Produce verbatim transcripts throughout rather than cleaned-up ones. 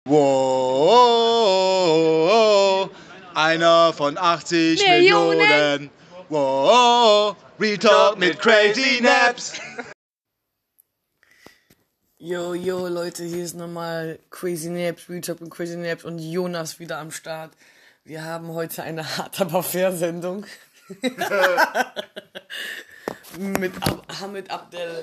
Wow, einer von achtzig Millionen. Millionen. Wow, Real Talk mit Crazy Naps. Yo, yo, Leute, hier ist nochmal Crazy Naps, Real Talk mit Crazy Naps und Jonas wieder am Start. Wir haben heute eine hart aber fair Sendung. mit Ab- Hamid Abdel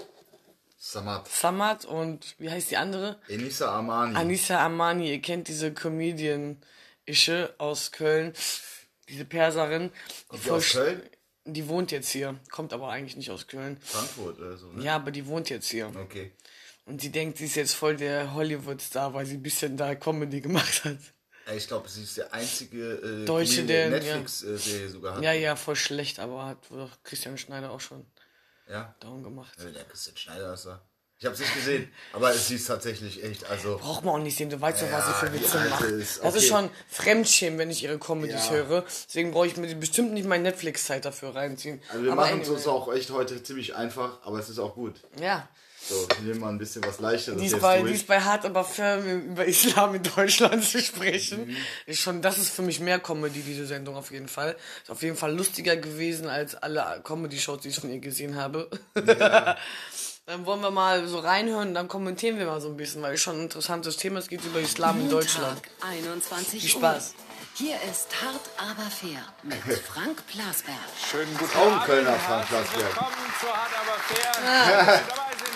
Samad. Samad und wie heißt die andere? Enisa Amani. Anissa Amani, ihr kennt diese Comedian-Ische aus Köln, diese Perserin. Kommt die aus Köln? Die wohnt jetzt hier, kommt aber eigentlich nicht aus Köln. Frankfurt oder so, ne? Ja, aber die wohnt jetzt hier. Okay. Und sie denkt, sie ist jetzt voll der Hollywood-Star, weil sie ein bisschen da Comedy gemacht hat. Ich glaube, sie ist der einzige äh, Deutsche, der Netflix-Serie ja. sogar hat. Ja, ja, voll schlecht, aber hat doch Christian Schneider auch schon ja? darum gemacht. Ja, der Christian Schneider ist da. Ich habe es nicht gesehen, aber sie ist tatsächlich echt, also... Braucht man auch nicht sehen, du weißt doch, ja, was sie für Witze macht. Ist, das okay. ist schon Fremdschämen, wenn ich ihre Comedys ja. höre. Deswegen brauche ich mir bestimmt nicht meine Netflix-Zeit dafür reinziehen. Also wir aber machen es uns auch echt heute ziemlich einfach, aber es ist auch gut. Ja. So, wir nehmen mal ein bisschen was Leichteres Dies jetzt bei, durch. dies bei hart aber firm über Islam in Deutschland zu sprechen. Mhm. Ist schon, das ist für mich mehr Comedy, diese Sendung auf jeden Fall. Ist auf jeden Fall lustiger gewesen als alle Comedy-Shows, die ich von ihr gesehen habe. Ja. Dann wollen wir mal so reinhören und dann kommentieren wir mal so ein bisschen, weil es schon ein interessantes Thema ist. Es geht über Islam in Deutschland. einundzwanzig Viel Spaß. Uhr. Hier ist Hart aber fair mit Frank Plasberg. Schönen guten Auch ein Abend. Kölner Frank Plasberg. Willkommen zu Hart aber fair. Ah. Dass Sie dabei sind.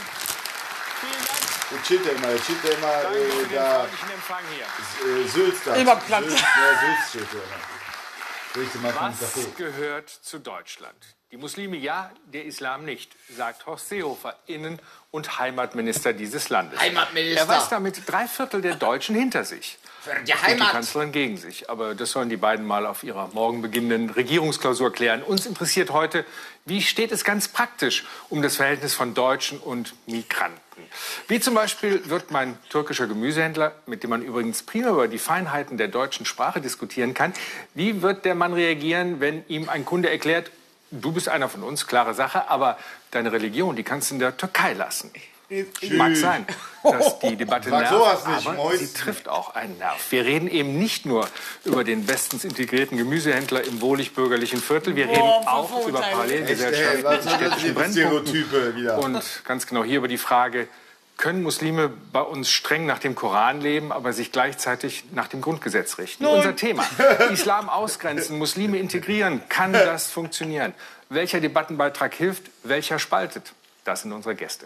Vielen Dank. Der chillt ja immer, der chillt ja immer Danke für äh, den da. freundlichen Empfang hier. Äh, Sülz da. Immer platt. Sülz, ja, Sülz steht ja immer. Richte mal vom Was Café. gehört zu Deutschland? Die Muslime ja, der Islam nicht, sagt Horst Seehofer, Innen- und Heimatminister dieses Landes. Heimatminister. Er weist damit drei Viertel der Deutschen hinter sich. Die Und Heimat. die Kanzlerin gegen sich. Aber das sollen die beiden mal auf ihrer morgen beginnenden Regierungsklausur klären. Uns interessiert heute, wie steht es ganz praktisch um das Verhältnis von Deutschen und Migranten? Wie zum Beispiel wird mein türkischer Gemüsehändler, mit dem man übrigens prima über die Feinheiten der deutschen Sprache diskutieren kann, wie wird der Mann reagieren, wenn ihm ein Kunde erklärt, du bist einer von uns, klare Sache, aber deine Religion, die kannst du in der Türkei lassen. Tschüss. Mag sein, dass die Debatte Sag nervt, sowas nicht, aber Mäuschen. sie trifft auch einen Nerv. Wir reden eben nicht nur über den bestens integrierten Gemüsehändler im wohlig-bürgerlichen Viertel, wir Boah, reden auch Vorurteile. über Parallelgesellschaften Echt, ey, was mit sind das städtischen für Brennpunkten Stereotype wieder? und ganz genau hier über die Frage, können Muslime bei uns streng nach dem Koran leben, aber sich gleichzeitig nach dem Grundgesetz richten? Nein. Unser Thema. Islam ausgrenzen, Muslime integrieren. Kann das funktionieren? Welcher Debattenbeitrag hilft? Welcher spaltet? Das sind unsere Gäste.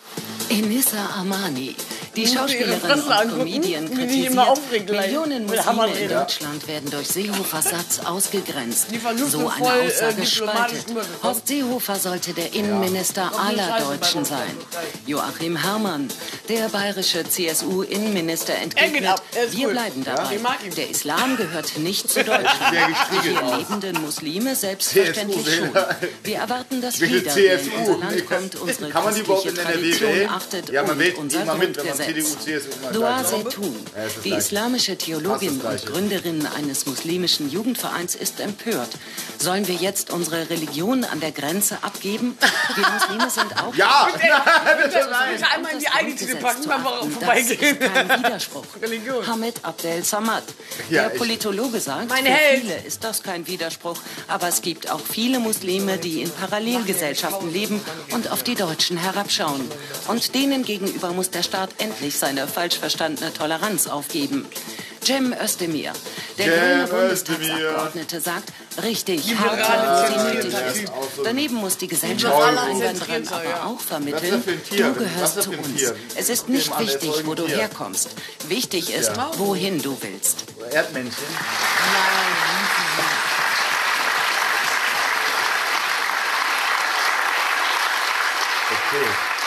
Enisa Amani, die Ihre Schauspielerin Fresse und angucken, Comedian, wie die kritisiert, immer aufregt gleich. Millionen Mit Hammer Muslime in reden. Deutschland werden durch Seehofers Satz ausgegrenzt. Die versucht So voll, eine äh, Aussage diplomatisch spaltet. rüberzukommen. Horst Seehofer sollte der Innenminister Noch nie aller Scheiße bei Deutschen uns. sein. Joachim Herrmann, der bayerische C S U-Innenminister, Er geht entgegnet, ab, er ist wir cool. bleiben Ja? dabei. Ich mag ihn. Der Islam gehört nicht zu Deutschland. Sehr Die gestriegelt hier aus. lebenden Muslime selbstverständlich C S U schon. wähler. Wir erwarten, dass Welche jeder, C der S in U? unser Land kommt, unsere Kann man die überhaupt in christliche N R W Tradition wählen? achtet Ja, man und wählt unser immer mit, wenn man C D U, Grundgesetz. C S U immer Dua gleich. Zeytun, Ja, ist das die Gleiche. islamische Theologin Fast das und Gleiche. Gründerin eines muslimischen Jugendvereins, ist empört. Sollen wir jetzt unsere Religion an der Grenze abgeben? Wir Muslime sind auch... Ja! Bitte einmal in die Eigentüte packen, dann vorbeigehen. Das ist kein Widerspruch. Religion. Hamid Abdel Samad. Ja, Der echt. Politologe sagt, Mein für Held. viele ist das kein Widerspruch. Aber es gibt auch viele Muslime, die in Parallelgesellschaften leben und auf die Deutschen herabschauen. Und denen gegenüber muss der Staat endlich seine falsch verstandene Toleranz aufgeben. Cem Özdemir, der Cem grüne Özdemir. Bundestagsabgeordnete, sagt, richtig, liberale hart, Zentrierung. nötig Ja, ist. ist auch so. Daneben muss die Gesellschaft Euro. den Einwanderern Zentrierter, aber ja. auch Was vermitteln, ist das für ein Tier? du Was gehörst ist das zu für ein uns. Tier? Es ist Guck nicht dir mal an, der ist wichtig, wo du orientiert. herkommst. Wichtig ist, Ja. wohin du willst. Erdmännchen. Okay.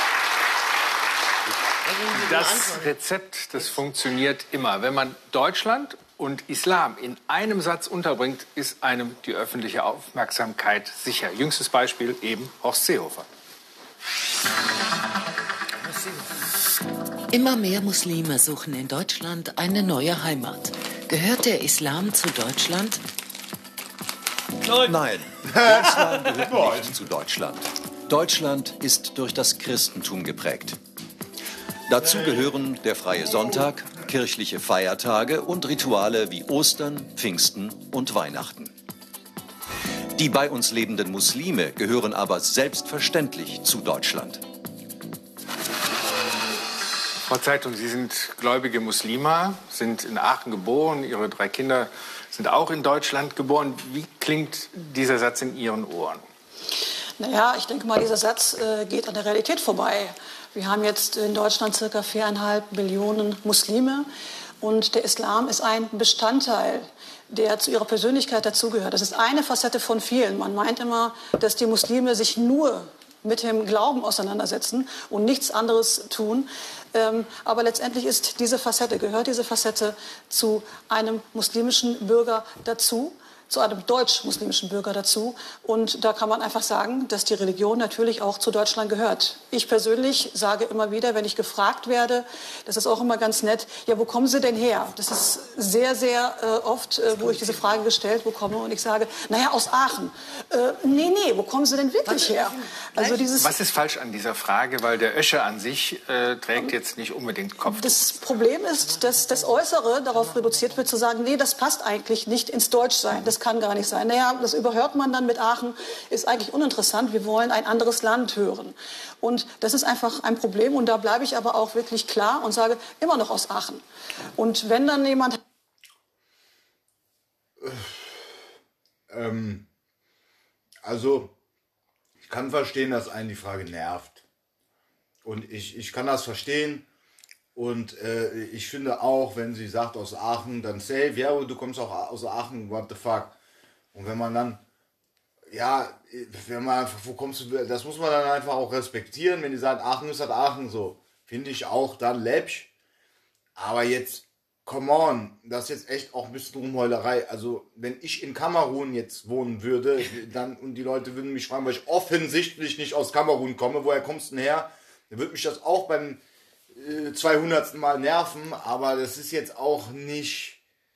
Das Rezept, das funktioniert immer. Wenn man Deutschland und Islam in einem Satz unterbringt, ist einem die öffentliche Aufmerksamkeit sicher. Jüngstes Beispiel eben Horst Seehofer. Immer mehr Muslime suchen in Deutschland eine neue Heimat. Gehört der Islam zu Deutschland? Nein, der Islam gehört nicht zu Deutschland. Deutschland ist durch das Christentum geprägt. Dazu gehören der freie Sonntag, kirchliche Feiertage und Rituale wie Ostern, Pfingsten und Weihnachten. Die bei uns lebenden Muslime gehören aber selbstverständlich zu Deutschland. Frau Zeitung, Sie sind gläubige Muslima, sind in Aachen geboren, Ihre drei Kinder sind auch in Deutschland geboren. Wie klingt dieser Satz in Ihren Ohren? Naja, ich denke mal, dieser Satz äh, geht an der Realität vorbei. Wir haben jetzt in Deutschland circa viereinhalb Millionen Muslime und der Islam ist ein Bestandteil, der zu ihrer Persönlichkeit dazugehört. Das ist eine Facette von vielen. Man meint immer, dass die Muslime sich nur mit dem Glauben auseinandersetzen und nichts anderes tun. Ähm, aber letztendlich ist diese Facette, gehört diese Facette zu einem muslimischen Bürger dazu, zu einem deutsch-muslimischen Bürger dazu. Und da kann man einfach sagen, dass die Religion natürlich auch zu Deutschland gehört. Ich persönlich sage immer wieder, wenn ich gefragt werde, das ist auch immer ganz nett, ja, wo kommen Sie denn her? Das ist sehr, sehr äh, oft, äh, wo ich diese Frage gestellt bekomme und ich sage, naja, aus Aachen. Äh, nee, nee, wo kommen Sie denn wirklich her? Also dieses Was ist falsch an dieser Frage? Weil der Ösche an sich äh, trägt jetzt nicht unbedingt Kopftuch. Das Problem ist, dass das Äußere darauf reduziert wird, zu sagen, nee, das passt eigentlich nicht ins Deutschsein. Das kann gar nicht sein. Naja, das überhört man dann mit Aachen, ist eigentlich uninteressant. Wir wollen ein anderes Land hören. Und das ist einfach ein Problem. Und da bleibe ich aber auch wirklich klar und sage, immer noch aus Aachen. Und wenn dann jemand... Ähm, also, ich kann verstehen, dass einen die Frage nervt. Und ich, ich kann das verstehen. Und äh, ich finde auch, wenn sie sagt aus Aachen, dann safe, ja, du kommst auch aus Aachen, what the fuck. Und wenn man dann, ja, wenn man einfach, wo kommst du, das muss man dann einfach auch respektieren. Wenn die sagt, Aachen ist halt Aachen, so, finde ich auch dann läppsch. Aber jetzt, come on, das ist jetzt echt auch ein bisschen Rumheulerei. Also, wenn ich in Kamerun jetzt wohnen würde, dann, und die Leute würden mich fragen, weil ich offensichtlich nicht aus Kamerun komme, woher kommst du denn her? Dann würde mich das auch beim zweihundertsten Mal nerven, aber das ist jetzt auch nicht...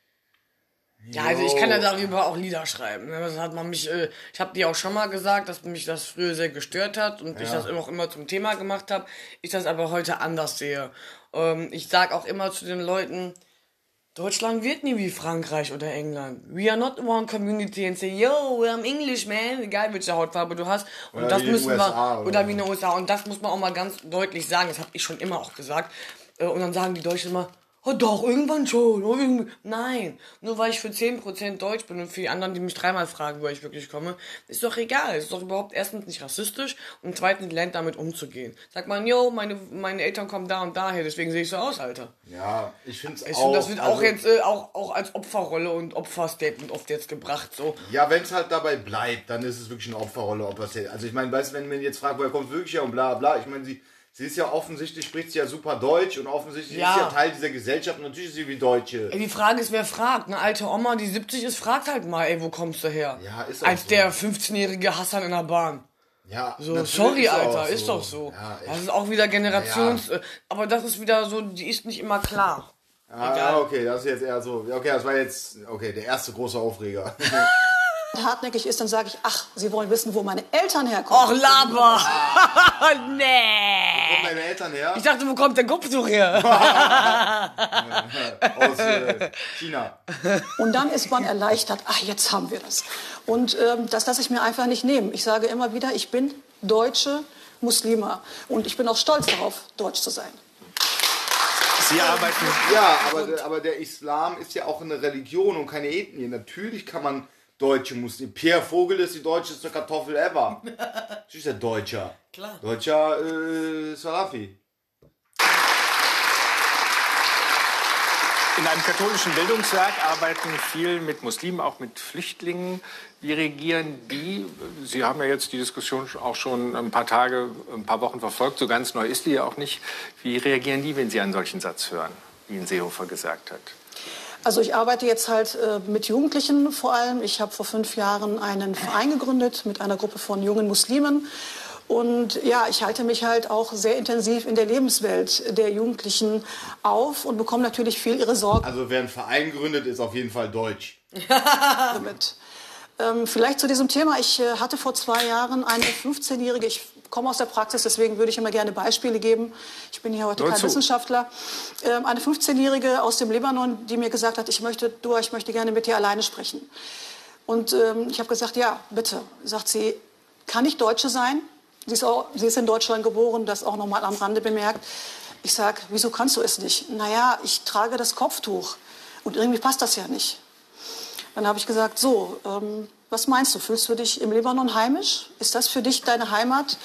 Ja, also ich kann ja darüber auch Lieder schreiben. Das hat man mich, äh, ich habe dir auch schon mal gesagt, dass mich das früher sehr gestört hat und ja. ich das auch immer zum Thema gemacht habe. Ich das aber heute anders sehe. Ähm, ich sag auch immer zu den Leuten, Deutschland wird nie wie Frankreich oder England. We are not one community and say, yo, I'm English, man. Egal welche Hautfarbe du hast. Und oder das wie müssen in den U S A, wir, oder, oder wie in den U S A. Und das muss man auch mal ganz deutlich sagen. Das habe ich schon immer auch gesagt. Und dann sagen die Deutschen immer, oh doch, irgendwann schon. Oh, irgendwie. Nein, nur weil ich für zehn Prozent Deutsch bin und für die anderen, die mich dreimal fragen, wo ich wirklich komme, ist doch egal. Ist doch überhaupt erstens nicht rassistisch und zweitens lernt damit umzugehen. Sagt man, yo, meine, meine Eltern kommen da und daher, deswegen sehe ich so aus, Alter. Ja, ich finde es ich auch... Find, das wird also, auch jetzt äh, auch, auch als Opferrolle und Opferstatement oft jetzt gebracht. So. Ja, wenn es halt dabei bleibt, dann ist es wirklich eine Opferrolle. Ob das, also ich meine, weißt du, wenn man jetzt fragt, woher kommt wirklich her und bla bla, ich meine, sie... Sie ist ja offensichtlich, spricht sie ja super Deutsch und offensichtlich ja. ist sie ja Teil dieser Gesellschaft und natürlich ist sie wie Deutsche. Ey, die Frage ist, wer fragt. Eine alte Oma, die siebzig ist, fragt halt mal, ey, wo kommst du her? Ja, ist auch Als so. der fünfzehnjährige Hassan in der Bahn. Ja, so, sorry, ist Alter, so. ist doch so. Ja, das ist auch wieder Generations... Ja. Aber das ist wieder so, die ist nicht immer klar. Ah, ja, okay, das ist jetzt eher so... Okay, das war jetzt... Okay, der erste große Aufreger. hartnäckig ist, dann sage ich, ach, Sie wollen wissen, wo meine Eltern herkommen. Och, Laber! Nee! Wo kommen deine Eltern her? Ich dachte, wo kommt der Kopftuch her? Aus äh, China. Und dann ist man erleichtert, ach, jetzt haben wir das. Und ähm, das lasse ich mir einfach nicht nehmen. Ich sage immer wieder, ich bin deutsche Muslima. Und ich bin auch stolz darauf, deutsch zu sein. Sie arbeiten... Ja, aber, aber der Islam ist ja auch eine Religion und keine Ethnie. Natürlich kann man Deutsche Muslime. Pierre Vogel ist die deutscheste Kartoffel ever. Das ist der Deutscher. Klar. Deutscher äh, Salafi. In einem katholischen Bildungswerk arbeiten viel mit Muslimen, auch mit Flüchtlingen. Wie reagieren die? Sie haben ja jetzt die Diskussion auch schon ein paar Tage, ein paar Wochen verfolgt. So ganz neu ist die ja auch nicht. Wie reagieren die, wenn Sie einen solchen Satz hören, wie ihn Seehofer gesagt hat? Also ich arbeite jetzt halt äh, mit Jugendlichen vor allem. Ich habe vor fünf Jahren einen Verein gegründet mit einer Gruppe von jungen Muslimen. Und ja, ich halte mich halt auch sehr intensiv in der Lebenswelt der Jugendlichen auf und bekomme natürlich viel ihre Sorgen. Also wer einen Verein gründet, ist auf jeden Fall deutsch. damit. Ähm, vielleicht zu diesem Thema. Ich äh, hatte vor zwei Jahren eine fünfzehnjährige, ich komme aus der Praxis, deswegen würde ich immer gerne Beispiele geben. Ich bin hier heute kein Wissenschaftler. Ähm, eine fünfzehnjährige aus dem Libanon, die mir gesagt hat, ich möchte, du, ich möchte gerne mit dir alleine sprechen. Und ähm, ich habe gesagt, ja, bitte. Sagt sie, kann ich Deutsche sein? Sie ist, auch, sie ist in Deutschland geboren, das auch noch mal am Rande bemerkt. Ich sage, wieso kannst du es nicht? Naja, ich trage das Kopftuch und irgendwie passt das ja nicht. Dann habe ich gesagt, so, ähm, was meinst du? Fühlst du dich im Libanon heimisch? Ist das für dich deine Heimat?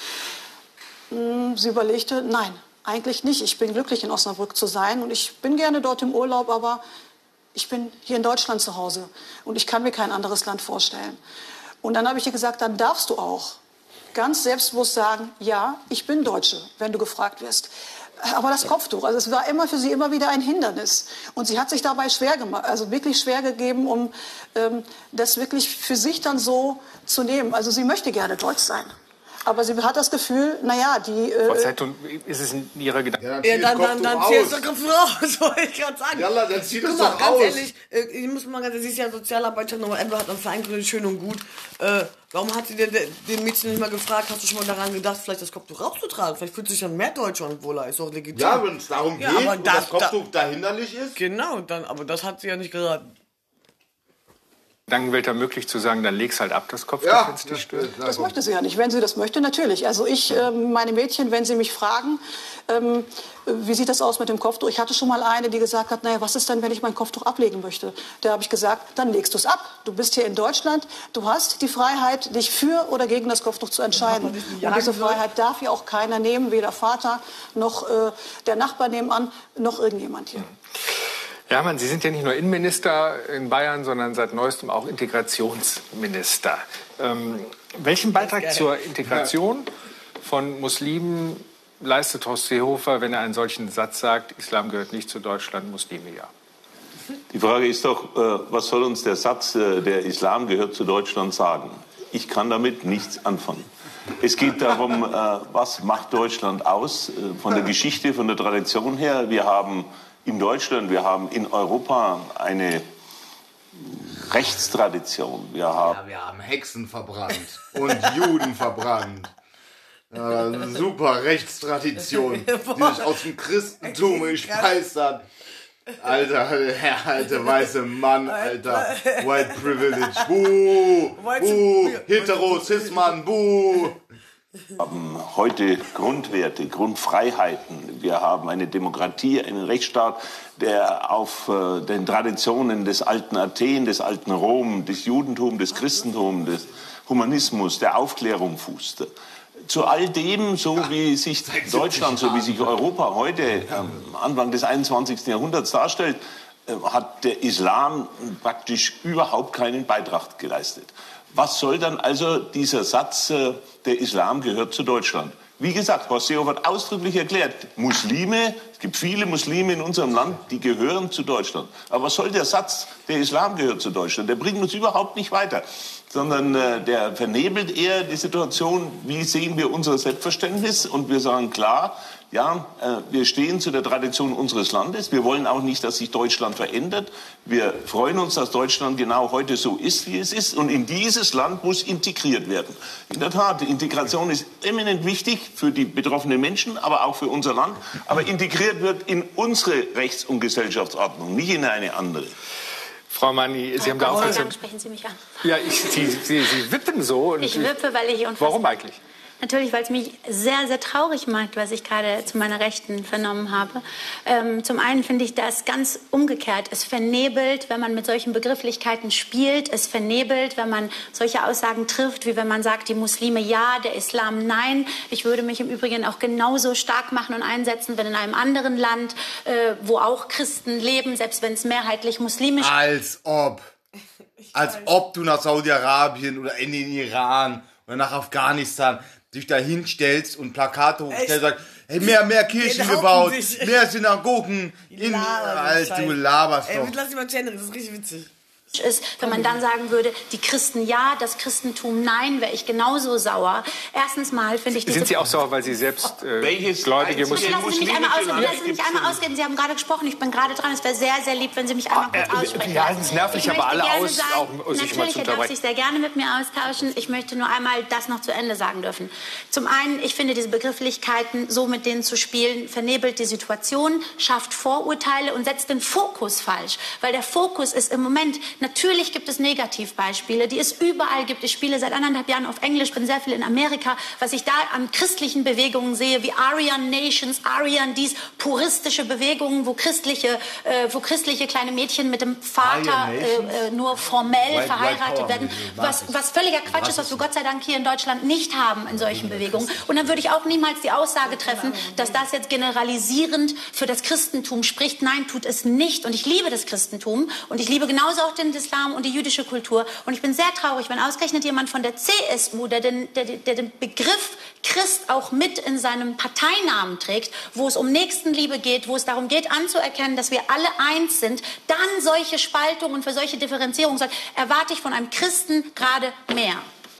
Hm, sie überlegte, nein, eigentlich nicht. Ich bin glücklich, in Osnabrück zu sein und ich bin gerne dort im Urlaub, aber ich bin hier in Deutschland zu Hause und ich kann mir kein anderes Land vorstellen. Und dann habe ich ihr gesagt, dann darfst du auch ganz selbstbewusst sagen, ja, ich bin Deutsche, wenn du gefragt wirst. Aber das Kopftuch, also es war immer für sie immer wieder ein Hindernis. Und sie hat sich dabei schwer gemacht, also wirklich schwer gegeben, um ähm, das wirklich für sich dann so zu nehmen. Also sie möchte gerne deutsch sein. Aber sie hat das Gefühl, naja, die... Äh, Frau Zeitun, ist es in Ihrer Gedanken? Ja, Ja, dann, dann, dann zieh es doch Kopftuch raus, wollte ich gerade sagen. Jalla, dann zieh das Guck mal, doch ganz aus. ehrlich, äh, ich muss mal ganz ehrlich, sie ist ja Sozialarbeiterin, aber Edward hat einen Verein gegründet, schön und gut. Äh, warum hat sie denn den Mädchen nicht mal gefragt, hast du schon mal daran gedacht, vielleicht das Kopftuch rauszutragen? Vielleicht fühlt sich dann mehr Deutschland wohler, ist auch legitim. Ja, wenn es darum Ja, geht aber und das- das Kopftuch da hinderlich ist. Genau, dann, aber das hat sie ja nicht geraten. Gedankenwälder möglich zu sagen, dann leg's halt ab, das Kopftuch, Ja, wenn es dich stört. Das möchte sie ja nicht. Wenn sie das möchte, natürlich. Also ich, ähm, meine Mädchen, wenn sie mich fragen, ähm, wie sieht das aus mit dem Kopftuch? Ich hatte schon mal eine, die gesagt hat, naja, was ist denn, wenn ich mein Kopftuch ablegen möchte? Da habe ich gesagt, dann legst du es ab. Du bist hier in Deutschland, du hast die Freiheit, dich für oder gegen das Kopftuch zu entscheiden. Und diese Freiheit darf ja auch keiner nehmen, weder Vater noch äh, der Nachbar nebenan, noch irgendjemand hier. Ja, Mann, Sie sind ja nicht nur Innenminister in Bayern, sondern seit neuestem auch Integrationsminister. Ähm, welchen Beitrag zur Integration von Muslimen leistet Horst Seehofer, wenn er einen solchen Satz sagt, Islam gehört nicht zu Deutschland, Muslime ja? Die Frage ist doch, äh, was soll uns der Satz, äh, der Islam gehört zu Deutschland, sagen? Ich kann damit nichts anfangen. Es geht darum, äh, was macht Deutschland aus, äh, von der Geschichte, von der Tradition her. Wir haben in Deutschland, wir haben in Europa eine Rechtstradition. Wir haben, Ja, wir haben Hexen verbrannt und Juden verbrannt. Ja, super Rechtstradition, die sich aus dem Christentum gespeist hat. Alter, der alte weiße Mann, Alter. White Privilege, buh, buh, hetero, cis-Mann, buh. haben heute Grundwerte, Grundfreiheiten. Wir haben eine Demokratie, einen Rechtsstaat, der auf äh, den Traditionen des alten Athen, des alten Rom, des Judentums, des Christentums, des Humanismus, der Aufklärung fußte. Zu all dem, so wie sich Deutschland, so wie sich Europa heute am Anfang des einundzwanzigsten Jahrhunderts darstellt, äh, hat der Islam praktisch überhaupt keinen Beitrag geleistet. Was soll dann also dieser Satz, äh, der Islam gehört zu Deutschland? Wie gesagt, Horst Seehofer hat ausdrücklich erklärt, Muslime, es gibt viele Muslime in unserem Land, die gehören zu Deutschland. Aber was soll der Satz, der Islam gehört zu Deutschland? Der bringt uns überhaupt nicht weiter, sondern äh, der vernebelt eher die Situation, wie sehen wir unser Selbstverständnis? Und wir sagen klar, ja, äh, wir stehen zu der Tradition unseres Landes. Wir wollen auch nicht, dass sich Deutschland verändert. Wir freuen uns, dass Deutschland genau heute so ist, wie es ist. Und in dieses Land muss integriert werden. In der Tat, die Integration ist eminent wichtig für die betroffenen Menschen, aber auch für unser Land. Aber integriert wird in unsere Rechts- und Gesellschaftsordnung, nicht in eine andere. Frau Manni, Sie haben da auch... Dann sprechen Sie mich an. Ja, ich, Sie, Sie, Sie wippen so. Und Ich wippe, weil ich unfassbar... Warum eigentlich? Natürlich, weil es mich sehr, sehr traurig macht, was ich gerade zu meiner Rechten vernommen habe. Ähm, zum einen finde ich das ganz umgekehrt. Es vernebelt, wenn man mit solchen Begrifflichkeiten spielt. Es vernebelt, wenn man solche Aussagen trifft, wie wenn man sagt, die Muslime ja, der Islam nein. Ich würde mich im Übrigen auch genauso stark machen und einsetzen, wenn in einem anderen Land, äh, wo auch Christen leben, selbst wenn es mehrheitlich muslimisch ist. Als ob. Als ob du nach Saudi-Arabien oder in den Iran oder nach Afghanistan dich da hinstellst und Plakate hochstellst und sagst, hey, mehr, mehr Kirchen gebaut, mehr Synagogen. In, Alter, du laberst Ey, doch. lass dich mal channeln, das ist richtig witzig. ist, wenn man dann sagen würde, die Christen ja, das Christentum nein, wäre ich genauso sauer. Erstens mal finde ich... Sind Sie auch sauer, weil Sie selbst äh, gläubige Muslime... Lassen Sie mich einmal ausreden, lassen Sie mich einmal ausreden. Sie haben gerade gesprochen, ich bin gerade dran. Es wäre sehr, sehr lieb, wenn Sie mich einmal kurz aussprechen. Wir halten es nervig, aber alle aus, sagen, auch sich mal zu natürlich, er darf sich sehr gerne mit mir austauschen. Ich möchte nur einmal das noch zu Ende sagen dürfen. Zum einen, ich finde diese Begrifflichkeiten, so mit denen zu spielen, vernebelt die Situation, schafft Vorurteile und setzt den Fokus falsch. Weil der Fokus ist im Moment... Natürlich gibt es Negativbeispiele, die es überall gibt. Ich spiele seit anderthalb Jahren auf Englisch, bin sehr viel in Amerika. Was ich da an christlichen Bewegungen sehe, wie Aryan Nations, Aryan dies, puristische Bewegungen, wo christliche, äh, wo christliche kleine Mädchen mit dem Vater äh, äh, nur formell White, verheiratet White werden. Was, was völliger Quatsch ist, was wir Gott sei Dank hier in Deutschland nicht haben in solchen Bewegungen. Und dann würde ich auch niemals die Aussage treffen, dass das jetzt generalisierend für das Christentum spricht. Nein, tut es nicht. Und ich liebe das Christentum und ich liebe genauso auch den Islam und die jüdische Kultur. Und ich bin sehr traurig, wenn ausgerechnet jemand von der C S U, der den, der, der den Begriff Christ auch mit in seinem Parteinamen trägt, wo es um Nächstenliebe geht, wo es darum geht, anzuerkennen, dass wir alle eins sind, dann solche Spaltungen und für solche Differenzierungen soll, erwarte ich von einem Christen gerade mehr.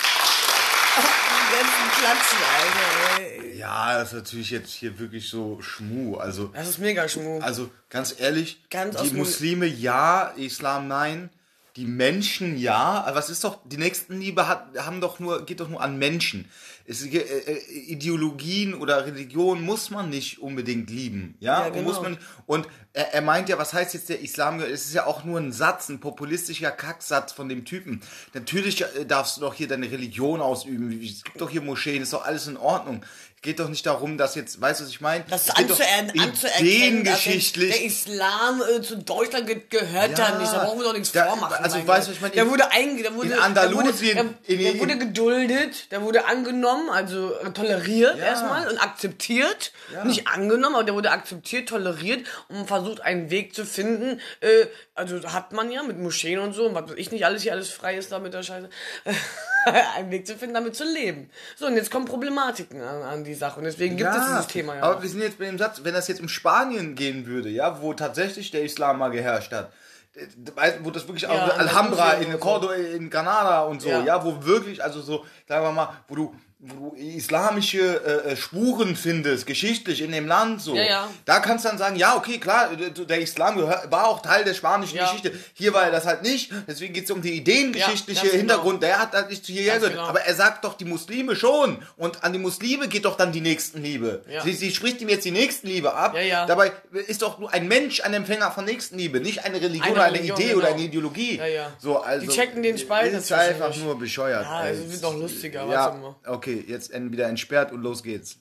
Ja, das ist natürlich jetzt hier wirklich so Schmuh. Also, das ist mega Schmuh. Also ganz ehrlich, ganz die Muslime ja, Islam nein. Die Menschen ja, aber es ist doch, die Nächstenliebe hat, haben doch nur, geht doch nur an Menschen. Es, äh, Ideologien oder Religion muss man nicht unbedingt lieben, ja, ja genau. muss man. Und er, er meint ja, was heißt jetzt der Islam? Es ist ja auch nur ein Satz, ein populistischer Kacksatz von dem Typen. Natürlich darfst du doch hier deine Religion ausüben. Es gibt doch hier Moscheen, ist doch alles in Ordnung. Geht doch nicht darum, dass jetzt, weißt du, was ich meine? Das anzuer- anzuerkennen, dass der Islam äh, zu Deutschland ge- gehört ja, dann nicht. Da brauchen wir doch nichts da, vormachen. Also, weißt du, ich meine, der wurde einge- der wurde, in Andalusien, der wurde, der, der wurde geduldet, der wurde angenommen, also toleriert ja. erstmal und akzeptiert. Ja. Nicht angenommen, aber der wurde akzeptiert, toleriert und versucht einen Weg zu finden. Äh, also hat man ja mit Moscheen und so, und was weiß ich nicht, alles hier alles frei ist da mit der Scheiße. einen Weg zu finden, damit zu leben. So, und jetzt kommen Problematiken an, an die Sache. Und deswegen gibt ja, es dieses Thema ja. Aber auch. wir sind jetzt bei dem Satz, wenn das jetzt um Spanien gehen würde, ja, wo tatsächlich der Islam mal geherrscht hat, wo das wirklich auch ja, Alhambra in Córdoba, so. in Granada und so, ja. ja, wo wirklich, also so, sagen wir mal, wo du wo du islamische äh, Spuren findest, geschichtlich in dem Land, so. Ja, ja. Da kannst du dann sagen, ja, okay, klar, der Islam gehör, war auch Teil der spanischen ja. Geschichte. Hier war er das halt nicht, deswegen geht es um die ideengeschichtliche ja, Hintergrund, genau. Der hat halt nicht hierher gehört. Genau. Aber er sagt doch die Muslime schon. Und an die Muslime geht doch dann die Nächstenliebe. Ja. Sie, sie spricht ihm jetzt die Nächstenliebe ab. Ja, ja. Dabei ist doch nur ein Mensch ein Empfänger von Nächstenliebe, nicht eine Religion eine oder eine Religion, Idee genau. oder eine Ideologie. Ja, ja. So, also, die checken den Spalt. Das ist einfach nur bescheuert. Ja, es also wird noch lustiger. Ja, warte mal. Okay. Jetzt wieder entsperrt und los geht's.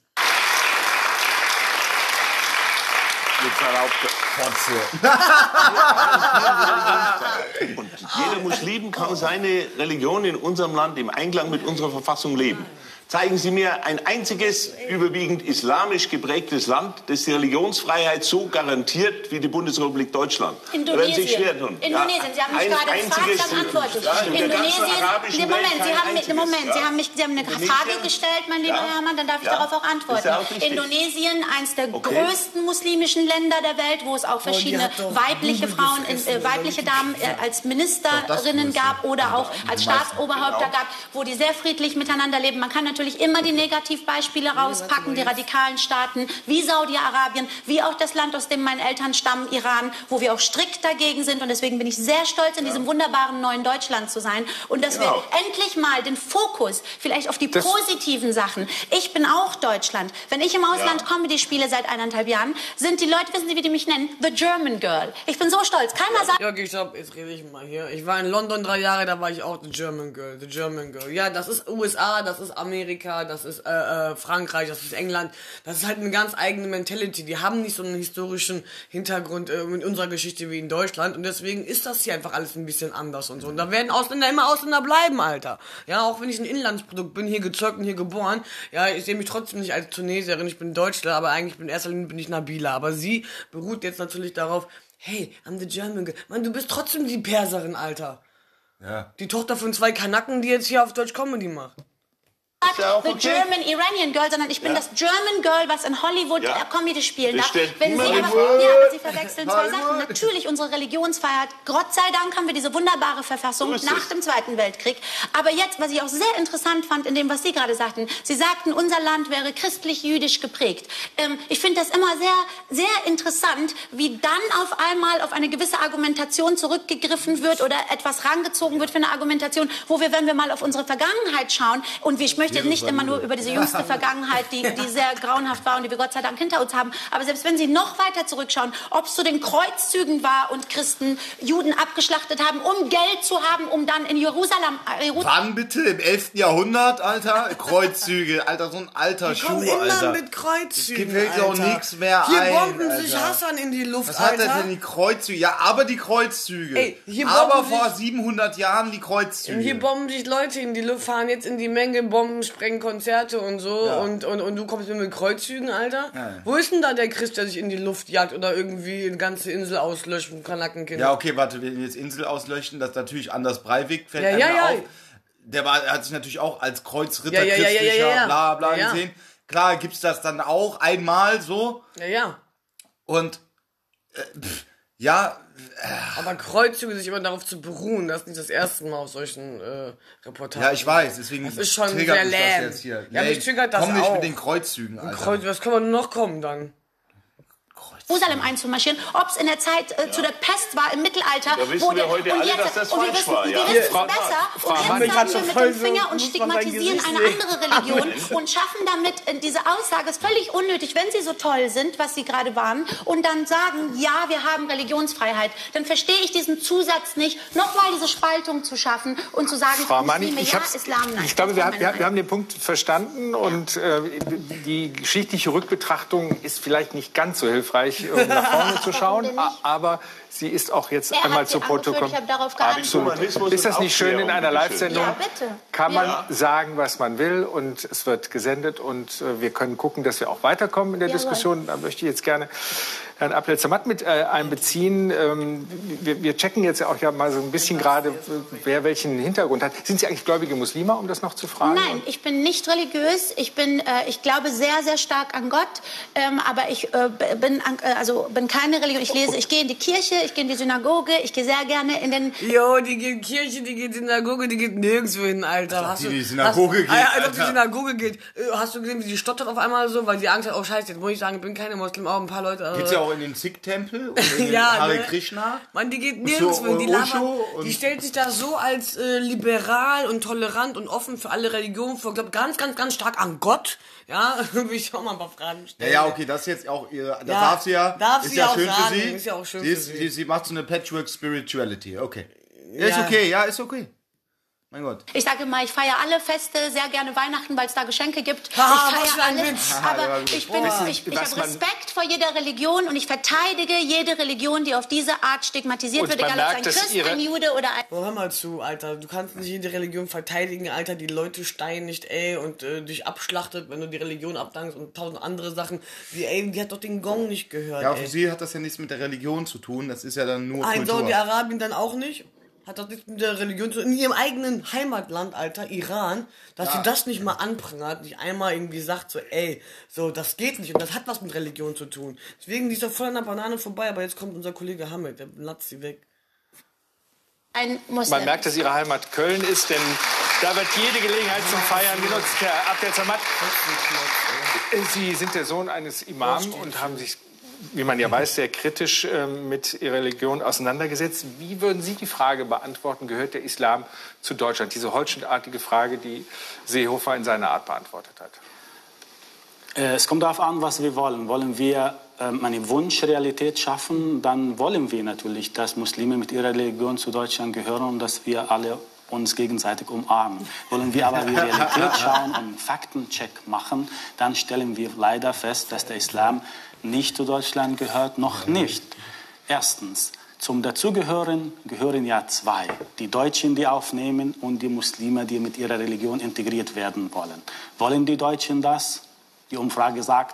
Und jeder Muslim kann seine Religion in unserem Land im Einklang mit unserer Verfassung leben. Zeigen Sie mir ein einziges, überwiegend islamisch geprägtes Land, das die Religionsfreiheit so garantiert wie die Bundesrepublik Deutschland. Indonesien. Sich schwer tun. Indonesien. Sie haben mich ein, gerade gefragt, dann antworte ich. Ja, Indonesien. Nee, Moment, Sie haben, mich, Moment ja. Sie haben mich, Sie haben eine Frage gestellt, mein lieber ja. Hermann, dann darf ich ja. darauf auch antworten. Auch Indonesien, eines der okay. größten muslimischen Länder der Welt, wo es auch verschiedene oh, weibliche Frauen, äh, weibliche Damen äh, als Ministerinnen gab oder auch als Staatsoberhäupter genau. gab, wo die sehr friedlich miteinander leben. Man kann natürlich natürlich immer die Negativbeispiele rauspacken, die radikalen Staaten wie Saudi-Arabien, wie auch das Land, aus dem meine Eltern stammen, Iran, wo wir auch strikt dagegen sind. Und deswegen bin ich sehr stolz, in diesem wunderbaren neuen Deutschland zu sein. Und dass wir endlich mal den Fokus vielleicht auf die das positiven Sachen. Ich bin auch Deutschland. Wenn ich im Ausland ja. Comedy spiele seit eineinhalb Jahren, sind die Leute, wissen Sie, wie die mich nennen? The German Girl. Ich bin so stolz. Keiner sagt... Ja, okay, stopp, jetzt rede ich mal hier. Ich war in London drei Jahre, da war ich auch The German Girl. The German Girl. Ja, das ist U S A, das ist Amerika, das ist äh, äh, Frankreich, das ist England. Das ist halt eine ganz eigene Mentality. Die haben nicht so einen historischen Hintergrund äh, in unserer Geschichte wie in Deutschland. Und deswegen ist das hier einfach alles ein bisschen anders und so. Und da werden Ausländer immer Ausländer bleiben, Alter. Ja, auch wenn ich ein Inlandsprodukt bin, hier gezeugt und hier geboren. Ja, ich sehe mich trotzdem nicht als Tunesierin, ich bin Deutscher, aber eigentlich in erster Linie bin ich Nabila. Aber sie beruht jetzt natürlich darauf, hey, I'm the German girl. Mann, du bist trotzdem die Perserin, Alter. Ja. Die Tochter von zwei Kanaken, die jetzt hier auf Deutsch Comedy macht. ja the okay. German Iranian Girl, sondern ich bin Ja. das German Girl, was in Hollywood Ja. äh, Comedy spielen Das darf. stimmt. Wenn Sie aber, Hollywood. ja, aber Sie verwechseln zwei Hollywood. Sachen. Natürlich unsere Religionsfreiheit. Gott sei Dank haben wir diese wunderbare Verfassung So ist nach es. dem Zweiten Weltkrieg. Aber jetzt, was ich auch sehr interessant fand in dem, was Sie gerade sagten, Sie sagten, unser Land wäre christlich-jüdisch geprägt. Ähm, ich finde das immer sehr, sehr interessant, wie dann auf einmal auf eine gewisse Argumentation zurückgegriffen wird oder etwas rangezogen wird für eine Argumentation, wo wir, wenn wir mal auf unsere Vergangenheit schauen, und ich möchte nicht immer nur über diese jüngste Vergangenheit, die, die sehr grauenhaft war und die wir Gott sei Dank hinter uns haben, aber selbst wenn Sie noch weiter zurückschauen, ob es zu den Kreuzzügen war und Christen Juden abgeschlachtet haben, um Geld zu haben, um dann in Jerusalem... Jerusalem Wann bitte? Im elften Jahrhundert, Alter? Kreuzzüge, Alter, so ein alter Die Schuh, kommen immer Alter. mit Kreuzzügen, Es gibt auch Alter. nichts mehr Hier ein, bomben sich Alter. Hassan in die Luft, Was hat Alter. das denn, die Kreuzzüge? Ja, aber die Kreuzzüge. Ey, hier aber bomben vor sich- siebenhundert Jahren die Kreuzzüge. Hier bomben sich Leute in die Luft, fahren jetzt in die Menge, Bomben, sprengen Konzerte und so. Ja. Und, und, und du kommst mir mit Kreuzzügen, Alter? Ja, ja. Wo ist denn da der Christ, der sich in die Luft jagt oder irgendwie eine ganze Insel auslöscht mit Kanackenkind? Ja, okay, warte, wenn wir jetzt Insel auslöschen, das ist natürlich Anders Breivik, fällt Ja, einem ja, da ja. auf. Der war, hat sich natürlich auch als Kreuzritter Ja, ja, ja, ja, christlicher, ja, ja. bla bla Ja, ja. gesehen. Klar gibt's das dann auch einmal so. Ja, ja. Und äh, pff, ja, Aber Kreuzzüge sich immer darauf zu beruhen, das ist nicht das erste Mal auf solchen äh, Reportagen. ja, ich weiß, deswegen Das ist schon triggert sehr mich lähm. das jetzt hier. Ja, Nee, mich triggert das komm nicht auch. mit den Kreuzzügen, Alter. Kreuz, was kann man noch kommen dann? Jerusalem einzumarschieren, ob es in der Zeit äh, zu der Pest war im Mittelalter. Da wissen wo wir der, heute und alle, jetzt, dass das und wir falsch wissen, war, wir ja. wissen Hier, es Frau- besser. Frau Und Mann, jetzt ich hatte sagen wir mit voll dem so- Finger und muss man sein stigmatisieren Gesicht eine sehen. andere Religion und schaffen damit, äh, diese Aussage ist völlig unnötig, wenn sie so toll sind, was sie gerade waren, und dann sagen, ja, wir haben Religionsfreiheit. Dann verstehe ich diesen Zusatz nicht, nochmal diese Spaltung zu schaffen und zu sagen, Frau Manning, Muslime ich, ja, hab's- Islam nein. ich glaube, Das wir, war haben- meine wir, wir Meinung. haben den Punkt verstanden und äh, die geschichtliche Rückbetrachtung ist vielleicht nicht ganz so hilfreich, um nach vorne zu schauen, denn nicht? a- aber sie ist auch jetzt Wer einmal hat Sie zu angeführt? Protokoll. Ich habe darauf geantwortet. Humanismus Ist das und nicht schön in Aufklärung, einer bitteschön. Live-Sendung? Ja, bitte. Kann man Ja. sagen, was man will und es wird gesendet und äh, wir können gucken, dass wir auch weiterkommen in der Jawohl. Diskussion. Da möchte ich jetzt gerne Herrn Abdel-Samad mit äh, einbeziehen. Ähm, wir, wir checken jetzt ja auch ja mal so ein bisschen gerade, wer welchen Hintergrund hat. Sind Sie eigentlich gläubige Muslime, um das noch zu fragen? Nein, ich bin nicht religiös. Ich bin, äh, ich glaube sehr, sehr stark an Gott. Ähm, aber ich äh, bin, an, äh, also bin keine Religion. Ich lese, ich gehe in die Kirche, ich gehe in die Synagoge, ich gehe sehr gerne in den. Jo, die geht in die Kirche, die geht in die Synagoge, die geht nirgendwo hin, Alter. Hast die du, in die Synagoge hast, geht, Ah, ja, als ob die Alter. Synagoge geht. Äh, Hast du gesehen, wie die stottert auf einmal so, weil sie Angst hat, oh scheiße, jetzt muss ich sagen, ich bin keine Muslim, auch ein paar Leute. Äh, Geht's ja auch in den Sikh-Tempel und in den Ja, Hare ne? Krishna. Mann, die geht Und nirgendwo so, hin. Die, äh, labert, Osho und- die stellt sich da so als äh, liberal und tolerant und offen für alle Religionen vor. Ich glaube ganz, ganz, ganz stark an Gott. Ja, will ich auch mal ein paar Fragen Ja, stellen. ja, okay, das ist jetzt auch ihr, das Ja, darf sie ja, darf ist sie ja auch schön sagen, für sie. ist ja auch schön sie, für ist, sie. sie. Sie macht so eine Patchwork Spirituality, okay. Ist Ja. okay, ja, ist okay. Mein Gott. Ich sage mal, ich feiere alle Feste, sehr gerne Weihnachten, weil es da Geschenke gibt. Haha, ich was für feiere ein alles, Witz. aber ich bin, Wissen Sie, ich, ich was habe man- Respekt vor jeder Religion und ich verteidige jede Religion, die auf diese Art stigmatisiert Und wird, man egal ob es merkt, ein dass Christ, ihre- ein Jude oder ein... Oh, hör mal zu, Alter. Du kannst nicht jede Religion verteidigen, Alter. Die Leute steinigt, ey, und äh, dich abschlachtet, wenn du die Religion abdankst und tausend andere Sachen. Wie, ey, die hat doch den Gong nicht gehört, Ja, für ey. sie hat das ja nichts mit der Religion zu tun, das ist ja dann nur Ein Kultur. Saudi-Arabien dann auch nicht? Hat das nichts mit der Religion zu tun? In ihrem eigenen Heimatland, Alter, Iran, dass sie das nicht mal anprangert, nicht einmal irgendwie sagt, so, ey, so, das geht nicht und das hat was mit Religion zu tun. Deswegen, die ist doch voll an der Banane vorbei, aber jetzt kommt unser Kollege Hamid, der latzt sie weg. ein Muslim. Man merkt, dass Ihre Heimat Köln ist, denn da wird jede Gelegenheit zum Feiern genutzt. Herr Abdel-Samad, Sie sind der Sohn eines Imams und haben sich, wie man ja weiß, sehr kritisch äh, mit Ihrer Religion auseinandergesetzt. Wie würden Sie die Frage beantworten, gehört der Islam zu Deutschland? Diese holzschnittartige Frage, die Seehofer in seiner Art beantwortet hat. Äh, Es kommt darauf an, was wir wollen. Wollen wir ähm, eine Wunschrealität schaffen, dann wollen wir natürlich, dass Muslime mit ihrer Religion zu Deutschland gehören und dass wir alle uns gegenseitig umarmen. Wollen wir aber die Realität schauen und einen Faktencheck machen, dann stellen wir leider fest, dass der Islam nicht zu Deutschland gehört, noch nicht. Erstens, zum Dazugehören gehören ja zwei. Die Deutschen, die aufnehmen, und die Muslime, die mit ihrer Religion integriert werden wollen. Wollen die Deutschen das? Die Umfrage sagt,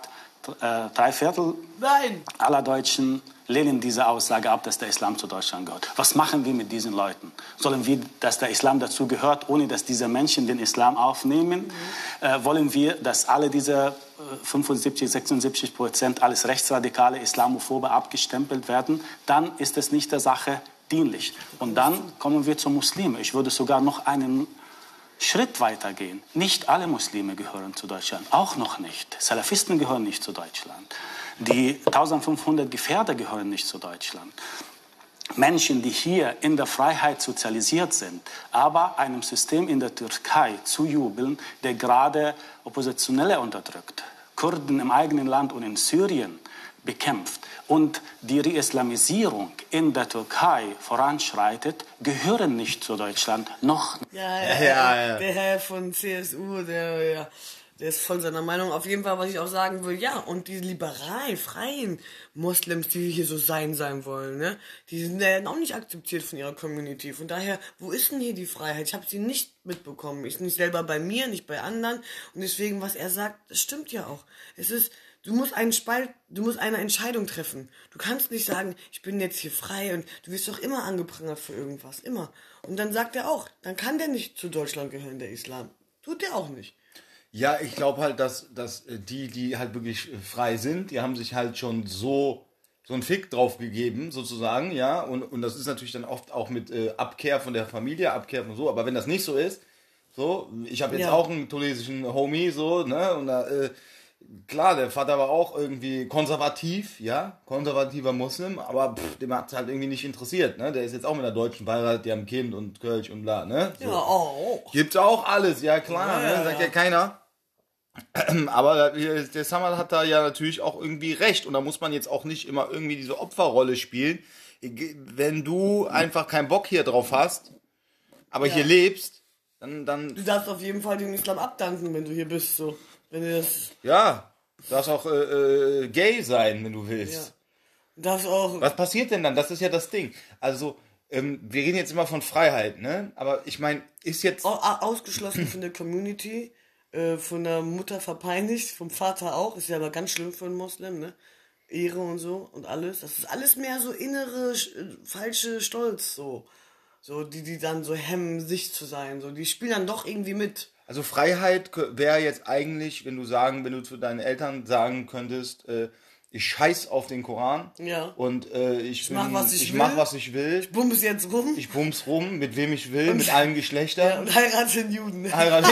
äh, drei Viertel Nein. aller Deutschen lehnen diese Aussage ab, dass der Islam zu Deutschland gehört. Was machen wir mit diesen Leuten? Sollen wir, dass der Islam dazu gehört, ohne dass diese Menschen den Islam aufnehmen? Mhm. Äh, wollen wir, dass alle diese fünfundsiebzig, sechsundsiebzig Prozent alles rechtsradikale Islamophobe abgestempelt werden? Dann ist es nicht der Sache dienlich. Und dann kommen wir zu Muslimen. Ich würde sogar noch einen Schritt weiter gehen. Nicht alle Muslime gehören zu Deutschland. Auch noch nicht. Salafisten gehören nicht zu Deutschland. Die eintausendfünfhundert Gefährder gehören nicht zu Deutschland. Menschen, die hier in der Freiheit sozialisiert sind, aber einem System in der Türkei zujubeln, der gerade Oppositionelle unterdrückt, Kurden im eigenen Land und in Syrien bekämpft und die Reislamisierung in der Türkei voranschreitet, gehören nicht zu Deutschland, noch nicht. Ja, ja, ja, ja. Der Herr von C S U, der, ja, der ist voll seiner Meinung. Auf jeden Fall, was ich auch sagen will, ja, und die liberalen, freien Moslems, die hier so sein sein wollen, ne, die sind ja auch nicht akzeptiert von ihrer Community. Von daher, wo ist denn hier die Freiheit? Ich habe sie nicht mitbekommen. Ich nicht selber bei mir, nicht bei anderen. Und deswegen, was er sagt, das stimmt ja auch. Es ist, du musst einen Spalt, du musst eine Entscheidung treffen. Du kannst nicht sagen, ich bin jetzt hier frei und du wirst doch immer angeprangert für irgendwas, immer. Und dann sagt er auch, dann kann der nicht zu Deutschland gehören, der Islam. Tut der auch nicht. Ja, ich glaube halt, dass, dass die, die halt wirklich frei sind, die haben sich halt schon so, so einen Fick drauf gegeben, sozusagen, ja, und, und das ist natürlich dann oft auch mit äh, Abkehr von der Familie, Abkehr von so, aber wenn das nicht so ist, so, ich habe jetzt ja auch einen tunesischen Homie, so, ne, und da, äh, klar, der Vater war auch irgendwie konservativ, ja, konservativer Muslim, aber pff, dem hat es halt irgendwie nicht interessiert, ne, der ist jetzt auch mit einer Deutschen verheiratet, die haben ein Kind und Kölsch und bla, ne. So. Ja, auch. Gibt's auch alles, ja klar, ja, ne, sagt ja keiner. Aber der Samad hat da ja natürlich auch irgendwie recht und da muss man jetzt auch nicht immer irgendwie diese Opferrolle spielen. Wenn du einfach keinen Bock hier drauf hast, aber ja hier lebst, dann, dann... Du darfst auf jeden Fall den Islam abdanken, wenn du hier bist, so. Wenn du das... Ja, du darfst auch äh, äh, gay sein, wenn du willst. Ja. Du darfst auch... Was passiert denn dann? Das ist ja das Ding. Also, ähm, wir reden jetzt immer von Freiheit, ne? Aber ich meine, ist jetzt... Ausgeschlossen von der Community... von der Mutter verpeinigt, vom Vater auch, ist ja aber ganz schlimm für einen Moslem, ne? Ehre und so und alles. Das ist alles mehr so innere, falsche Stolz, so. So, die, die dann so hemmen, sich zu sein, so. Die spielen dann doch irgendwie mit. Also Freiheit wäre jetzt eigentlich, wenn du sagen, wenn du zu deinen Eltern sagen könntest, äh, ich scheiß auf den Koran ja. und äh, ich, ich, bin, mach, was ich, ich will. mach, was ich will. Ich bums jetzt rum. Ich bums rum, mit wem ich will, und, mit allen Geschlechtern. Ja, und heirate den Juden. Heirate,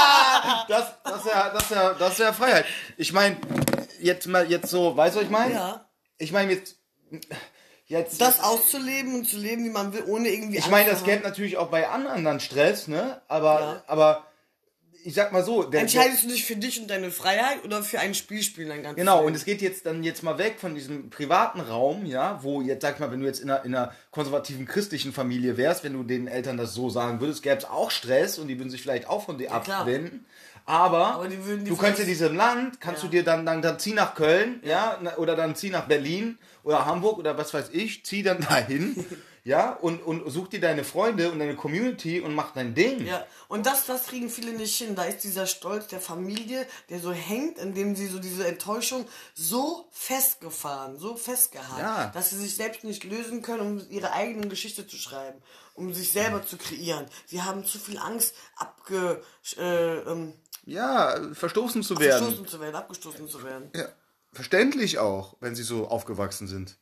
ja, das, das ist ja, das ist ja, das ist ja Freiheit. Ich meine, jetzt mal, jetzt so, weißt du, was ich meine? Ja. Ich meine jetzt, jetzt... Das auszuleben und zu leben, wie man will, ohne irgendwie... Ich meine, das gäbe natürlich auch bei anderen dann Stress, ne? Aber, ja. aber... Ich sag mal so... Der, Entscheidest du dich für dich und deine Freiheit oder für ein Spiel spielen dein ganzes Genau, Leben? und es geht jetzt dann jetzt mal weg von diesem privaten Raum, ja, wo jetzt, sag ich mal, wenn du jetzt in einer, in einer konservativen christlichen Familie wärst, wenn du den Eltern das so sagen würdest, gäbe es auch Stress und die würden sich vielleicht auch von dir ja, abwenden. Aber, Aber die würden die du könntest in diesem Land, kannst ja. du dir dann, dann, dann zieh nach Köln, ja. ja, oder dann zieh nach Berlin oder Hamburg oder was weiß ich, zieh dann dahin. Ja, und, und such dir deine Freunde und deine Community und mach dein Ding. Ja, und das, das kriegen viele nicht hin. Da ist dieser Stolz der Familie, der so hängt, indem sie so diese Enttäuschung so festgefahren, so festgehalten, ja. dass sie sich selbst nicht lösen können, um ihre eigene Geschichte zu schreiben, um sich selber zu kreieren. Sie haben zu viel Angst, abge... Äh, ähm, ja, verstoßen zu werden. Verstoßen zu werden, abgestoßen zu werden. Ja, verständlich auch, wenn sie so aufgewachsen sind.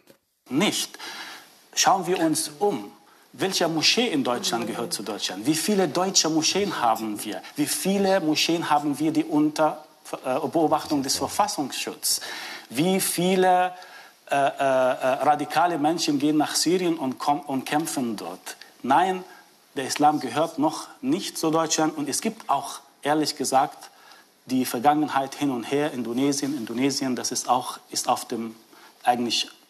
Nicht. Schauen wir uns um. Welche Moschee in Deutschland gehört zu Deutschland? Wie viele deutsche Moscheen haben wir? Wie viele Moscheen haben wir, die unter äh, Beobachtung des Verfassungsschutzes? Wie viele äh, äh, radikale Menschen gehen nach Syrien und, und kämpfen dort? Nein, der Islam gehört noch nicht zu Deutschland. Und es gibt auch, ehrlich gesagt, die Vergangenheit hin und her. Indonesien, Indonesien, das ist auch ist auf dem eigentlich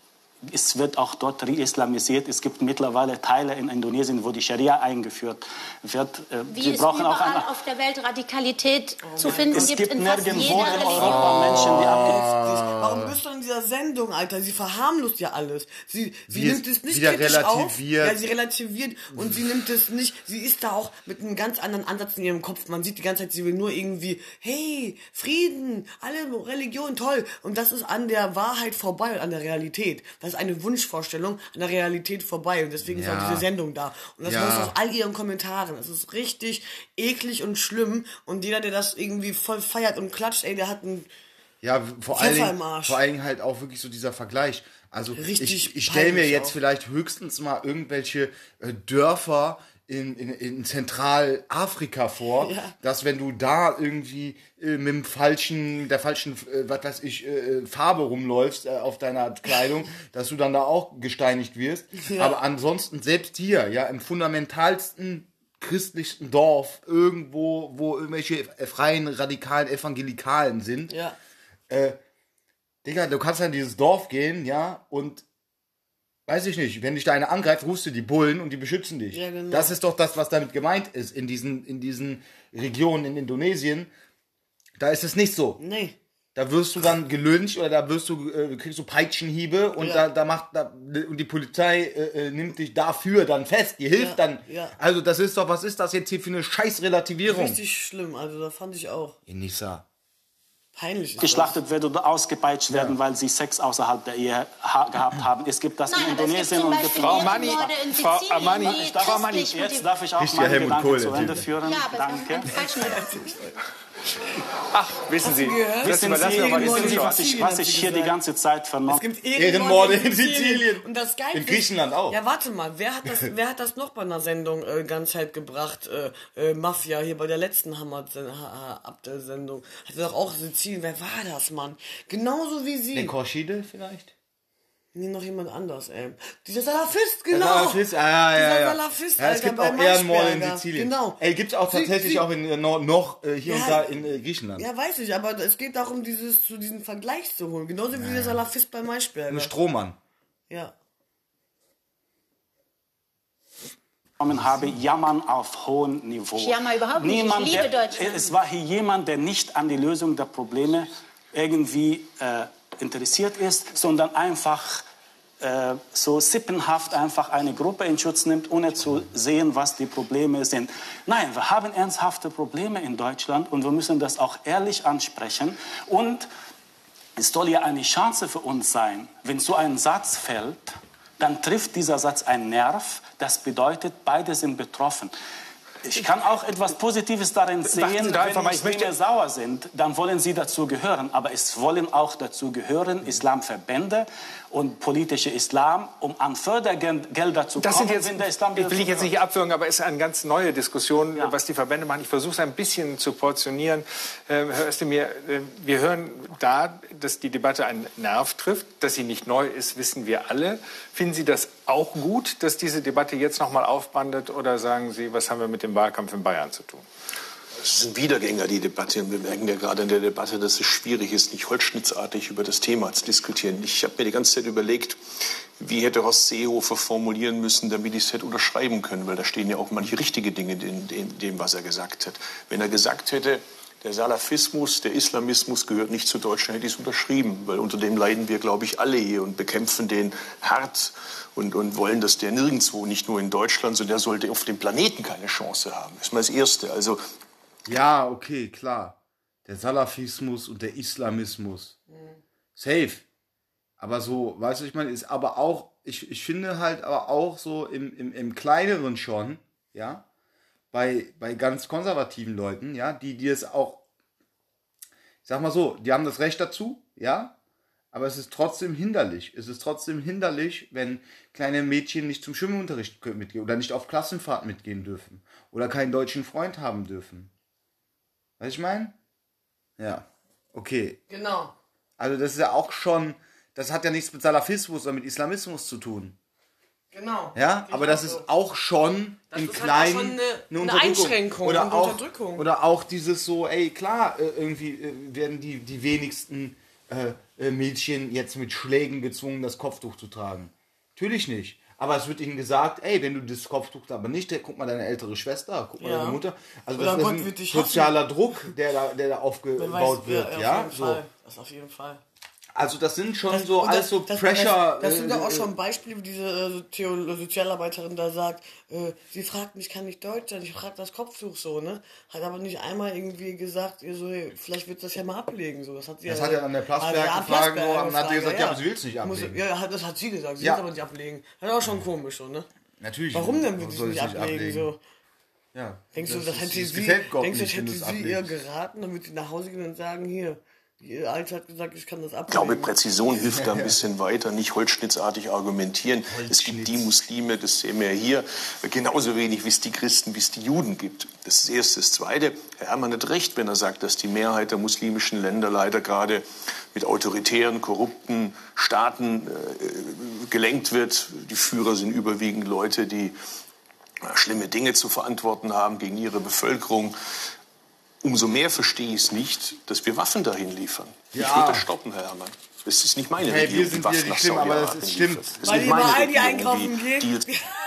es wird auch dort re-islamisiert. Es gibt mittlerweile Teile in Indonesien, wo die Scharia eingeführt wird. Wie Wir es brauchen überall auch eine, auf der Welt Radikalität zu finden es gibt, gibt in fast nirgendwo jeder in Religion. Europa Menschen, die abge- Warum bist du in dieser Sendung, Alter? Sie verharmlost ja alles. Sie, sie Sie nimmt ist es nicht wieder kritisch auf. relativiert. Ja, sie relativiert und sie nimmt es nicht. Sie ist da auch mit einem ganz anderen Ansatz in ihrem Kopf. Man sieht die ganze Zeit, sie will nur irgendwie, hey, Frieden, alle Religionen, toll. Und das ist an der Wahrheit vorbei und an der Realität. Das ist eine Wunschvorstellung an der Realität vorbei. Und deswegen Ja. ist auch diese Sendung da. Und das Ja. hörst du aus all ihren Kommentaren. Das ist richtig eklig und schlimm. Und jeder, der das irgendwie voll feiert und klatscht, ey, der hat ein Ja, vor Pfeffer allen, im Dingen, Arsch. vor allen Dingen halt auch wirklich so dieser Vergleich. Also Richtig ich, ich stelle mir peinlich jetzt auch. vielleicht höchstens mal irgendwelche äh, Dörfer in, in, in Zentralafrika vor, Ja. dass wenn du da irgendwie äh, mit dem falschen, mit der falschen, äh, was weiß ich, äh, Farbe rumläufst äh, auf deiner Kleidung, dass du dann da auch gesteinigt wirst. Ja. Aber ansonsten, selbst hier, ja, im fundamentalsten christlichsten Dorf, irgendwo, wo irgendwelche freien, radikalen Evangelikalen sind, Ja. äh, Digga, du kannst dann in dieses Dorf gehen, ja, und weiß ich nicht, wenn dich da einer angreift, rufst du die Bullen und die beschützen dich. Ja, genau. Das ist doch das, was damit gemeint ist in diesen, in diesen Regionen in Indonesien. Da ist es nicht so. Nee. Da wirst du dann gelyncht oder da wirst du, äh, kriegst du Peitschenhiebe und Ja. da, da macht da, und die Polizei äh, äh, nimmt dich dafür dann fest, die hilft Ja, dann. ja. Also das ist doch, was ist das jetzt hier für eine scheiß Relativierung? Richtig schlimm, also da fand ich auch. Inissa. Peinlich ist geschlachtet werden oder ausgepeitscht werden, weil sie Sex außerhalb der Ehe ha gehabt haben. Es gibt das Nein, in aber es gibt Indonesien zum und Beispiel gibt Frau Mani, Ehrenmorde in Frau Sizilien, Amani, die Ich darf, Frau Mani, christlich jetzt darf ich auch Richtiger meine Helmut Gedanken Kohl, zu Ende natürlich. führen. Ja, aber Danke. es ist falsch Ach, wissen Sie, das Wissen überlassen Sie, wir mal die Ehrenmorde in Zuschauer. was ich, Sizilien, was hat ich sie hier die gesagt. ganze Zeit vernommen Es gibt Ehrenmorde in Sizilien. Und das Geile In ist- Griechenland auch. Ja, warte mal, wer hat das, wer hat das noch bei einer Sendung äh, ganz Zeit gebracht? Äh, äh, Mafia, hier bei der letzten Hammer ab der Sendung. Hatte doch auch Sizilien. Wer war das, Mann? Genauso wie sie. Der Korschide vielleicht? Nee, noch jemand anders, ey. Dieser Salafist, genau. Der Salafist, ah, ja, Dieser ja, ja. Salafist, Ja, es Alter, gibt bei auch Ehrenmorde in Maischberger. Sizilien. Genau. Ey, gibt's auch Sie- tatsächlich sie- auch in, äh, noch, noch äh, hier Ja. und da in äh, Griechenland. Ja, weiß ich, aber es geht darum, dieses, zu diesem Vergleich zu holen. Genauso wie der Salafist bei Maischberger. Ein Strohmann. Ja. habe, jammern auf hohem Niveau. Ich jammer überhaupt nicht. Ich Niemand, liebe der, Deutschland. Es war hier jemand, der nicht an die Lösung der Probleme irgendwie äh, interessiert ist, sondern einfach äh, so sippenhaft einfach eine Gruppe in Schutz nimmt, ohne zu sehen, was die Probleme sind. Nein, wir haben ernsthafte Probleme in Deutschland und wir müssen das auch ehrlich ansprechen. Und es soll ja eine Chance für uns sein, wenn so ein Satz fällt, dann trifft dieser Satz einen Nerv. Das bedeutet, beide sind betroffen. Ich kann auch etwas Positives darin sehen, Warten Sie doch einfach wenn mal, ich Muslime möchte- sauer sind, dann wollen sie dazu gehören. Aber es wollen auch dazu gehören Islamverbände und politische Islam, um an Fördergelder zu Das kommen, sind jetzt, wenn der Islam ich will ich jetzt nicht abwürgen, aber es ist eine ganz neue Diskussion, Ja. was die Verbände machen. Ich versuche es ein bisschen zu portionieren. Äh, Herr Özdemir, äh, wir hören da, dass die Debatte einen Nerv trifft. Dass sie nicht neu ist, wissen wir alle. Finden Sie das auch gut, dass diese Debatte jetzt noch mal aufbandet? Oder sagen Sie, was haben wir mit dem Wahlkampf in Bayern zu tun? Es sind Wiedergänger, die Debatte. Und wir merken ja gerade in der Debatte, dass es schwierig ist, nicht holzschnittartig über das Thema zu diskutieren. Ich habe mir die ganze Zeit überlegt, wie hätte Horst Seehofer formulieren müssen, damit ich es hätte unterschreiben können. Weil da stehen ja auch manche richtige Dinge in, in dem, was er gesagt hat. Wenn er gesagt hätte, der Salafismus, der Islamismus gehört nicht zu Deutschland, hätte ich es unterschrieben. Weil unter dem leiden wir, glaube ich, alle hier und bekämpfen den hart und, und wollen, dass der nirgendwo, nicht nur in Deutschland, sondern der sollte auf dem Planeten keine Chance haben. Das ist mal das Erste. Also Ja, okay, klar. Der Salafismus und der Islamismus. Safe. Aber so, weißt du, ich meine, ist aber auch, ich, ich finde halt aber auch so im, im, im Kleineren schon, ja, bei, bei ganz konservativen Leuten, ja, die, die es auch, ich sag mal so, die haben das Recht dazu, ja, aber es ist trotzdem hinderlich. Es ist trotzdem hinderlich, wenn kleine Mädchen nicht zum Schwimmunterricht mitgehen oder nicht auf Klassenfahrt mitgehen dürfen oder keinen deutschen Freund haben dürfen. Weißt du, ich meine? Ja. Okay. Genau. Also das ist ja auch schon, das hat ja nichts mit Salafismus oder mit Islamismus zu tun. Genau. Ja, aber das ist auch schon Das im ist halt Kleinen auch schon eine- eine Unterdrückung. Einschränkung oder und auch, Unterdrückung. Oder auch dieses so, ey, klar, äh, irgendwie äh, werden die, die wenigsten äh, Mädchen jetzt mit Schlägen gezwungen, das Kopftuch zu tragen. Natürlich nicht. Aber es wird ihnen gesagt, ey, wenn du das Kopftuch aber nicht, guck mal deine ältere Schwester, guck mal ja. deine Mutter. Also das ist ein sozialer Druck, der da, der da aufgebaut weiß, wird. Ja, ja? Auf jeden so. Fall. Das auf jeden Fall. Also das sind schon das, so das, alles so das, Pressure. Das, das sind doch auch schon Beispiele, wie diese äh, Theo- Sozialarbeiterin da sagt, äh, sie fragt mich, kann ich Deutsch sein? Ich frage das Kopftuch so, ne? Hat aber nicht einmal irgendwie gesagt, ihr so, hey, vielleicht wird das ja mal ablegen. So. Das hat sie das ja, hat ja an der Plasberg ja, gefragt, so, und hat sie gesagt, ja, ja, aber sie will es nicht ablegen. Muss, ja, das hat sie gesagt, sie ja. will es aber nicht ablegen. Das ist auch schon komisch, so, ne? Natürlich. Warum denn will sie es nicht, nicht ablegen? ablegen? So? Ja, denkst das du, das ist, hätte sie, denkst du, das hätte sie ihr geraten, dann würde sie nach Hause gehen und sagen, hier, die Alte hat gesagt, ich kann das ablegen. Ich glaube, Präzision hilft da ein bisschen weiter, nicht holzschnittartig argumentieren. Holzschnitz. Es gibt die Muslime, das sehen wir hier, genauso wenig wie es die Christen, wie es die Juden gibt. Das ist das Erste. Das Zweite, Herr Herrmann hat recht, wenn er sagt, dass die Mehrheit der muslimischen Länder leider gerade mit autoritären, korrupten Staaten äh, gelenkt wird. Die Führer sind überwiegend Leute, die äh, schlimme Dinge zu verantworten haben gegen ihre Bevölkerung. Umso mehr verstehe ich es nicht, dass wir Waffen dahin liefern. Ja. Ich würde das stoppen, Herr Herrmann. Das ist nicht meine hey, Regierung, wir sind die Waffen hier nach schlimm, aber das ist stimmt. Das Weil ist die überall die einkaufen gehen.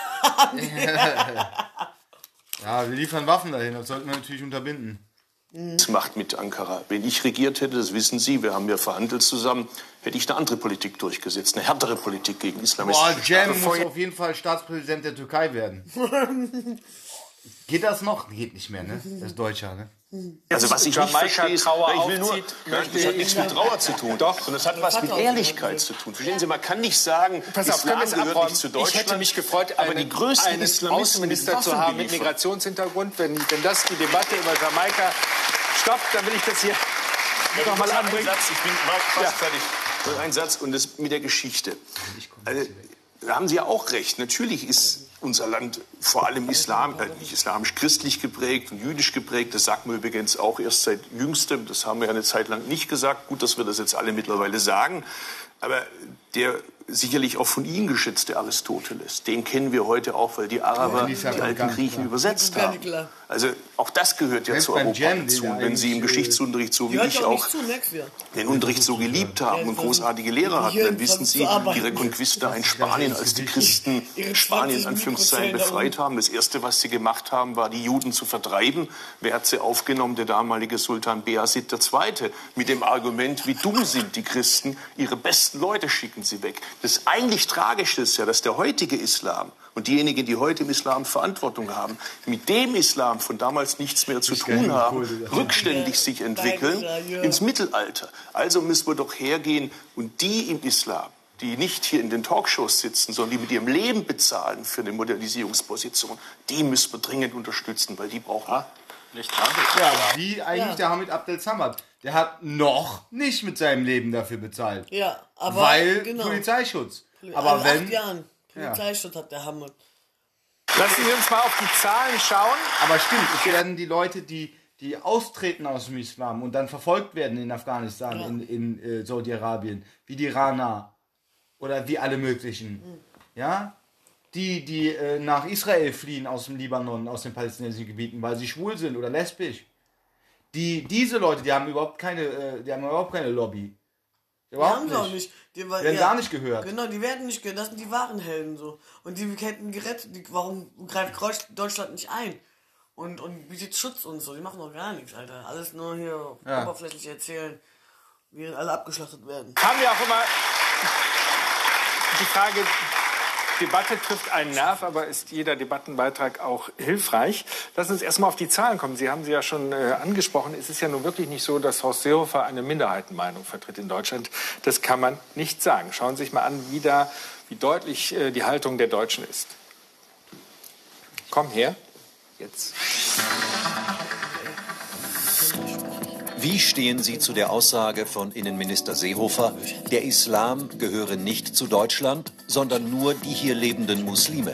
Ja, wir liefern Waffen dahin, das sollten wir natürlich unterbinden. Das macht mit Ankara. Wenn ich regiert hätte, das wissen Sie, wir haben ja verhandelt zusammen, hätte ich eine andere Politik durchgesetzt, eine härtere Politik gegen islamistische Boah, Cem muss auf jeden Fall Staatspräsident der Türkei werden. Geht das noch? Geht nicht mehr, ne? Das ist Deutscher, ne? Also was ich Jamaika nicht verstehe, ist, Trauer ich will nur, aufzieht, das hat nichts mit Trauer zu tun, doch, sondern es hat was mit Ehrlichkeit zu tun. Verstehen Sie, man kann nicht sagen, Pass auf, Islam gehört abräumen? nicht zu Deutschland. Ich hätte mich gefreut, aber eine, die größten einen Islamisten Außenminister zu haben mit Migrationshintergrund. Wenn, wenn das die Debatte über Jamaika stoppt, dann will ich das hier ja, noch mal anbringen. Satz, ich bin fast ja. fertig. Ein Satz und das mit der Geschichte. Also, da haben Sie ja auch recht. Natürlich ist unser Land vor allem Islam, äh, nicht islamisch-christlich geprägt und jüdisch geprägt. Das sagt man übrigens auch erst seit jüngstem. Das haben wir ja eine Zeit lang nicht gesagt. Gut, dass wir das jetzt alle mittlerweile sagen. Aber der sicherlich auch von Ihnen geschätzte Aristoteles, den kennen wir heute auch, weil die Araber ja, die alten Griechen übersetzt haben. Also auch das gehört ja Selbst zu Europa Jam, dazu. Wenn Sie im Geschichtsunterricht, so wie ich auch, zu, den Unterricht so geliebt haben und großartige Lehrer hatten, dann wissen Sie, die Reconquista in Spanien, als die Christen Spanien in Anführungszeichen befreit haben. Das Erste, was sie gemacht haben, war, die Juden zu vertreiben. Wer hat sie aufgenommen? Der damalige Sultan Beyazid der Zweite. Mit dem Argument, wie dumm sind die Christen, ihre besten Leute schicken sie weg. Das eigentlich Tragische ist ja, dass der heutige Islam und diejenigen, die heute im Islam Verantwortung haben, mit dem Islam von damals nichts mehr zu tun haben, rückständig sich entwickeln ins Mittelalter. Also müssen wir doch hergehen und die im Islam, die nicht hier in den Talkshows sitzen, sondern die mit ihrem Leben bezahlen für eine Modernisierungsposition, die müssen wir dringend unterstützen, weil die brauchen wir. Nicht ja, wie eigentlich ja. der Hamid Abdel Samad. Der hat noch nicht mit seinem Leben dafür bezahlt. Ja, aber weil genau. Polizeischutz. Aber also wenn acht Jahren Polizeischutz ja. hat der Hamid. Lassen Sie uns mal auf die Zahlen schauen. Aber stimmt, es werden die Leute, die, die austreten aus dem Islam und dann verfolgt werden in Afghanistan, ja. in, in äh, Saudi-Arabien, wie die Rana oder wie alle möglichen, mhm. ja, die, die äh, nach Israel fliehen aus dem Libanon, aus den palästinensischen Gebieten, weil sie schwul sind oder lesbisch. Die, diese Leute, die haben überhaupt keine, äh, die haben überhaupt keine Lobby. Überhaupt die haben nicht. nicht. Die, die werden ja, gar nicht gehört. Genau, die werden nicht gehört. Das sind die wahren Helden so. Und die hätten gerettet. Die, warum greift Deutschland nicht ein? Und, und bietet Schutz und so. Die machen doch gar nichts, Alter. Alles nur hier ja. oberflächlich erzählen, wie alle abgeschlachtet werden. Haben wir auch immer die Frage, Debatte trifft einen Nerv, aber ist jeder Debattenbeitrag auch hilfreich? Lassen Sie uns erstmal auf die Zahlen kommen. Sie haben sie ja schon äh, angesprochen. Es ist ja nun wirklich nicht so, dass Horst Seehofer eine Minderheitenmeinung vertritt in Deutschland. Das kann man nicht sagen. Schauen Sie sich mal an, wie, da, wie deutlich äh, die Haltung der Deutschen ist. Komm her. Jetzt. Wie stehen Sie zu der Aussage von Innenminister Seehofer, der Islam gehöre nicht zu Deutschland, sondern nur die hier lebenden Muslime?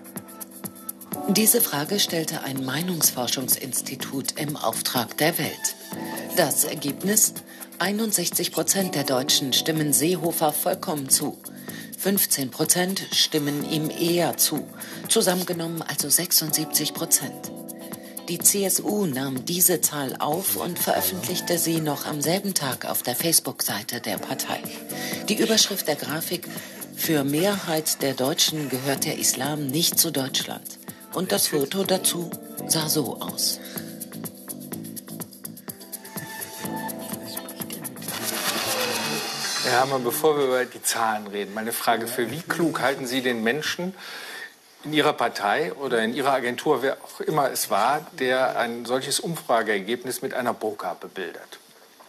Diese Frage stellte ein Meinungsforschungsinstitut im Auftrag der Welt. Das Ergebnis? einundsechzig Prozent der Deutschen stimmen Seehofer vollkommen zu. fünfzehn Prozent stimmen ihm eher zu. Zusammengenommen also sechsundsiebzig Prozent. Die C S U nahm diese Zahl auf und veröffentlichte sie noch am selben Tag auf der Facebook-Seite der Partei. Die Überschrift der Grafik: Für Mehrheit der Deutschen gehört der Islam nicht zu Deutschland. Und das Foto dazu sah so aus. Herr Herrmann, bevor wir über die Zahlen reden, meine Frage: Für wie klug halten Sie den Menschen in Ihrer Partei oder in Ihrer Agentur, wer auch immer es war, der ein solches Umfrageergebnis mit einer Burka bebildert?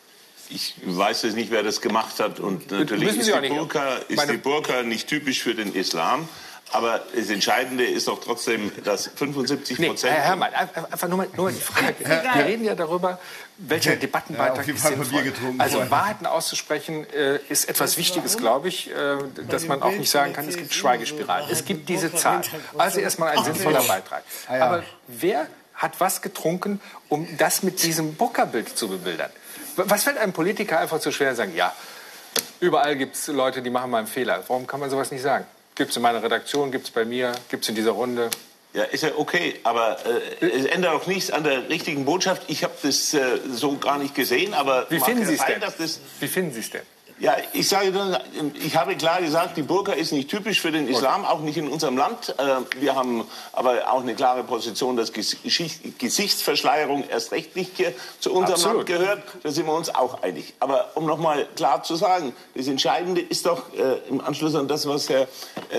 Ich weiß jetzt nicht, wer das gemacht hat. Und natürlich ist die, Burka, ist die Burka nicht typisch für den Islam. Aber das Entscheidende ist doch trotzdem, dass fünfundsiebzig Prozent... Nee, Herr Herrmann, einfach nur mal, nur mal die Frage. Wir reden ja darüber, welcher Debattenbeitrag ja, ist sinnvoll. Also Wahrheiten auszusprechen äh, ist etwas Wichtiges, glaube ich, äh, dass man auch nicht sagen kann, es gibt Schweigespiralen. Es gibt diese Zahl. Also erstmal ein sinnvoller Beitrag. Aber wer hat was getrunken, um das mit diesem Burka-Bild zu bebildern? Was fällt einem Politiker einfach zu schwer, sagen, ja, überall gibt es Leute, die machen mal einen Fehler. Warum kann man sowas nicht sagen? Gibt es in meiner Redaktion, gibt es bei mir, gibt es in dieser Runde? Ja, ist ja okay, aber äh, es ändert auch nichts an der richtigen Botschaft. Ich habe das äh, so gar nicht gesehen, aber... Wie finden Sie es denn? Das, Wie finden Sie es denn? Ja, ich sage, ich habe klar gesagt, die Burka ist nicht typisch für den Islam, auch nicht in unserem Land. Wir haben aber auch eine klare Position, dass Gesichtsverschleierung erst recht nicht zu unserem Absolut. Land gehört. Da sind wir uns auch einig. Aber um noch mal klar zu sagen, das Entscheidende ist doch im Anschluss an das, was Herr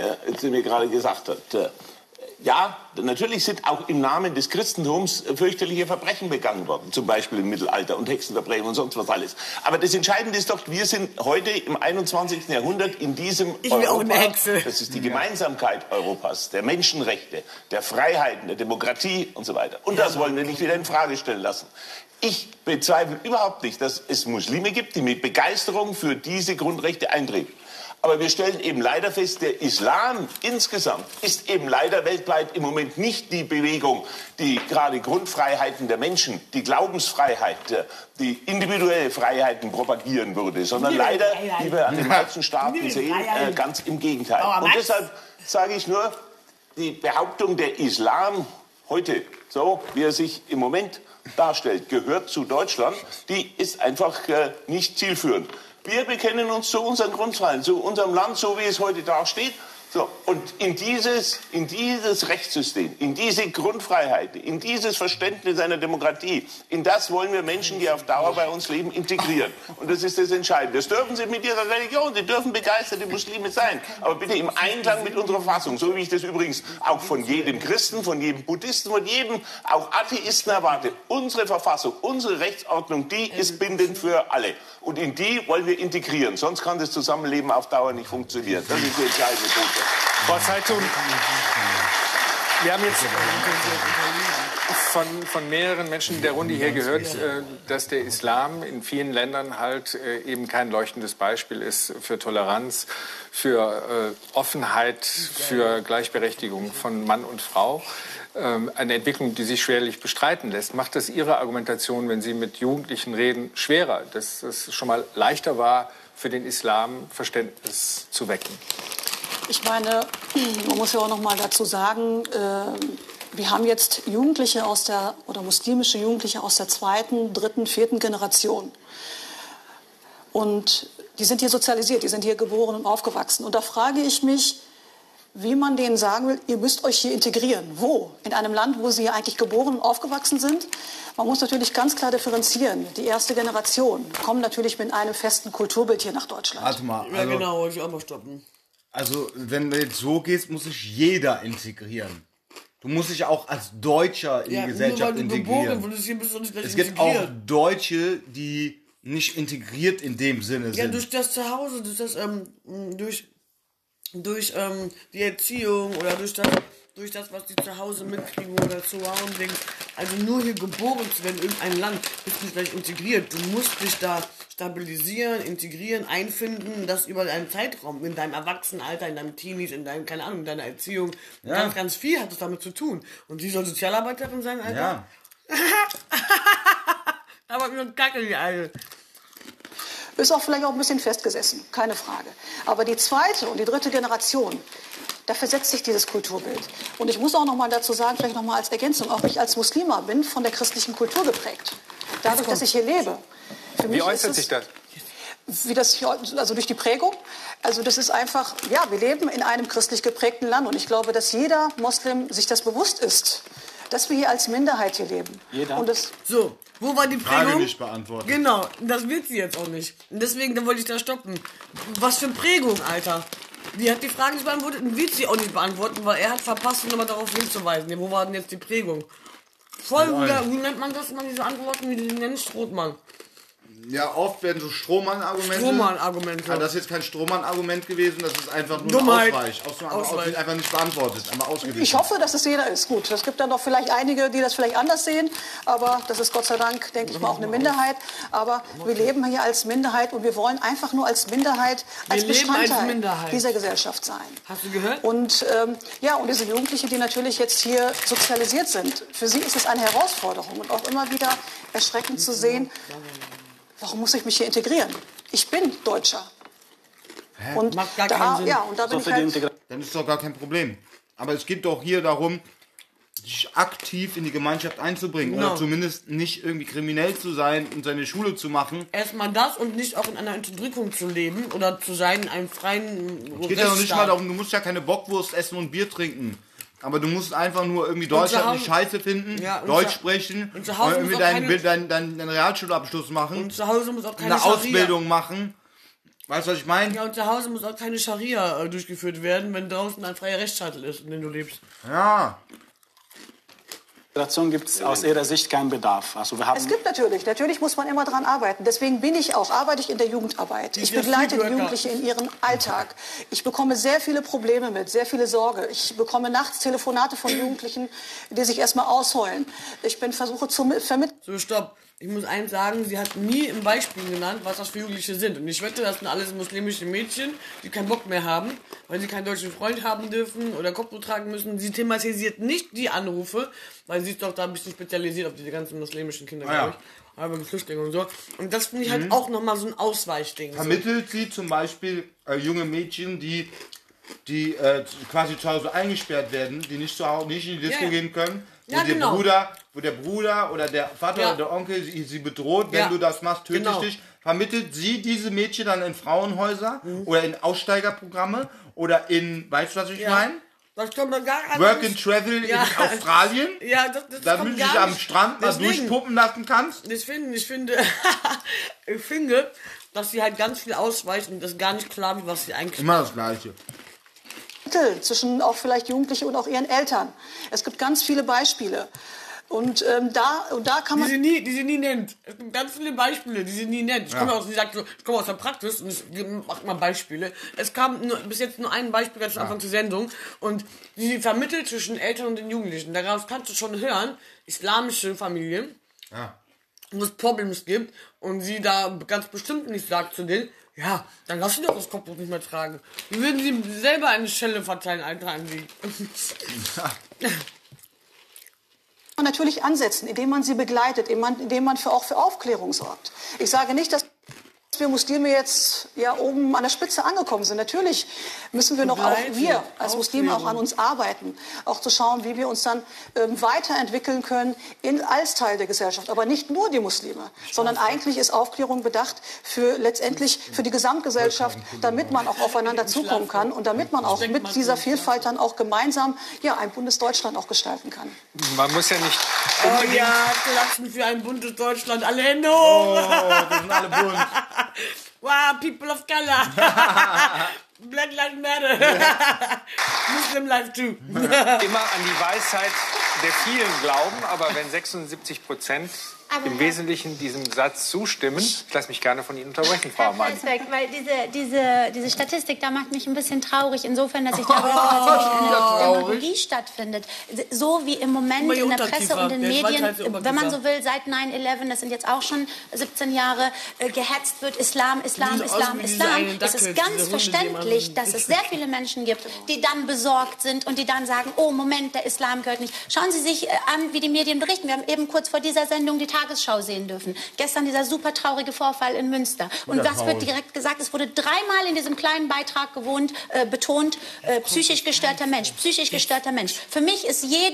mir gerade gesagt hat. Ja, natürlich sind auch im Namen des Christentums fürchterliche Verbrechen begangen worden, zum Beispiel im Mittelalter und Hexenverbrechen und sonst was alles. Aber das Entscheidende ist doch, wir sind heute im einundzwanzigsten Jahrhundert in diesem ich will Europa, auch eine Hexe. Das ist die Gemeinsamkeit Europas, der Menschenrechte, der Freiheiten, der Demokratie und so weiter. Und das wollen wir nicht wieder in Frage stellen lassen. Ich bezweifle überhaupt nicht, dass es Muslime gibt, die mit Begeisterung für diese Grundrechte eintreten. Aber wir stellen eben leider fest, der Islam insgesamt ist eben leider weltweit im Moment nicht die Bewegung, die gerade Grundfreiheiten der Menschen, die Glaubensfreiheit, die individuelle Freiheiten propagieren würde, sondern leider, wie wir an den meisten Staaten sehen, äh, ganz im Gegenteil. Und deshalb sage ich nur, die Behauptung, der Islam heute, so wie er sich im Moment darstellt, gehört zu Deutschland, die ist einfach äh, nicht zielführend. Wir bekennen uns zu unseren Grundfreiheiten, zu unserem Land, so wie es heute dasteht. So, und in dieses, in dieses Rechtssystem, in diese Grundfreiheit, in dieses Verständnis einer Demokratie, in das wollen wir Menschen, die auf Dauer bei uns leben, integrieren. Und das ist das Entscheidende. Das dürfen Sie mit Ihrer Religion, Sie dürfen begeisterte Muslime sein, aber bitte im Einklang mit unserer Verfassung, so wie ich das übrigens auch von jedem Christen, von jedem Buddhisten, von jedem auch Atheisten erwarte. Unsere Verfassung, unsere Rechtsordnung, die ist bindend für alle. Und in die wollen wir integrieren, sonst kann das Zusammenleben auf Dauer nicht funktionieren. Das ist die entscheidende Botschaft. Frau Zeitung, wir haben jetzt von, von mehreren Menschen in der Runde hier gehört, dass der Islam in vielen Ländern halt eben kein leuchtendes Beispiel ist für Toleranz, für Offenheit, für Gleichberechtigung von Mann und Frau. Eine Entwicklung, die sich schwerlich bestreiten lässt. Macht das Ihre Argumentation, wenn Sie mit Jugendlichen reden, schwerer, dass es schon mal leichter war, für den Islam Verständnis zu wecken? Ich meine, man muss ja auch noch mal dazu sagen, äh, wir haben jetzt Jugendliche aus der, oder muslimische Jugendliche aus der zweiten, dritten, vierten Generation. Und die sind hier sozialisiert, die sind hier geboren und aufgewachsen. Und da frage ich mich, wie man denen sagen will, ihr müsst euch hier integrieren. Wo? In einem Land, wo sie eigentlich geboren und aufgewachsen sind? Man muss natürlich ganz klar differenzieren. Die erste Generation kommt natürlich mit einem festen Kulturbild hier nach Deutschland. Warte mal. Also, ja genau, wollte ich auch mal stoppen. Also, wenn du jetzt so gehst, muss sich jeder integrieren. Du musst dich auch als Deutscher in ja, die Gesellschaft nur weil du integrieren. Geboren, bist, bist du nicht es gibt auch Deutsche, die nicht integriert in dem Sinne ja, sind. Ja, durch das Zuhause, durch das, ähm, durch, durch ähm, die Erziehung oder durch das, durch das, was die zu Hause mitkriegen oder zu Surroundings. Also nur hier geboren zu werden in irgendein Land, bist du nicht gleich integriert. Du musst dich da stabilisieren, integrieren, einfinden, das über einen Zeitraum, in deinem Erwachsenenalter, in deinem Teenies, in deinem, keine Ahnung, in deiner Erziehung. Ja. Ganz, ganz viel hat es damit zu tun. Und sie soll Sozialarbeiterin sein, Alter? Ja. Aber mir ein Kacke, die Alte. Ist auch vielleicht auch ein bisschen festgesessen, keine Frage. Aber die zweite und die dritte Generation, da versetzt sich dieses Kulturbild. Und ich muss auch noch mal dazu sagen, vielleicht noch mal als Ergänzung, auch ich als Muslima bin von der christlichen Kultur geprägt. Dadurch, dass ich hier lebe. Für mich Wie äußert ist es, sich das? Wie das hier, also durch die Prägung. Also das ist einfach, ja, wir leben in einem christlich geprägten Land. Und ich glaube, dass jeder Moslem sich das bewusst ist, dass wir hier als Minderheit hier leben. Jeder. Und das, So, wo war die Frage Prägung? nicht beantwortet. Genau, das wird sie jetzt auch nicht. Und deswegen, da wollte ich da stoppen. Was für Prägung, Alter. Die hat die Frage nicht beantwortet und wird sie auch nicht beantworten, weil er hat verpasst, nochmal darauf hinzuweisen. Ja, wo war denn jetzt die Prägung? Voll, wie, wie nennt man das, man diese Antworten, wie die nennen? Strohmann. Ja, oft werden so Strohmann-Argumente. Strohmann-Argumente. Aber das ist jetzt kein Strohmann-Argument gewesen, das ist einfach nur Dummheit. ein Ausweich. Aus, Ausweich. Aus, einfach nicht beantwortet, aber ausgewichen. ich hoffe, dass es jeder ist. Gut, es gibt dann noch vielleicht einige, die das vielleicht anders sehen. Aber das ist Gott sei Dank, denke ich mal, auch eine Minderheit. Aber wir leben hier als Minderheit und wir wollen einfach nur als Minderheit, als Wir leben als Bestandteil Minderheit. dieser Gesellschaft sein. Hast du gehört? Und ähm, ja, und diese Jugendlichen, die natürlich jetzt hier sozialisiert sind, für sie ist es eine Herausforderung und auch immer wieder erschreckend zu sehen, warum muss ich mich hier integrieren? Ich bin Deutscher. Hä? Und Macht gar da, keinen Sinn. ja, und da bin ich halt, Dann ist doch gar kein Problem. Aber es geht doch hier darum, sich aktiv in die Gemeinschaft einzubringen. Genau. Oder zumindest nicht irgendwie kriminell zu sein und seine Schule zu machen. Erstmal das und nicht auch in einer Unterdrückung zu leben oder zu sein in einem freien Es geht ja noch nicht mal darum, du musst ja keine Bockwurst essen und Bier trinken. Aber du musst einfach nur irgendwie Deutschland nicht scheiße finden, Ja, und Deutsch zu- sprechen, und zu Hause irgendwie muss auch deinen, keine- deinen, deinen, deinen Realschulabschluss machen, Und zu Hause muss auch keine eine Scharia. Ausbildung machen. Weißt du, was ich meine? Ja, und zu Hause muss auch keine Scharia äh, durchgeführt werden, wenn draußen ein freier Rechtsstaat ist, in dem du lebst. Ja. Integration gibt es aus Ihrer Sicht keinen Bedarf. Also wir haben es gibt natürlich, natürlich muss man immer dran arbeiten. Deswegen bin ich auch, arbeite ich in der Jugendarbeit. Ich ist ja begleite die Streetworker. Jugendlichen in ihrem Alltag. Ich bekomme sehr viele Probleme mit, sehr viele Sorge. Ich bekomme nachts Telefonate von Jugendlichen, die sich erstmal ausheulen. Ich bin versuche zu vermitteln. So, stopp. Ich muss eins sagen, sie hat nie im Beispiel genannt, was das für Jugendliche sind. Und ich wette, das sind alles muslimische Mädchen, die keinen Bock mehr haben, weil sie keinen deutschen Freund haben dürfen oder Kopftuch tragen müssen. Sie thematisiert nicht die Anrufe, weil sie ist doch da ein bisschen spezialisiert auf diese ganzen muslimischen Kinder, Ah, ja. glaube ich. Aber mit Flüchtlingen und so. Und das finde ich halt auch nochmal so ein Ausweichding. Vermittelt sie zum Beispiel äh, junge Mädchen, die, die äh, quasi zu Hause eingesperrt werden, die nicht, zu Hause, nicht in die Disco Ja, ja. gehen können, wo, Ja, der genau. Bruder, wo der Bruder oder der Vater Ja. oder der Onkel sie, sie bedroht, wenn Ja. du das machst, töte Genau. ich dich. Vermittelt sie diese Mädchen dann in Frauenhäuser oder in Aussteigerprogramme oder in, weißt du, was ich Ja. meine? Das kommt man gar Work and Travel Ja. in Australien, Ja, das, das damit kommt du dich gar am nicht. Strand mal Deswegen- durchpuppen lassen kannst. Ich finde, ich finde, ich finde, dass sie halt ganz viel ausweicht und das gar nicht klar wird, was sie eigentlich Immer das Gleiche. zwischen auch vielleicht Jugendlichen und auch ihren Eltern. Es gibt ganz viele Beispiele. Und ähm, da, und da kann die man... sie nie, die sie nie nennt. Es gibt ganz viele Beispiele, die sie nie nennt. Ich komme aus, sie sagt so, ich komme aus der Praxis und ich mach mal Beispiele. Es kam nur, bis jetzt nur ein Beispiel ganz am Anfang zur Sendung und sie vermittelt zwischen Eltern und den Jugendlichen. Daraus kannst du schon hören, islamische Familien, Ja. wo es Problems gibt und sie da ganz bestimmt nicht sagt zu denen, ja, dann lass sie doch das Kopftuch nicht mehr tragen. Wie würden sie selber eine Schelle verteilen, Alter, an sie. man natürlich ansetzen, indem man sie begleitet, indem man, indem man für, auch für Aufklärung sorgt. Ich sage nicht, dass wir Muslime jetzt ja oben an der Spitze angekommen sind. Natürlich müssen wir noch auch Begleiten, wir als Muslime auch Aufklärung. an uns arbeiten, auch zu schauen, wie wir uns dann ähm, weiterentwickeln können in, als Teil der Gesellschaft. Aber nicht nur die Muslime, sondern eigentlich ist Aufklärung bedacht für letztendlich für die Gesamtgesellschaft, damit man auch aufeinander zukommen kann und damit man auch mit dieser Vielfalt dann auch gemeinsam ja ein Bundesdeutschland auch gestalten kann. Man muss ja nicht Oh unbedingt... ja, klatschen für ein buntes Deutschland, alle Hände hoch! Oh, wir sind alle bunt. Wow, people of color! Black Lives Matter! Muslim life too! immer an die Weisheit der vielen glauben, aber wenn sechsundsiebzig Prozent Aber im Herr- Wesentlichen diesem Satz zustimmen, ich lasse mich gerne von Ihnen unterbrechen, Frau Herr Mann. Felsbeck, weil diese, diese, diese Statistik, da macht mich ein bisschen traurig, insofern, dass ich glaube, dass tatsächlich eine Demagogie stattfindet. So wie im Moment Guck mal, in der die Presse Unterkiefer. und in Der Medien, Schwanz heißt Unterkiefer. wenn man so will, seit neun elf, das sind jetzt auch schon siebzehn Jahre, äh, gehetzt wird, Islam, Islam, Diese Islam, aus wie diese Islam. einen Es Dackel, ist diese ganz Hunde, die verständlich, immer- dass es sehr viele Menschen gibt, die dann besorgt sind und die dann sagen, oh Moment, der Islam gehört nicht. Schauen Sie sich äh, an, wie die Medien berichten. Wir haben eben kurz vor dieser Sendung die Tagesschau sehen dürfen. Gestern dieser super traurige Vorfall in Münster. Und was traurig. wird direkt gesagt? Es wurde dreimal in diesem kleinen Beitrag gewohnt, äh, betont, äh, psychisch gestörter Mensch, psychisch gestörter Mensch. Für mich ist jeder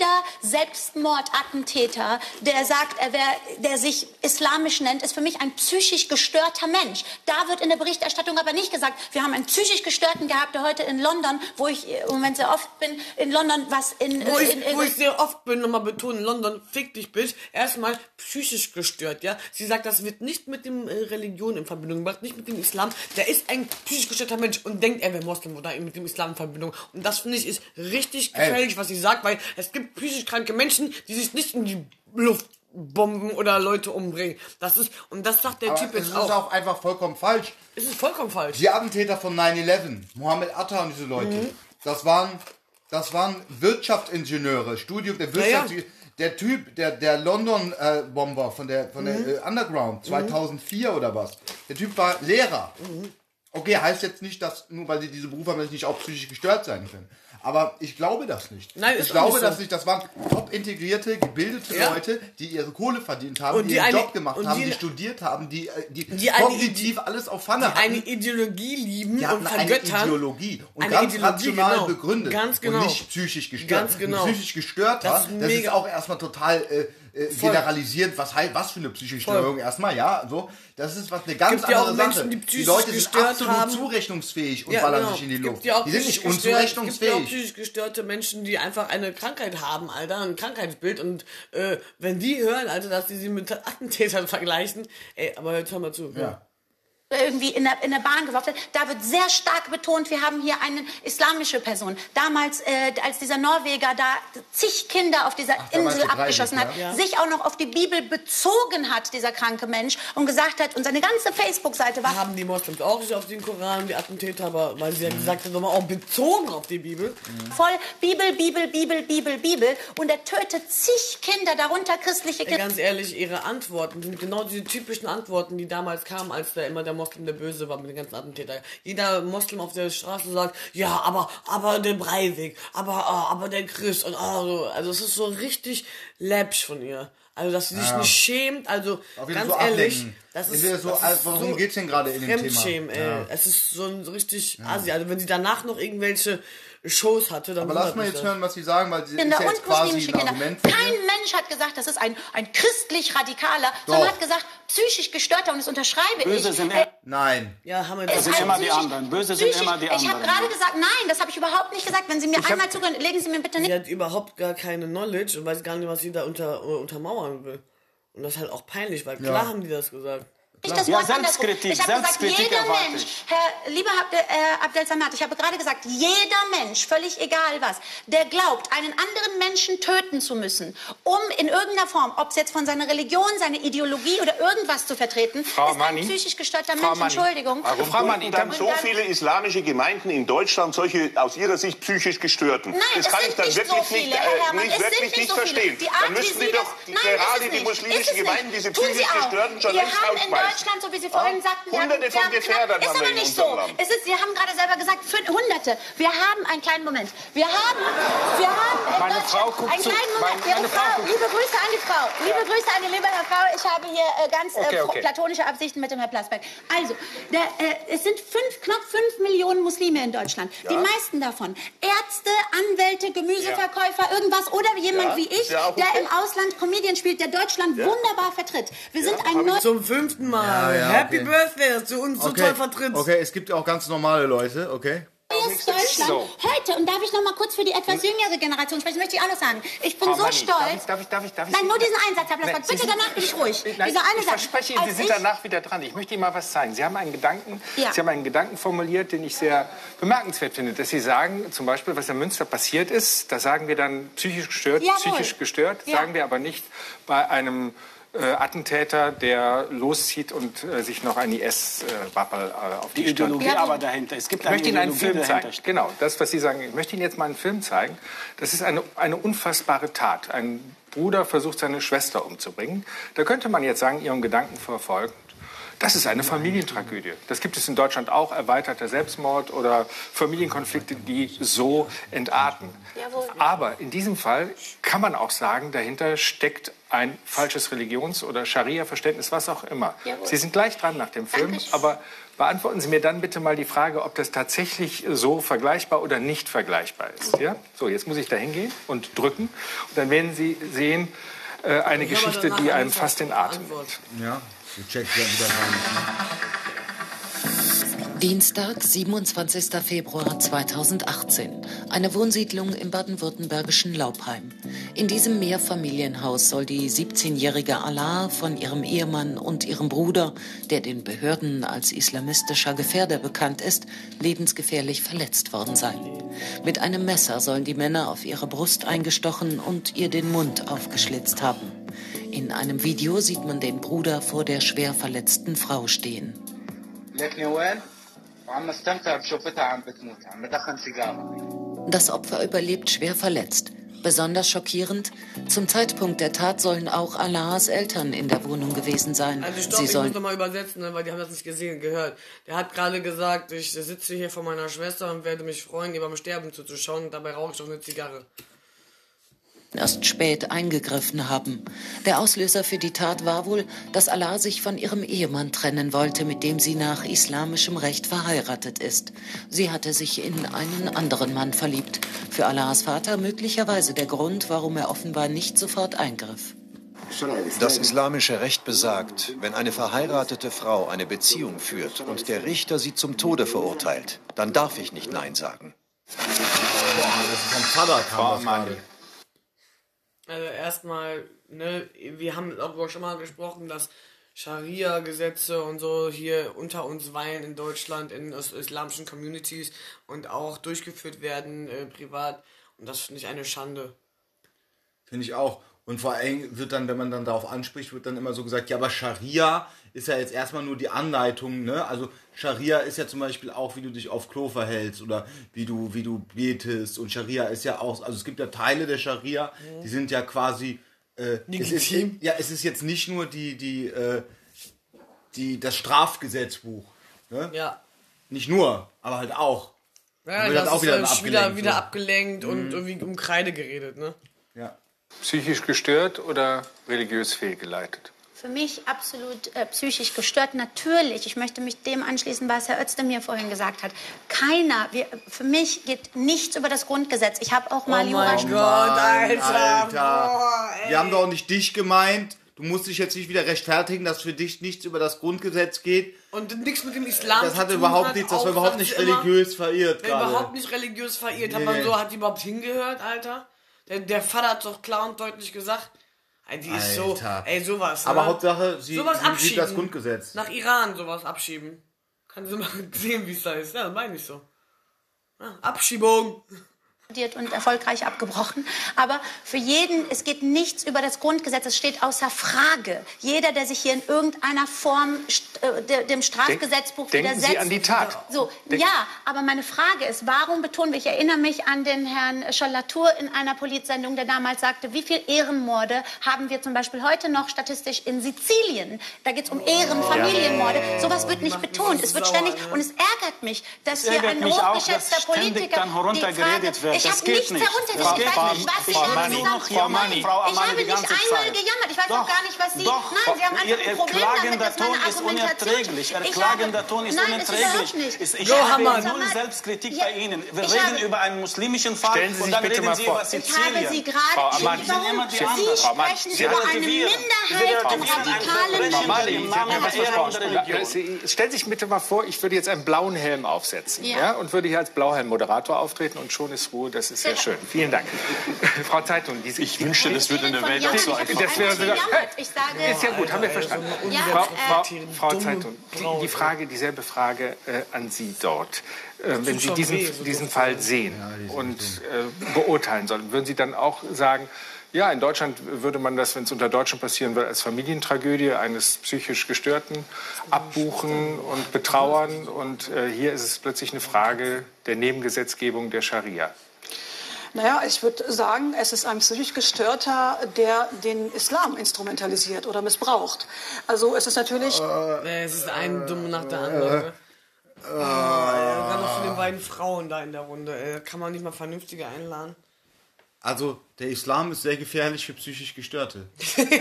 Selbstmordattentäter, der sagt, er wär, der sich islamisch nennt, ist für mich ein psychisch gestörter Mensch. Da wird in der Berichterstattung aber nicht gesagt, wir haben einen psychisch Gestörten gehabt, der heute in London, wo ich im Moment sehr oft bin, in London, was in... Wo, äh, ich, in, in, wo ich sehr oft bin, nochmal betonen, in London, fick dich, Bitch, erstmal psychisch gestört, ja. Sie sagt, das wird nicht mit dem äh, Religion in Verbindung gebracht, nicht mit dem Islam. Der ist ein psychisch gestörter Mensch und denkt, er wäre Moslem oder mit dem Islam in Verbindung. Und das, finde ich, ist richtig gefährlich, Ey. was sie sagt, weil es gibt psychisch kranke Menschen, die sich nicht in die Luft bomben oder Leute umbringen. Das ist, und das sagt der Aber Typ jetzt auch. Das ist auch einfach vollkommen falsch. Es ist vollkommen falsch. Die Attentäter von nine eleven, Mohammed Atta und diese Leute, mhm. das waren, das waren Wirtschaftsingenieure, Studium der Wirtschaft. Ja, ja. Der Typ, der, der London-Bomber äh, von der, von mhm. der äh, Underground, zweitausendvier mhm. oder was, der Typ war Lehrer. Mhm. Okay, heißt jetzt nicht, dass nur weil sie diese Berufe haben, dass sie nicht auch psychisch gestört sein können. Aber ich glaube das nicht. Nein, ich glaube nicht so. das nicht. Das waren top integrierte, gebildete ja. Leute, die ihre Kohle verdient haben, und die, die ihren eine, Job gemacht haben, die, die studiert haben, die, die, die kognitiv eine, alles auf Pfanne hatten. Die eine Ideologie lieben die und vergöttern. Eine Ideologie. Und eine ganz Ideologie, rational genau. begründet. Ganz genau. Und nicht psychisch gestört. Ganz genau. Ein psychisch gestörter, das ist, das ist auch erstmal total äh, äh, generalisierend. Was heißt, was für eine psychische Störung erstmal, ja, so. Das ist was eine ganz Gibt andere Menschen, Sache. Die, die Leute sind absolut haben. zurechnungsfähig und ja, ballern genau. sich in die Luft. Die, die sind nicht unzurechnungsfähig. Es gibt ja auch psychisch gestörte Menschen, die einfach eine Krankheit haben, Alter, ein Krankheitsbild. Und äh, wenn die hören, Alter, dass die sie mit Attentätern vergleichen, ey, aber jetzt hör mal zu. Ja. ja. irgendwie in der, in der Bahn geworfen hat. Da wird sehr stark betont, wir haben hier eine islamische Person. Damals, äh, als dieser Norweger da zig Kinder auf dieser Ach, Insel abgeschossen hat, ja. sich auch noch auf die Bibel bezogen hat, dieser kranke Mensch, und gesagt hat, und seine ganze Facebook-Seite war... Haben die Moslems auch nicht auf den Koran, die Attentäter, aber weil sie ja gesagt haben, auch bezogen auf die Bibel. Mhm. Voll Bibel, Bibel, Bibel, Bibel, Bibel. Und er tötet zig Kinder, darunter christliche Kinder. Ganz ehrlich, ihre Antworten sind genau diese typischen Antworten, die damals kamen, als da immer der Moslem der Böse war mit den ganzen Attentätern. Jeder Moslem auf der Straße sagt, ja, aber, aber der Breivik, aber, aber der Christ und also, also es ist so richtig läppsch von ihr. Also, dass sie sich ja. nicht schämt, also ganz so ehrlich, das ist, ist so, das also, warum so geht's denn gerade in dem Thema? Ey. Ja. Es ist so ein richtig ja. Asi. Also, wenn sie danach noch irgendwelche Shows hatte, dann... Aber lass mal jetzt das. hören, was sie sagen, weil sie Kinder ist ja jetzt quasi ein Argument. Kein Mensch hat gesagt, das ist ein, ein christlich-radikaler, sondern hat gesagt, psychisch gestörter, und das unterschreibe Böse ich. Sind äh, nein. Ja, haben wir das sind immer die anderen. Böse sind immer die anderen. Ich habe gerade gesagt, nein, das habe ich überhaupt nicht gesagt. Wenn Sie mir ich einmal zugehören, legen Sie mir bitte nicht... Sie hat überhaupt gar keine Knowledge und weiß gar nicht, was sie da unter, untermauern will. Und das ist halt auch peinlich, weil klar ja. haben die das gesagt. Ich das ja, Wort Selbstkritik, ich habe gesagt, jeder Mensch, ich. Herr, lieber Abdel, äh, Abdel Samad, ich habe gerade gesagt, jeder Mensch, völlig egal was, der glaubt, einen anderen Menschen töten zu müssen, um in irgendeiner Form, ob es jetzt von seiner Religion, seiner Ideologie oder irgendwas zu vertreten, Frau ist Manni, ein psychisch gestörter Frau Mensch. Manni. Entschuldigung. Warum Frau Manni, dann so viele islamische Gemeinden in Deutschland, solche aus Ihrer Sicht psychisch gestörten? Nein, das es kann sind ich dann nicht wirklich so viele, nicht, Herr äh, Herrmann, nicht, es wirklich sind nicht nicht so verstehen. Die Art, dann müssten wie Sie Sie doch das, die, nein, gerade die nicht. muslimischen Gemeinden, diese Tun psychisch Gestörten schon Wir längst haben in rausschmeißen. Deutschland, so wie Sie vorhin sagten, wir Hunderte haben, von wir Gefährdern haben, ist haben wir aber in nicht so. unserem Land. Es ist, Sie haben gerade selber gesagt, für Hunderte. Wir haben einen kleinen Moment. Wir haben, wir haben in meine Deutschland Frau guckt einen zu, kleinen Moment. meine, meine Ihre Frau, liebe Grüße an die Frau. Liebe Grüße an die liebe Herr Frau. Ich habe hier äh, ganz äh, okay, okay. platonische Absichten mit dem Herrn Plasberg. Also, der, äh, es sind fünf, knapp fünf Millionen Muslime in Deutschland. Ja. Die meisten davon Ärzte, Anwälte, Gemüseverkäufer, ja. irgendwas oder jemand ja. wie ich, ja, okay. der im Ausland Comedian spielt, der Deutschland ja. wunderbar vertritt. Wir sind ein Neu- Zum fünften Mal. Ja, ja, Happy okay. Birthday, dass du uns so okay. toll vertrittst. Okay, es gibt ja auch ganz normale Leute, okay? Jetzt Deutschland so. heute, und darf ich noch mal kurz für die etwas jüngere Generation sprechen, möchte ich auch noch sagen. Ich bin Frau so Manni, stolz. Darf ich, darf ich, darf ich, darf ich, Nein, nur diesen Einsatz, Herr Plasberg. Bitte, sind, danach bin ich ruhig. Nein, Dieser eine ich Satz. verspreche Ihnen, Sie Als sind ich- danach wieder dran. Ich möchte Ihnen mal was zeigen. Sie haben einen Gedanken, Ja. Sie haben einen Gedanken formuliert, den ich sehr bemerkenswert finde, dass Sie sagen, zum Beispiel, was in Münster passiert ist, da sagen wir dann psychisch gestört, Jawohl. psychisch gestört, Ja. sagen wir aber nicht bei einem äh, Attentäter, der loszieht und äh, sich noch ein I S-Wappel äh, auf die, Die Stirn Ideologie Ja, aber dahinter. Es gibt Ich eine möchte Ihnen einen Ideologie Film dahinter. zeigen. Genau, das, was Sie sagen. Ich möchte Ihnen jetzt mal einen Film zeigen. Das ist eine, eine unfassbare Tat. Ein Bruder versucht, seine Schwester umzubringen. Da könnte man jetzt sagen, Ihren Gedanken verfolgend, Das ist eine Familientragödie. Das gibt es in Deutschland auch, erweiterter Selbstmord oder Familienkonflikte, die so entarten. Jawohl. Aber in diesem Fall kann man auch sagen, dahinter steckt ein falsches Religions- oder Scharia-Verständnis, was auch immer. Jawohl. Sie sind gleich dran nach dem Film, Dankeschön. aber beantworten Sie mir dann bitte mal die Frage, ob das tatsächlich so vergleichbar oder nicht vergleichbar ist. Ja? So, jetzt muss ich da hingehen und drücken. Und dann werden Sie sehen, äh, eine Ich Geschichte, habe die danach einem fast den Atem Antwort. nimmt. Ja, du checkst ja wieder rein. Dienstag, siebenundzwanzigster Februar zweitausendachtzehn. Eine Wohnsiedlung im baden-württembergischen Laupheim. In diesem Mehrfamilienhaus soll die siebzehnjährige Alaa von ihrem Ehemann und ihrem Bruder, der den Behörden als islamistischer Gefährder bekannt ist, lebensgefährlich verletzt worden sein. Mit einem Messer sollen die Männer auf ihre Brust eingestochen und ihr den Mund aufgeschlitzt haben. In einem Video sieht man den Bruder vor der schwer verletzten Frau stehen. Das Opfer überlebt schwer verletzt. Besonders schockierend, zum Zeitpunkt der Tat sollen auch Alaas Eltern in der Wohnung gewesen sein. Also stopp, Sie ich sollen muss nochmal übersetzen, ne, weil die haben das nicht gesehen, gehört. Der hat gerade gesagt, ich sitze hier vor meiner Schwester und werde mich freuen, ihr beim Sterben zuzuschauen und dabei rauche ich doch eine Zigarre. erst spät eingegriffen haben. Der Auslöser für die Tat war wohl, dass Alaa sich von ihrem Ehemann trennen wollte, mit dem sie nach islamischem Recht verheiratet ist. Sie hatte sich in einen anderen Mann verliebt. Für Alaas Vater möglicherweise der Grund, warum er offenbar nicht sofort eingriff. Das islamische Recht besagt, wenn eine verheiratete Frau eine Beziehung führt und der Richter sie zum Tode verurteilt, dann darf ich nicht Nein sagen. Boah, das ist vom Vater kam das gerade. Also erstmal, ne, wir haben auch schon mal gesprochen, dass Scharia-Gesetze und so hier unter uns weilen in Deutschland, in islamischen Communities und auch durchgeführt werden äh, privat. Und das finde ich eine Schande. Finde ich auch. Und vor allem wird dann, wenn man dann darauf anspricht, wird dann immer so gesagt, ja, aber Scharia ist ja jetzt erstmal nur die Anleitung, ne? Also Scharia ist ja zum Beispiel auch, wie du dich auf Klo verhältst oder wie du, wie du betest. Und Scharia ist ja auch, also es gibt ja Teile der Scharia, mhm. die sind ja quasi, äh, es ist, ja, es ist jetzt nicht nur die, die, äh, die, das Strafgesetzbuch, ne? Ja. Nicht nur, aber halt auch. Ja, das auch ist wieder, abgelenkt, wieder, wieder so. abgelenkt und mhm. irgendwie um Kreide geredet, ne? Ja. Psychisch gestört oder religiös fehlgeleitet? Für mich absolut äh, psychisch gestört. Natürlich, ich möchte mich dem anschließen, was Herr Özdemir vorhin gesagt hat. Keiner, wir, für mich geht nichts über das Grundgesetz. Ich habe auch mal oh Jura studiert. Oh Gott, Alter. Alter. Boah, wir haben doch nicht dich gemeint. Du musst dich jetzt nicht wieder rechtfertigen, dass für dich nichts über das Grundgesetz geht. Und nichts mit dem Islam das hatte überhaupt nichts, das war überhaupt nicht religiös verirrt gerade. Überhaupt nicht religiös verirrt. Hat man so, hat die überhaupt hingehört, Alter? Der, der Vater hat doch klar und deutlich gesagt, ey, die ist so, ey, sowas. Aber ne? Hauptsache, sie, sowas sie sieht das Grundgesetz. Nach Iran sowas abschieben. Kann sie mal sehen, wie es da ist. Ja, das meine ich so. Ja, Abschiebung. Und erfolgreich abgebrochen. Aber für jeden, es geht nichts über das Grundgesetz, es steht außer Frage. Jeder, der sich hier in irgendeiner Form äh, dem Strafgesetzbuch Denk, widersetzt. Denken Sie an die Tat. So, Denk ja, aber meine Frage ist, warum betonen wir, ich erinnere mich an den Herrn Scholl-Latour in einer Politsendung, der damals sagte, wie viele Ehrenmorde haben wir zum Beispiel heute noch statistisch in Sizilien? Da geht es um Ehren, Familienmorde. Sowas wird nicht betont. Es wird ständig, und es ärgert mich, dass hier ein hochgeschätzter Politiker die Frage, ich habe nichts heruntergeredet. Ich weiß nicht, was Sie gesagt haben. Ich habe nicht einmal gejammert. Ich weiß auch gar nicht, was Sie... Doch, nein, Sie haben einfach ein Problem damit, dass meine Ton ist unerträglich. Ihr Ich klagender habe, Ton ist nein, unerträglich. Ist ich ich so, habe Hammer. null Selbstkritik Ja, bei Ihnen. Wir ich reden habe, über einen muslimischen Fall Stellen Sie und sich dann bitte reden mal Sie vor. über ich Sizilien. habe Sie gerade... Frau Amani, Warum? immer die Sie anderen. sprechen Sie über eine relativieren. Minderheit an radikalen Frau Amani, Menschen. Sie haben ja was versprochen. Ja, Ja, Sie- Stellen Sie sich bitte mal vor, ich würde jetzt einen blauen Helm aufsetzen, Ja. ja. und würde hier als Blauhelm-Moderator auftreten und schon ist Ruhe. Das ist sehr schön. Vielen Dank. Frau Zeitung, die Ich wünschte, das würde in der Welt auch so einfach Das wäre sogar, hey, Ich sage, ist ja gut, haben wir verstanden. Ja, Frau, äh, Frau, Frau Zeitung, die, die Frage, dieselbe Frage äh, an Sie dort. Äh, wenn Sie diesen, diesen Fall sehen und äh, beurteilen sollen, würden Sie dann auch sagen, ja, in Deutschland würde man das, wenn es unter Deutschen passieren würde, als Familientragödie eines psychisch Gestörten abbuchen und betrauern. Und äh, hier ist es plötzlich eine Frage der Nebengesetzgebung der Scharia. Naja, ich würde sagen, es ist ein psychisch Gestörter, der den Islam instrumentalisiert oder missbraucht. Also es ist natürlich... Äh, es ist ein Dumm nach der anderen. Äh, oh, gerade noch für den beiden Frauen da in der Runde. Ey. Kann man nicht mal vernünftige einladen? Also, der Islam ist sehr gefährlich für psychisch Gestörte.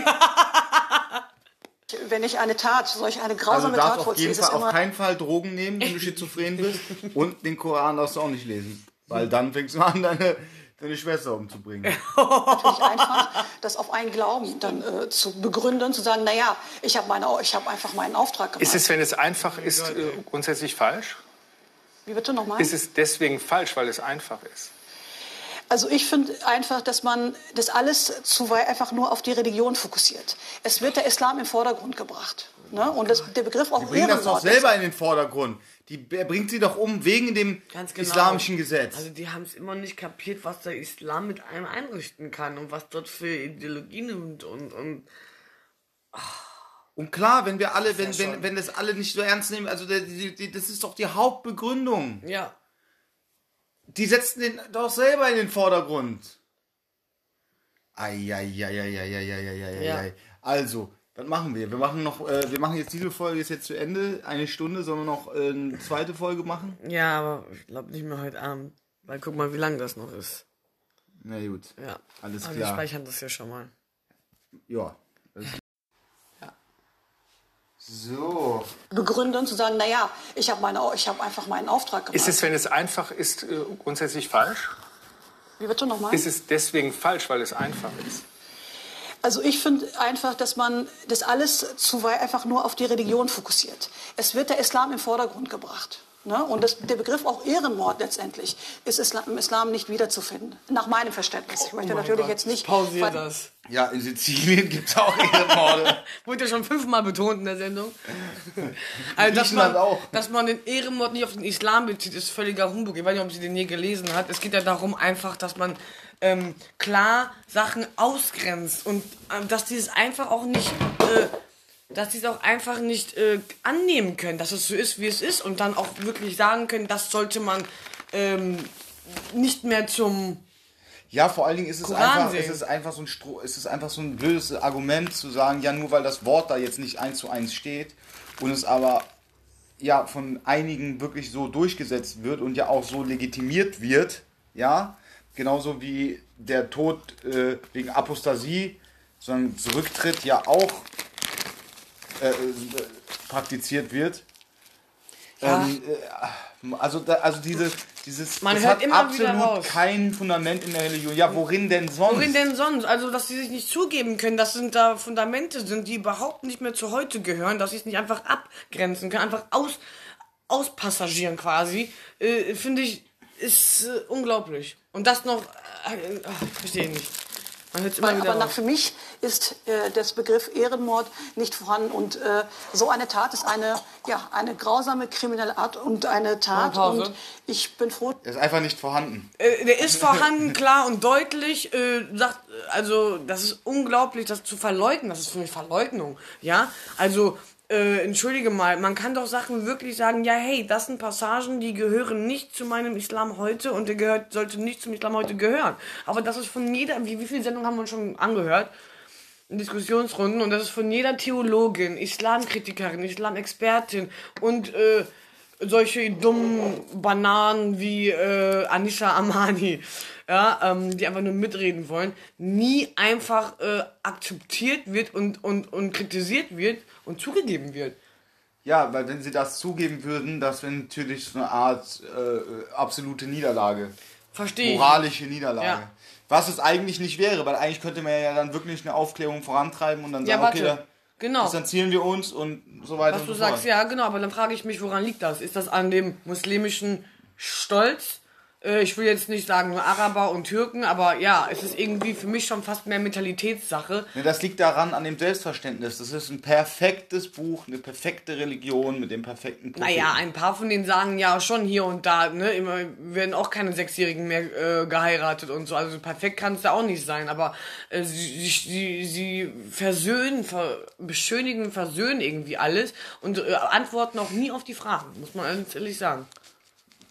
Wenn ich eine Tat, solch eine grausame also Tat vollziehe, ist es immer... auf keinen Fall Drogen nehmen, wenn du schizophren bist. Und den Koran darfst du auch nicht lesen. Weil dann fängst du an, deine, deine Schwester umzubringen. Natürlich einfach, das auf einen Glauben dann äh, zu begründen, zu sagen, naja, ich habe hab einfach meinen Auftrag gemacht. Ist es, wenn es einfach ist, äh, grundsätzlich falsch? Wie bitte nochmal? Ist es deswegen falsch, weil es einfach ist? Also ich finde einfach, dass man das alles zu weit einfach nur auf die Religion fokussiert. Es wird der Islam im Vordergrund gebracht. Ne? Und das, der Begriff auch die bringen das doch selber in den Vordergrund. Die, er bringt sie doch um wegen dem genau. islamischen Gesetz. Also die haben es immer nicht kapiert, was der Islam mit einem einrichten kann und was dort für Ideologien und... und, und oh. Und klar, wenn wir alle, wenn, wenn, wenn das alle nicht so ernst nehmen, also die, die, das ist doch die Hauptbegründung. Ja. Die setzen den doch selber in den Vordergrund. Eieieiei. Ja. Also, was machen wir? Wir machen noch, äh, wir machen jetzt diese Folge ist jetzt zu Ende, eine Stunde, sollen wir noch äh, eine zweite Folge machen? Ja, aber ich glaube nicht mehr heute Abend. Weil guck mal, wie lang das noch ist. Na gut. Ja. Alles aber klar. Wir speichern das ja schon mal. Ja. Ja. So. Begründen, zu sagen, naja, ich habe hab einfach meinen Auftrag gemacht. Ist es, wenn es einfach ist, grundsätzlich falsch? Wie bitte nochmal? Ist es deswegen falsch, weil es einfach ist? Also ich finde einfach, dass man das alles zu weit einfach nur auf die Religion fokussiert. Es wird der Islam im Vordergrund gebracht. Ne? Und das, der Begriff auch Ehrenmord letztendlich ist Islam, im Islam nicht wiederzufinden. Nach meinem Verständnis. Ich möchte oh natürlich Gott. jetzt nicht... Pausier das. Ja, in Sizilien gibt es auch Ehrenmorde. Wurde ja schon fünfmal betont in der Sendung. Also, dass man, auch. dass man den Ehrenmord nicht auf den Islam bezieht, ist völliger Humbug. Ich weiß nicht, ob sie den je gelesen hat. Es geht ja darum einfach, dass man ähm, klar Sachen ausgrenzt und äh, dass die es einfach auch nicht... Äh, dass sie es auch einfach nicht äh, annehmen können, dass es so ist, wie es ist und dann auch wirklich sagen können, das sollte man ähm, nicht mehr zum Ja, vor allen Dingen ist es einfach, ist es einfach so ein Stro- ist es einfach so ein blödes Argument zu sagen, ja, nur weil das Wort da jetzt nicht eins zu eins steht und es aber ja von einigen wirklich so durchgesetzt wird und ja auch so legitimiert wird, ja, genauso wie der Tod äh, wegen Apostasie, sondern Zurücktritt ja auch Äh, praktiziert wird. Ja. Ähm, äh, also, da, also diese, dieses Man das hört hat immer absolut wieder raus. kein Fundament in der Religion. Ja, worin denn sonst? Worin denn sonst? Also, dass sie sich nicht zugeben können, dass sind da Fundamente sind, die überhaupt nicht mehr zu heute gehören, dass sie es nicht einfach abgrenzen können, einfach aus, auspassagieren quasi, äh, finde ich, ist äh, unglaublich. Und das noch, äh, äh, ich verstehe nicht. Aber nach, für mich ist äh, das Begriff Ehrenmord nicht vorhanden und äh, so eine Tat ist eine, ja, eine grausame kriminelle Art und eine Tat und ich bin froh. Der ist einfach nicht vorhanden. Äh, der ist vorhanden, klar und deutlich. Äh, sagt, also das ist unglaublich, das zu verleugnen. Das ist für mich Verleugnung. Ja, also äh, entschuldige mal, man kann doch Sachen wirklich sagen, ja hey, das sind Passagen, die gehören nicht zu meinem Islam heute und der gehört, sollte nicht zum Islam heute gehören. Aber das ist von jeder, wie, wie viele Sendungen haben wir uns schon angehört? In Diskussionsrunden und das ist von jeder Theologin, Islamkritikerin, Islamexpertin und äh, solche dummen Bananen wie äh, Anisha Amani, ja, ähm, die einfach nur mitreden wollen, nie einfach äh, akzeptiert wird und, und, und kritisiert wird und zugegeben wird. Ja, weil wenn sie das zugeben würden, das wäre natürlich so eine Art äh, absolute Niederlage. Verstehe ich. Moralische Niederlage. Ja. Was es eigentlich nicht wäre, weil eigentlich könnte man ja dann wirklich eine Aufklärung vorantreiben und dann ja, sagen, warte. okay, da genau. distanzieren wir uns und so weiter Was und du so sagst, fort. ja, genau, aber dann frage ich mich, woran liegt das? Ist das an dem muslimischen Stolz? Äh, ich will jetzt nicht sagen nur Araber und Türken, aber ja, es ist irgendwie für mich schon fast mehr Mentalitätssache. Ne, das liegt daran, an dem Selbstverständnis. Das ist ein perfektes Buch, eine perfekte Religion mit dem perfekten Propheten. Naja, ein paar von denen sagen ja schon hier und da, ne, immer werden auch keine Sechsjährigen mehr äh, geheiratet und so. Also perfekt kann es ja auch nicht sein, aber äh, sie, sie, sie versöhnen, ver, beschönigen, versöhnen irgendwie alles und äh, antworten auch nie auf die Fragen, muss man ehrlich sagen.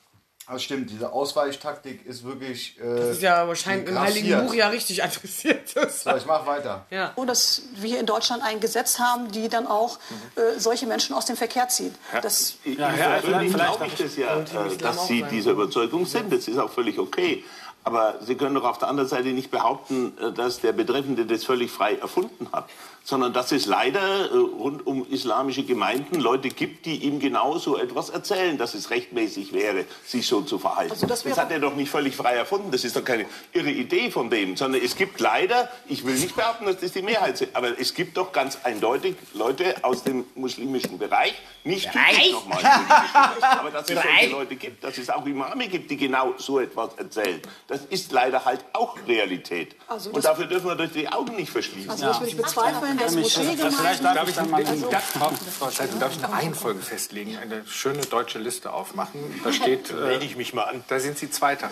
Das stimmt, diese Ausweichtaktik ist wirklich. Äh, das ist ja wahrscheinlich im Heiligen Buch ja richtig adressiert. So, ich mach weiter. Ja. Und dass wir hier in Deutschland ein Gesetz haben, die dann auch äh, solche Menschen aus dem Verkehr zieht. Das Ich ja, ja, persönlich glaube ich das ja, äh, dass Sie dieser Überzeugung sind. Das ist auch völlig okay. Aber Sie können doch auf der anderen Seite nicht behaupten, dass der Betreffende das völlig frei erfunden hat, sondern dass es leider rund um islamische Gemeinden Leute gibt, die ihm genau so etwas erzählen, dass es rechtmäßig wäre, sich so zu verhalten. Also das, das hat er doch nicht völlig frei erfunden. Das ist doch keine irre Idee von dem, sondern es gibt leider, ich will nicht behaupten, dass das die Mehrheit sind, aber es gibt doch ganz eindeutig Leute aus dem muslimischen Bereich, nicht typisch nochmal, aber dass es solche Leute gibt, dass es auch Imame gibt, die genau so etwas erzählen. Das ist leider halt auch Realität. Also und dafür dürfen wir durch die Augen nicht verschließen. Also das würde ich bezweifeln, dass Moscheegemeinden... Darf ich, Frau Scheitel, darf ich eine Reihenfolge festlegen, eine schöne deutsche Liste aufmachen? Da steht... Melde ich mich mal an. Da sind Sie Zweiter.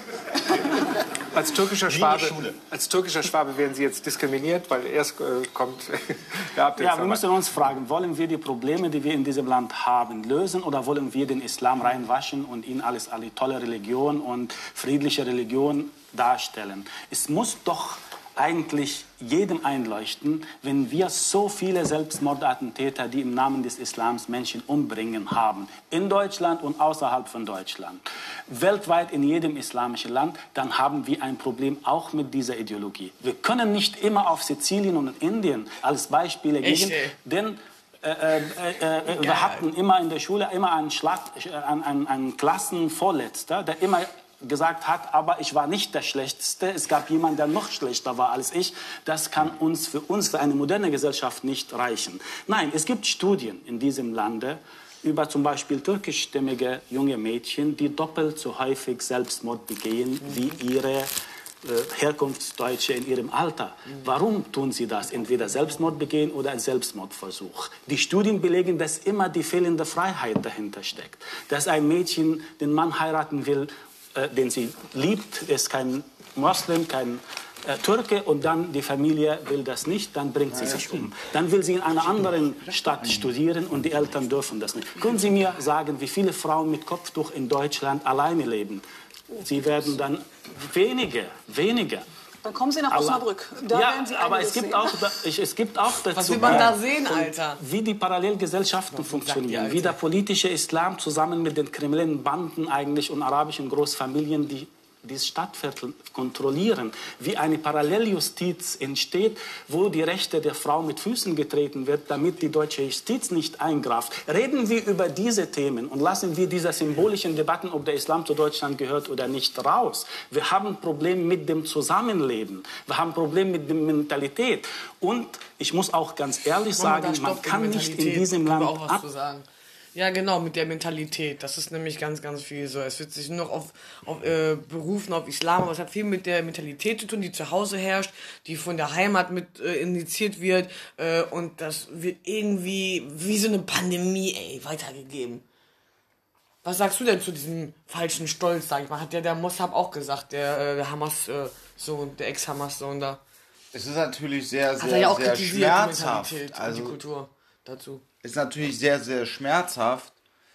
Als türkischer Schwabe, als türkischer Schwabe werden Sie jetzt diskriminiert, weil erst äh, kommt... ja, wir müssen uns fragen, wollen wir die Probleme, die wir in diesem Land haben, lösen oder wollen wir den Islam reinwaschen und ihn als eine tolle Religion und friedliche Religion darstellen? Es muss doch eigentlich jedem einleuchten, wenn wir so viele Selbstmordattentäter, die im Namen des Islams Menschen umbringen, haben, in Deutschland und außerhalb von Deutschland, weltweit in jedem islamischen Land, dann haben wir ein Problem auch mit dieser Ideologie. Wir können nicht immer auf Sizilien und Indien als Beispiele geben, denn Äh, äh, äh, wir hatten immer in der Schule immer einen, Schlag, einen, einen, einen Klassenvorletzter, der immer gesagt hat, aber ich war nicht der Schlechteste, es gab jemanden, der noch schlechter war als ich. Das kann uns für uns, für eine moderne Gesellschaft nicht reichen. Nein, es gibt Studien in diesem Lande über zum Beispiel türkischstämmige junge Mädchen, die doppelt so häufig Selbstmord begehen wie ihre Herkunftsdeutsche in ihrem Alter. Warum tun sie das? Entweder Selbstmord begehen oder ein Selbstmordversuch. Die Studien belegen, dass immer die fehlende Freiheit dahinter steckt. Dass ein Mädchen den Mann heiraten will, äh, den sie liebt, ist kein Moslem, kein äh, Türke, und dann die Familie will das nicht, dann bringt sie sich um. Dann will sie in einer anderen Stadt studieren und die Eltern dürfen das nicht. Können Sie mir sagen, wie viele Frauen mit Kopftuch in Deutschland alleine leben? Sie werden dann wenige, wenige. Dann kommen Sie nach Osnabrück. Da ja, werden Sie aber es gibt, auch, es gibt auch dazu... Was will man da sehen, Alter? Wie die Parallelgesellschaften funktionieren, wie der politische Islam zusammen mit den kriminellen Banden eigentlich und arabischen Großfamilien die dieses Stadtviertel kontrollieren, wie eine Paralleljustiz entsteht, wo die Rechte der Frau mit Füßen getreten wird, damit die deutsche Justiz nicht eingreift. Reden wir über diese Themen und lassen wir diese symbolischen Debatten, ob der Islam zu Deutschland gehört oder nicht, raus. Wir haben ein Problem mit dem Zusammenleben. Wir haben ein Problem mit der Mentalität. Und ich muss auch ganz ehrlich sagen, man kann nicht in diesem Land... Auch was zu sagen. Ja, genau, mit der Mentalität. Das ist nämlich ganz, ganz viel so. Es wird sich nur noch auf, auf äh, berufen auf Islam, aber es hat viel mit der Mentalität zu tun, die zu Hause herrscht, die von der Heimat mit äh, initiiert wird, äh, und das wird irgendwie wie so eine Pandemie, ey, weitergegeben. Was sagst du denn zu diesem falschen Stolz, sag ich mal? Hat ja der Mossab auch gesagt, der, äh, der Hamas-Sohn, der Ex-Hamas-Sohn da. Es ist natürlich sehr, sehr, hat er ja auch sehr kritisiert, schmerzhaft. Die Mentalität also, und die Kultur dazu. Ist natürlich sehr, sehr schmerzhaft,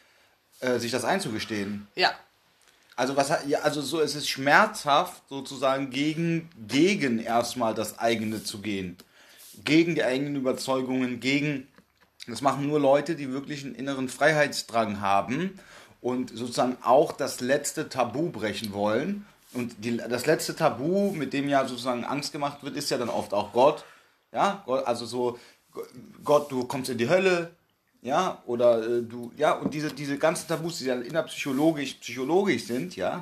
äh, sich das einzugestehen. Ja. Also, was, ja, also so, es ist schmerzhaft, sozusagen gegen, gegen erstmal das eigene zu gehen. Gegen die eigenen Überzeugungen, gegen... Das machen nur Leute, die wirklich einen inneren Freiheitsdrang haben und sozusagen auch das letzte Tabu brechen wollen. Und die, das letzte Tabu, mit dem ja sozusagen Angst gemacht wird, ist ja dann oft auch Gott. Ja, Gott, also so, Gott, du kommst in die Hölle. Ja, oder äh, du, ja, und diese, diese ganzen Tabus, die ja innerpsychologisch psychologisch sind, ja,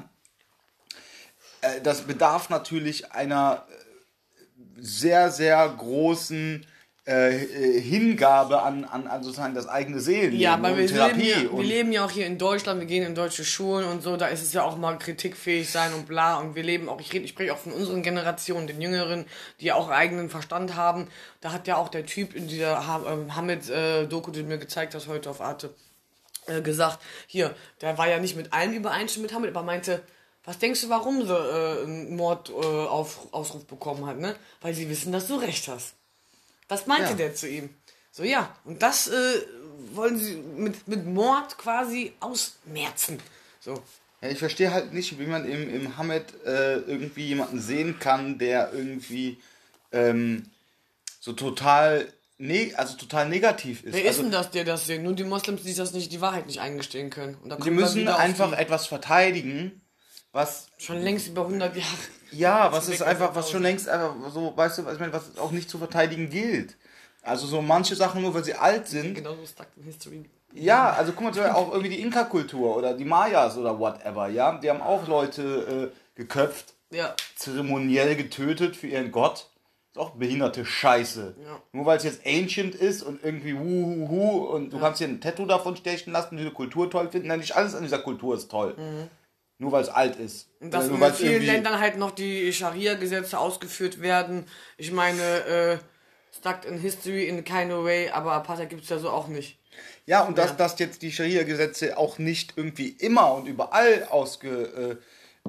äh, das bedarf natürlich einer sehr, sehr großen äh, Hingabe an, an, an sozusagen das eigene Seelenleben ja, aber und wir Therapie. Leben ja, und wir leben ja auch hier in Deutschland, wir gehen in deutsche Schulen und so, da ist es ja auch mal kritikfähig sein und bla, und wir leben auch, ich rede, ich spreche auch von unseren Generationen, den Jüngeren, die ja auch eigenen Verstand haben. Da hat ja auch der Typ in dieser Hamid-Doku, die du mir gezeigt hast heute auf Arte, äh, gesagt, hier, der war ja nicht mit allem übereinstimmend mit Hamid, aber meinte, was denkst du, warum sie äh, einen Mordausruf äh, Ausruf bekommen hat, ne? Weil sie wissen, dass du recht hast. Das meinte ja. der zu ihm. So, ja, und das äh, wollen sie mit, mit Mord quasi ausmerzen. So. Ja, ich verstehe halt nicht, wie man im, im Hamed äh, irgendwie jemanden sehen kann, der irgendwie ähm, so total, ne also total negativ ist. Wer ist also, denn das, der das sehen? Nur die Moslems, die das nicht, die Wahrheit nicht eingestehen können. Und da die müssen einfach etwas verteidigen, was schon längst über hundert Jahre. Ja, was ist einfach, was schon längst einfach so, weißt du, was ich meine, was auch nicht zu verteidigen gilt. Also so manche Sachen nur, weil sie alt sind. Genau so stuck in history. Ja, also guck mal, auch irgendwie die Inka-Kultur oder die Mayas oder whatever, ja, die haben auch Leute äh, geköpft, ja. zeremoniell getötet für ihren Gott. Ist auch behinderte Scheiße. Ja. Nur weil es jetzt ancient ist und irgendwie wuhuhu und du ja. kannst dir ein Tattoo davon stechen lassen, diese Kultur toll finden. Nein, nicht alles an dieser Kultur ist toll. Mhm. Nur weil es alt ist. Und dass nur in vielen Ländern halt noch die Scharia-Gesetze ausgeführt werden. Ich meine, äh, stuck in history in kind of way, aber Apartheid gibt es ja so auch nicht. Ja, und ja. dass, dass jetzt die Scharia-Gesetze auch nicht irgendwie immer und überall ausgeführt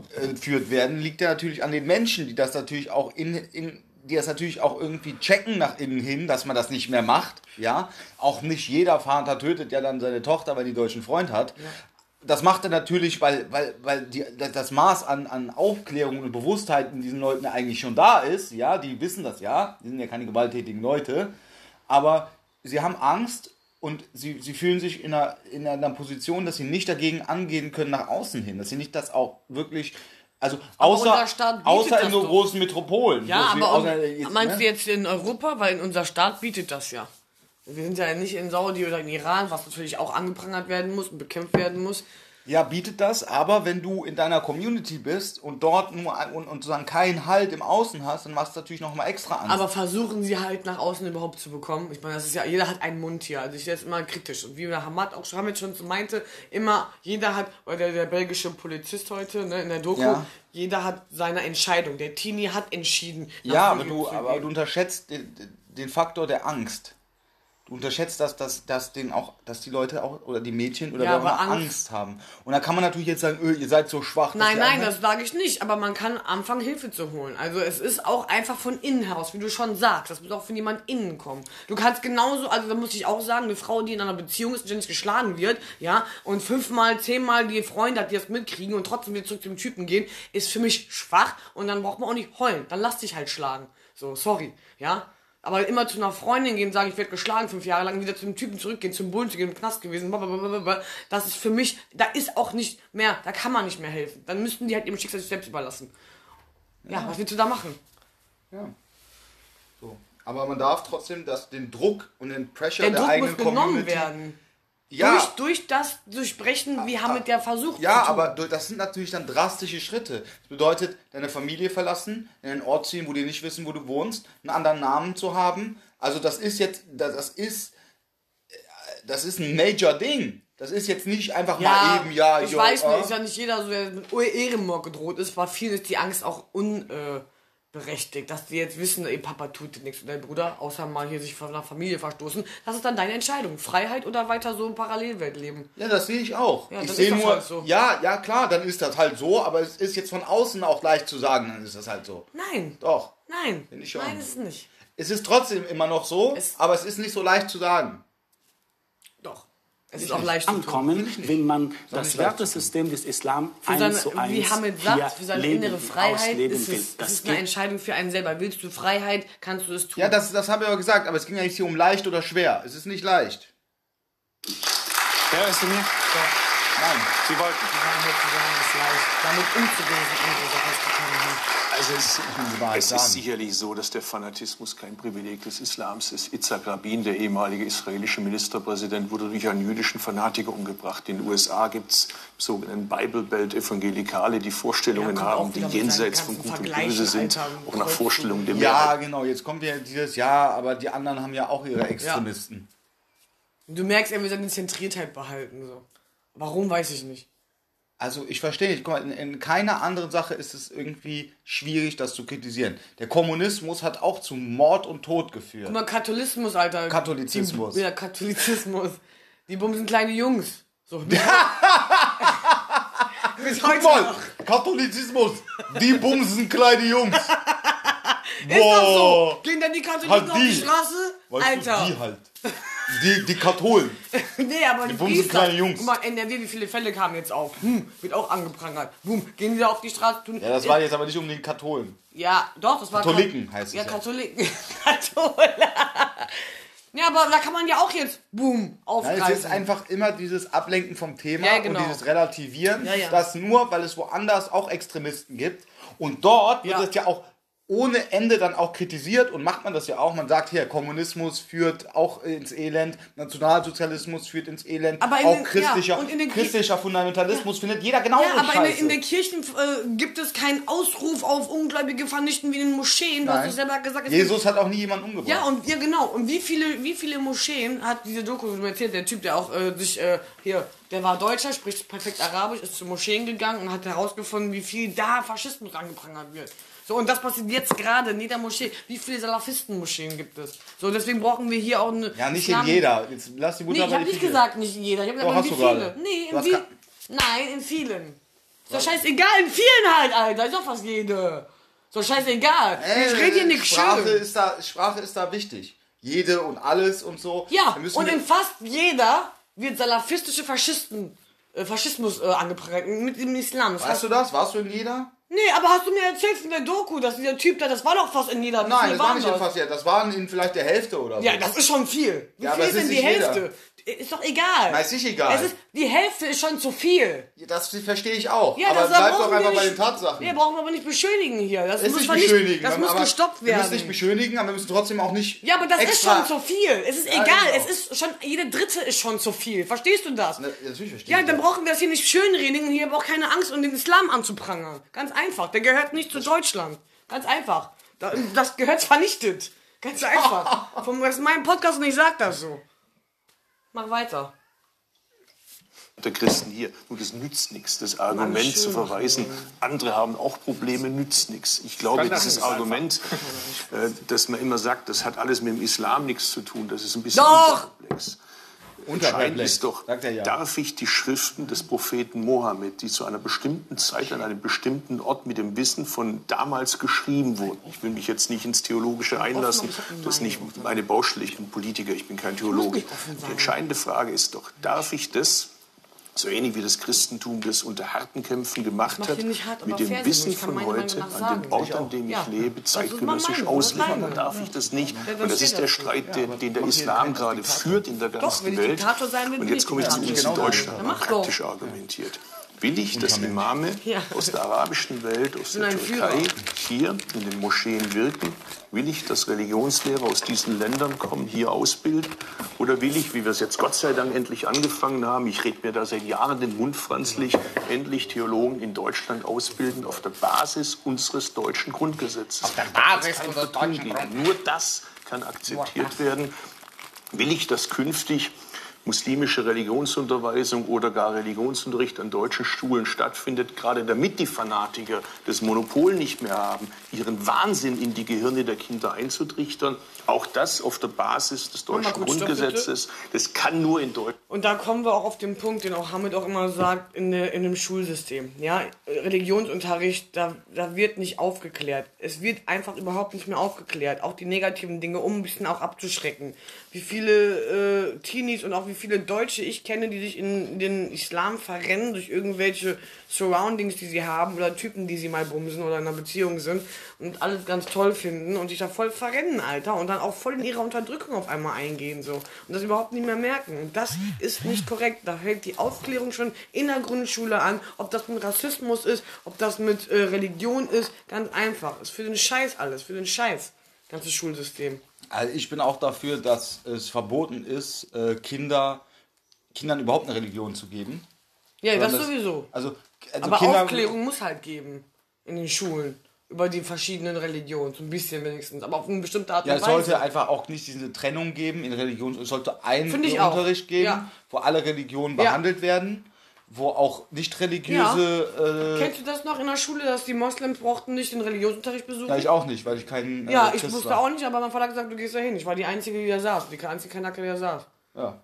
werden, liegt ja natürlich an den Menschen, die das natürlich auch in, in die das natürlich auch irgendwie checken nach innen hin, dass man das nicht mehr macht. Ja, auch nicht jeder Vater tötet ja dann seine Tochter, weil die einen deutschen Freund hat. Ja. Das macht er natürlich, weil, weil, weil die, das Maß an, an Aufklärung und Bewusstheit in diesen Leuten eigentlich schon da ist. Ja, die wissen das ja. Die sind ja keine gewalttätigen Leute. Aber sie haben Angst und sie, sie fühlen sich in einer, in einer Position, dass sie nicht dagegen angehen können nach außen hin. Dass sie nicht das auch wirklich... Also außer, außer in so doch. großen Metropolen. Ja, aber außer, jetzt, meinst ne? du jetzt in Europa? Weil in unser Staat bietet das ja. Wir sind ja nicht in Saudi oder in Iran, was natürlich auch angeprangert werden muss und bekämpft werden muss. Ja, bietet das, aber wenn du in deiner Community bist und dort nur und, und sozusagen keinen Halt im Außen hast, dann machst du natürlich nochmal extra Angst. Aber versuchen sie halt nach außen überhaupt zu bekommen. Ich meine, das ist ja, jeder hat einen Mund hier. Also ich sehe jetzt immer kritisch. Und wie der Hamad auch schon, Hamad schon meinte, immer, jeder hat, oder der, der belgische Polizist heute, ne, in der Doku, ja. jeder hat seine Entscheidung. Der Teenie hat entschieden. Ja, aber du, aber du unterschätzt den, den Faktor der Angst. Du unterschätzt das, dass, dass, den auch, dass die Leute auch oder die Mädchen oder ja, wer auch Angst. Angst haben. Und da kann man natürlich jetzt sagen, öh, ihr seid so schwach. Nein, nein, das sage ich nicht. Aber man kann anfangen, Hilfe zu holen. Also es ist auch einfach von innen heraus, wie du schon sagst. Das muss auch von jemand innen kommen. Du kannst genauso, also da muss ich auch sagen, eine Frau, die in einer Beziehung ist und ständig geschlagen wird, ja, und fünfmal, zehnmal die Freunde hat, die das mitkriegen und trotzdem wieder zurück zum Typen gehen, ist für mich schwach und dann braucht man auch nicht heulen. Dann lass dich halt schlagen. So, sorry, ja. Aber immer zu einer Freundin gehen, sagen, ich werde geschlagen fünf Jahre lang, wieder zu dem Typen zurückgehen, zum Bullen zu gehen, im Knast gewesen, blablabla. Das ist für mich, da ist auch nicht mehr, da kann man nicht mehr helfen. Dann müssten die halt ihrem Schicksal sich selbst überlassen. Ja, ja, was willst du da machen? Ja. So. Aber man darf trotzdem das, den Druck und den Pressure der, der Druck eigenen muss genommen Community... werden. Ja. Durch, durch das Durchbrechen, wie haben mit der versucht Ja, aber das sind natürlich dann drastische Schritte. Das bedeutet, deine Familie verlassen, in einen Ort ziehen, wo die nicht wissen, wo du wohnst, einen anderen Namen zu haben. Also das ist jetzt, das ist, das ist ein Major-Ding. Das ist jetzt nicht einfach ja, mal eben, ja, ich jo, weiß nicht, äh. ist ja nicht jeder so, der mit Ehrenmord gedroht ist, war vielen ist die Angst auch un... Äh, berechtigt, dass die jetzt wissen, ey, Papa tut dir nichts mit deinem Bruder, außer mal hier sich von der Familie verstoßen. Das ist dann deine Entscheidung. Freiheit oder weiter so in Parallelwelt leben. Ja, das sehe ich auch. Ja, ich sehe nur, halt so. ja, ja klar, dann ist das halt so, aber es ist jetzt von außen auch leicht zu sagen, dann ist das halt so. Nein. Doch. Nein. Finde ich schon. Nein, ist es nicht. Es ist trotzdem immer noch so, es aber es ist nicht so leicht zu sagen. Doch. Es ist auch leicht ankommen, wenn man das Wertesystem des Islam eins zu eins wie Hamid sagt, für seine innere Freiheit ist es, das ist eine Entscheidung für einen selber. Willst du Freiheit, kannst du es tun. Ja, das, das habe ich aber gesagt, aber es ging ja nicht hier um leicht oder schwer. Es ist nicht leicht. Herr Özdemir? Ja. Nein. Sie wollten. Sie waren heute zu sagen, es ist leicht, damit umzugehen, was andere Sachen getan haben. Also es, es ist sicherlich so, dass der Fanatismus kein Privileg des Islams ist. Itzhak Rabin, der ehemalige israelische Ministerpräsident, wurde durch einen jüdischen Fanatiker umgebracht. In den U S A gibt es im sogenannten Bible Belt Evangelikale, die Vorstellungen ja, haben, die jenseits von Gut und Böse sind, auch nach Vorstellungen der Mehrheit. Ja, genau, jetzt kommt ja dieses Jahr, aber die anderen haben ja auch ihre Extremisten. Ja. Du merkst, er will seine Zentriertheit behalten. So. Warum, weiß ich nicht. Also ich verstehe nicht, guck mal, in, in keiner anderen Sache ist es irgendwie schwierig, das zu kritisieren. Der Kommunismus hat auch zu Mord und Tod geführt. Guck mal, Katholismus, Alter. Katholizismus. Die, ja, Katholizismus. Die bumsen kleine Jungs. So. Bis Guck mal, Katholizismus. Die bumsen kleine Jungs. Ist doch so. Gehen dann die Katholiken halt auf die Straße? Weißt Alter. Du, die halt. Die, die Katholen. Nee, aber die die bumsen Priester. kleine Jungs. Guck mal, N R W, wie viele Fälle kamen jetzt auf? Hm, wird auch angeprangert. Boom, gehen die da auf die Straße? Tun, Ja, das war jetzt aber nicht um den Katholen. Ja, doch, das war... Katholiken heißt es ja. ja. Katholiken. Katholen. Ja, aber da kann man ja auch jetzt, boom, aufgreifen. Nein, es ist einfach immer dieses Ablenken vom Thema Ja, genau. und dieses Relativieren, Ja, ja. dass nur, weil es woanders auch Extremisten gibt und dort wird Ja. es ja auch ohne Ende dann auch kritisiert und macht man das ja auch. Man sagt hier, Kommunismus führt auch ins Elend, Nationalsozialismus führt ins Elend, Aber in auch den- christlicher, ja, und in den- christlicher Fundamentalismus findet jeder genauso Ja, aber in, scheiße. den- in den Kirchen äh, gibt es keinen Ausruf auf Ungläubige vernichten wie in den Moscheen. Du hast Nein. es selber gesagt. es Jesus gibt- hat auch nie jemanden umgebracht. Ja, und ja, genau. Und wie viele, wie viele Moscheen hat diese Doku erzählt? Der Typ, der auch äh, sich äh, hier, der war Deutscher, spricht perfekt Arabisch, ist zu Moscheen gegangen und hat herausgefunden, wie viel da Faschismus angeprangert wird. So, und das passiert jetzt gerade in jeder Moschee. Wie viele Salafisten-Moscheen gibt es? So, deswegen brauchen wir hier auch eine... Ja, nicht Islam- in jeder. Jetzt lass die Mutter Nee, ich bei habe die nicht Fische. gesagt, nicht jeder. Ich habe Doch, gesagt, hast wie du viele. gerade. Nee, Du in hast wie... ka- Nein, in vielen. Ist doch scheißegal, in vielen halt, Alter. Ist doch fast jede. Ist doch scheißegal. Äh, ich rede hier nicht Sprache schön. ist da, Sprache ist da wichtig. Jede und alles und so. Ja, Da müssen und wir- in fast jeder wird salafistische Faschisten, äh, Faschismus äh, angeprangert mit dem Islam. Das Weißt heißt, du das? Warst du in jeder? nee, aber hast du mir erzählt von der Doku, dass dieser Typ da, das war doch fast in jeder. Wie Nein, viele das war waren nicht in fast jeder. Das waren in vielleicht der Hälfte oder so. Ja, das ist schon viel. Wie Ja, aber viel es ist ist denn die nicht jeder. Hälfte? Ist doch egal. Nein, ist nicht egal. Es ist, die Hälfte ist schon zu viel. Das verstehe ich auch. Ja, aber das bleib brauchen doch wir einfach bei nicht- den Tatsachen. Wir brauchen aber nicht beschönigen hier. Das ist muss nicht man beschönigen. Das aber muss gestoppt Wir müssen werden. nicht beschönigen, aber wir müssen trotzdem auch nicht. Ja, aber das extra ist schon zu viel. Es ist Ja, egal. genau. Es ist schon, jede dritte ist schon zu viel. Verstehst du das? Na, natürlich verstehe Ja, ich dann das. brauchen wir das hier nicht schönreden und hier aber auch keine Angst, um den Islam anzuprangern. Ganz einfach. Der gehört nicht zu Deutschland. Ganz einfach. Da- Das gehört vernichtet. Ganz einfach. Vom, das ist mein Podcast und ich sag das so. Mach weiter. Der Christen hier. Nur das nützt nichts, das Argument schön. zu verweisen. Andere haben auch Probleme, nützt nichts. Ich glaube, Standard dieses ist einfach. Argument, äh, dass man immer sagt, das hat alles mit dem Islam nichts zu tun, das ist ein bisschen Doch! unterkomplex. Unterperplex, Entscheidend ist doch, sagt er ja. darf ich die Schriften des Propheten Mohammed, die zu einer bestimmten Zeit an einem bestimmten Ort mit dem Wissen von damals geschrieben wurden, ich will mich jetzt nicht ins Theologische einlassen, das ist nicht meine Baustelle, ich bin Politiker, ich bin kein Theologe. Die entscheidende Frage ist doch, darf ich das, so ähnlich wie das Christentum das unter harten Kämpfen gemacht mach hat, hier nicht hart, aber mit dem fair Wissen sein. Ich kann von meine heute Meinung nach an dem sagen. Ort, an dem ich Ja. lebe, Das ist meine zeitgenössisch Meinung, das ist auslegen, meine dann darf ich das nicht. Ja, dann Und das steht ist der das. Streit, den, den der Islam gerade führt in der Doch, ganzen wenn ich Welt. Diktator sein will, Und bin jetzt ich komme ich zu Diktator. uns in Deutschland, Dann mach doch. praktisch argumentiert. Will ich, dass Imame Ja. aus der arabischen Welt, aus bin der ein Türkei, Führer. hier in den Moscheen wirken? Will ich, dass Religionslehrer aus diesen Ländern kommen, hier ausbilden? Oder will ich, wie wir es jetzt Gott sei Dank endlich angefangen haben, ich rede mir da seit Jahren den Mund franzlig, endlich Theologen in Deutschland ausbilden auf der Basis unseres deutschen Grundgesetzes? Auf der Basis unseres deutschen Grundgesetzes. Nur das kann akzeptiert werden. Will ich, dass künftig muslimische Religionsunterweisung oder gar Religionsunterricht an deutschen Schulen stattfindet, gerade damit die Fanatiker das Monopol nicht mehr haben, ihren Wahnsinn in die Gehirne der Kinder einzutrichtern. Auch das auf der Basis des deutschen kurz, stopp, Grundgesetzes. Das kann nur in Deutschland. Und da kommen wir auch auf den Punkt, den auch Hamid auch immer sagt, in, der, in dem Schulsystem. Ja, Religionsunterricht, da, da wird nicht aufgeklärt. Es wird einfach überhaupt nicht mehr aufgeklärt. Auch die negativen Dinge, um ein bisschen auch abzuschrecken. Wie viele äh, Teenies und auch wie viele Deutsche ich kenne, die sich in den Islam verrennen durch irgendwelche Surroundings, die sie haben oder Typen, die sie mal bumsen oder in einer Beziehung sind und alles ganz toll finden und sich da voll verrennen, Alter, und dann auch voll in ihre Unterdrückung auf einmal eingehen, so. Und das überhaupt nicht mehr merken. Und das ist nicht korrekt. Da fängt die Aufklärung schon in der Grundschule an, ob das mit Rassismus ist, ob das mit äh, Religion ist, ganz einfach. Ist für den Scheiß alles, für den Scheiß. Ganzes Schulsystem. Also ich bin auch dafür, dass es verboten ist, äh, Kinder, Kindern überhaupt eine Religion zu geben. Ja, das Sondern sowieso. Also, also Aber Kinder, Aufklärung muss halt geben in den Schulen über die verschiedenen Religionen, so ein bisschen wenigstens, aber auf eine bestimmte Art und Ja, es Weise. sollte einfach auch nicht diese Trennung geben in Religion. Es sollte einen Finde ich auch. Unterricht geben, Ja. wo alle Religionen Ja. behandelt werden, wo auch nicht religiöse. Äh, Kennst du das noch in der Schule, dass die Moslems brauchten nicht den Religionsunterricht besuchen? ja, ich auch nicht, weil ich kein. Äh, Ja, ich Christ wusste war. auch nicht, aber mein Vater hat gesagt, du gehst da hin. Ich war die Einzige, die da saß. Die einzige Kanake, die da saß. Ja.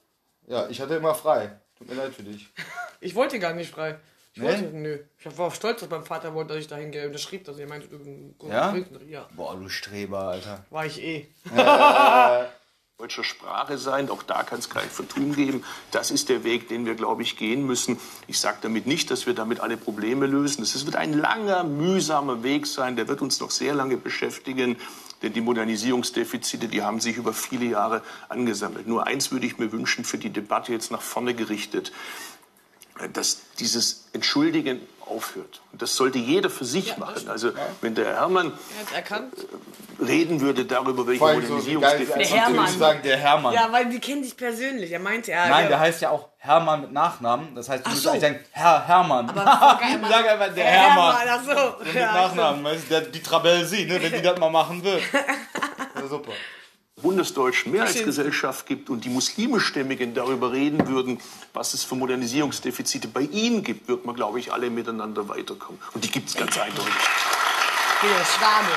Ja, ich hatte immer frei. Tut mir leid für dich. Ich wollte gar nicht frei. Ich Nee? wollte, nö. Ich war auch stolz, dass mein Vater wollte, dass ich da hingehe. Und er schrieb, dass er meinte, du Ja? ja. Boah, du Streber, Alter. War ich eh. Heute deutscher Sprache sein. Auch da kann es kein Vertun geben. Das ist der Weg, den wir, glaube ich, gehen müssen. Ich sage damit nicht, dass wir damit alle Probleme lösen. Es wird ein langer, mühsamer Weg sein. Der wird uns noch sehr lange beschäftigen. Denn die Modernisierungsdefizite, die haben sich über viele Jahre angesammelt. Nur eins würde ich mir wünschen, für die Debatte jetzt nach vorne gerichtet, dass dieses Entschuldigen aufhört. Und das sollte jeder für sich ja, machen. Also wenn der Hermann reden würde darüber, welche Modernisierungsdefizite... So der Hermann. Ich sagen, der Hermann. Ja, weil die kennen dich persönlich. Er meinte ja... Nein, ja. der heißt ja auch Hermann mit Nachnamen. Das heißt, du musst so. eigentlich sagen, Herr Hermann. Aber ich sag einfach, der Hermann. Hermann, ach so. Und mit ja, Nachnamen. Weißt, der, die Trabelsi, ne, wenn die das mal machen will. Ja, super. Bundesdeutschen Mehrheitsgesellschaft gibt und die muslimischstämmigen darüber reden würden, was es für Modernisierungsdefizite bei ihnen gibt, wird man, glaube ich, alle miteinander weiterkommen. Und die gibt es ganz eindeutig. Der Schwabe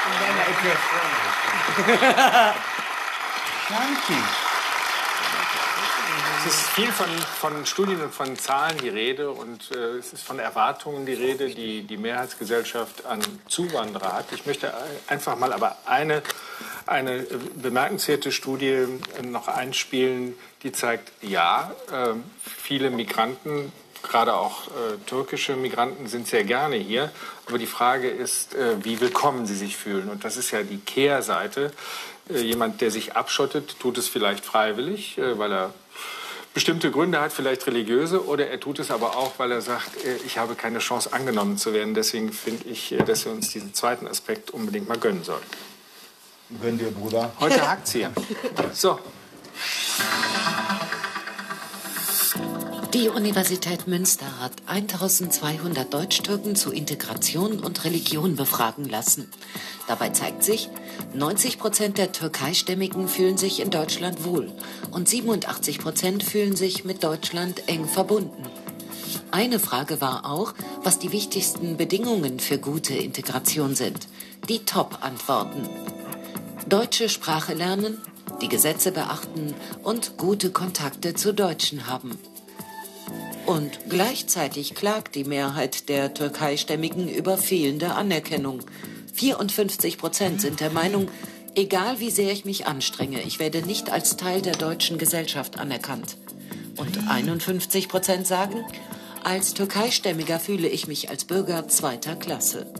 in deiner Ecke. Danke. Es ist viel von, von Studien und von Zahlen die Rede und äh, es ist von Erwartungen die Rede, die die Mehrheitsgesellschaft an Zuwanderer hat. Ich möchte einfach mal aber eine, eine bemerkenswerte Studie noch einspielen, die zeigt, ja, äh, viele Migranten, gerade auch äh, türkische Migranten, sind sehr gerne hier. Aber die Frage ist, äh, wie willkommen sie sich fühlen. Und das ist ja die Kehrseite. Äh, jemand, der sich abschottet, tut es vielleicht freiwillig, äh, weil er bestimmte Gründe hat, vielleicht religiöse, oder er tut es aber auch, weil er sagt, ich habe keine Chance angenommen zu werden. Deswegen finde ich, dass wir uns diesen zweiten Aspekt unbedingt mal gönnen sollten. Gönn dir, Bruder. Heute hakt's hier. So. Die Universität Münster hat eintausendzweihundert Deutsch-Türken zu Integration und Religion befragen lassen. Dabei zeigt sich, neunzig Prozent der Türkeistämmigen fühlen sich in Deutschland wohl und siebenundachtzig Prozent fühlen sich mit Deutschland eng verbunden. Eine Frage war auch, was die wichtigsten Bedingungen für gute Integration sind. Die Top-Antworten: deutsche Sprache lernen, die Gesetze beachten und gute Kontakte zu Deutschen haben. Und gleichzeitig klagt die Mehrheit der Türkeistämmigen über fehlende Anerkennung. vierundfünfzig Prozent sind der Meinung, egal wie sehr ich mich anstrenge, ich werde nicht als Teil der deutschen Gesellschaft anerkannt. Und einundfünfzig Prozent sagen, als Türkeistämmiger fühle ich mich als Bürger zweiter Klasse.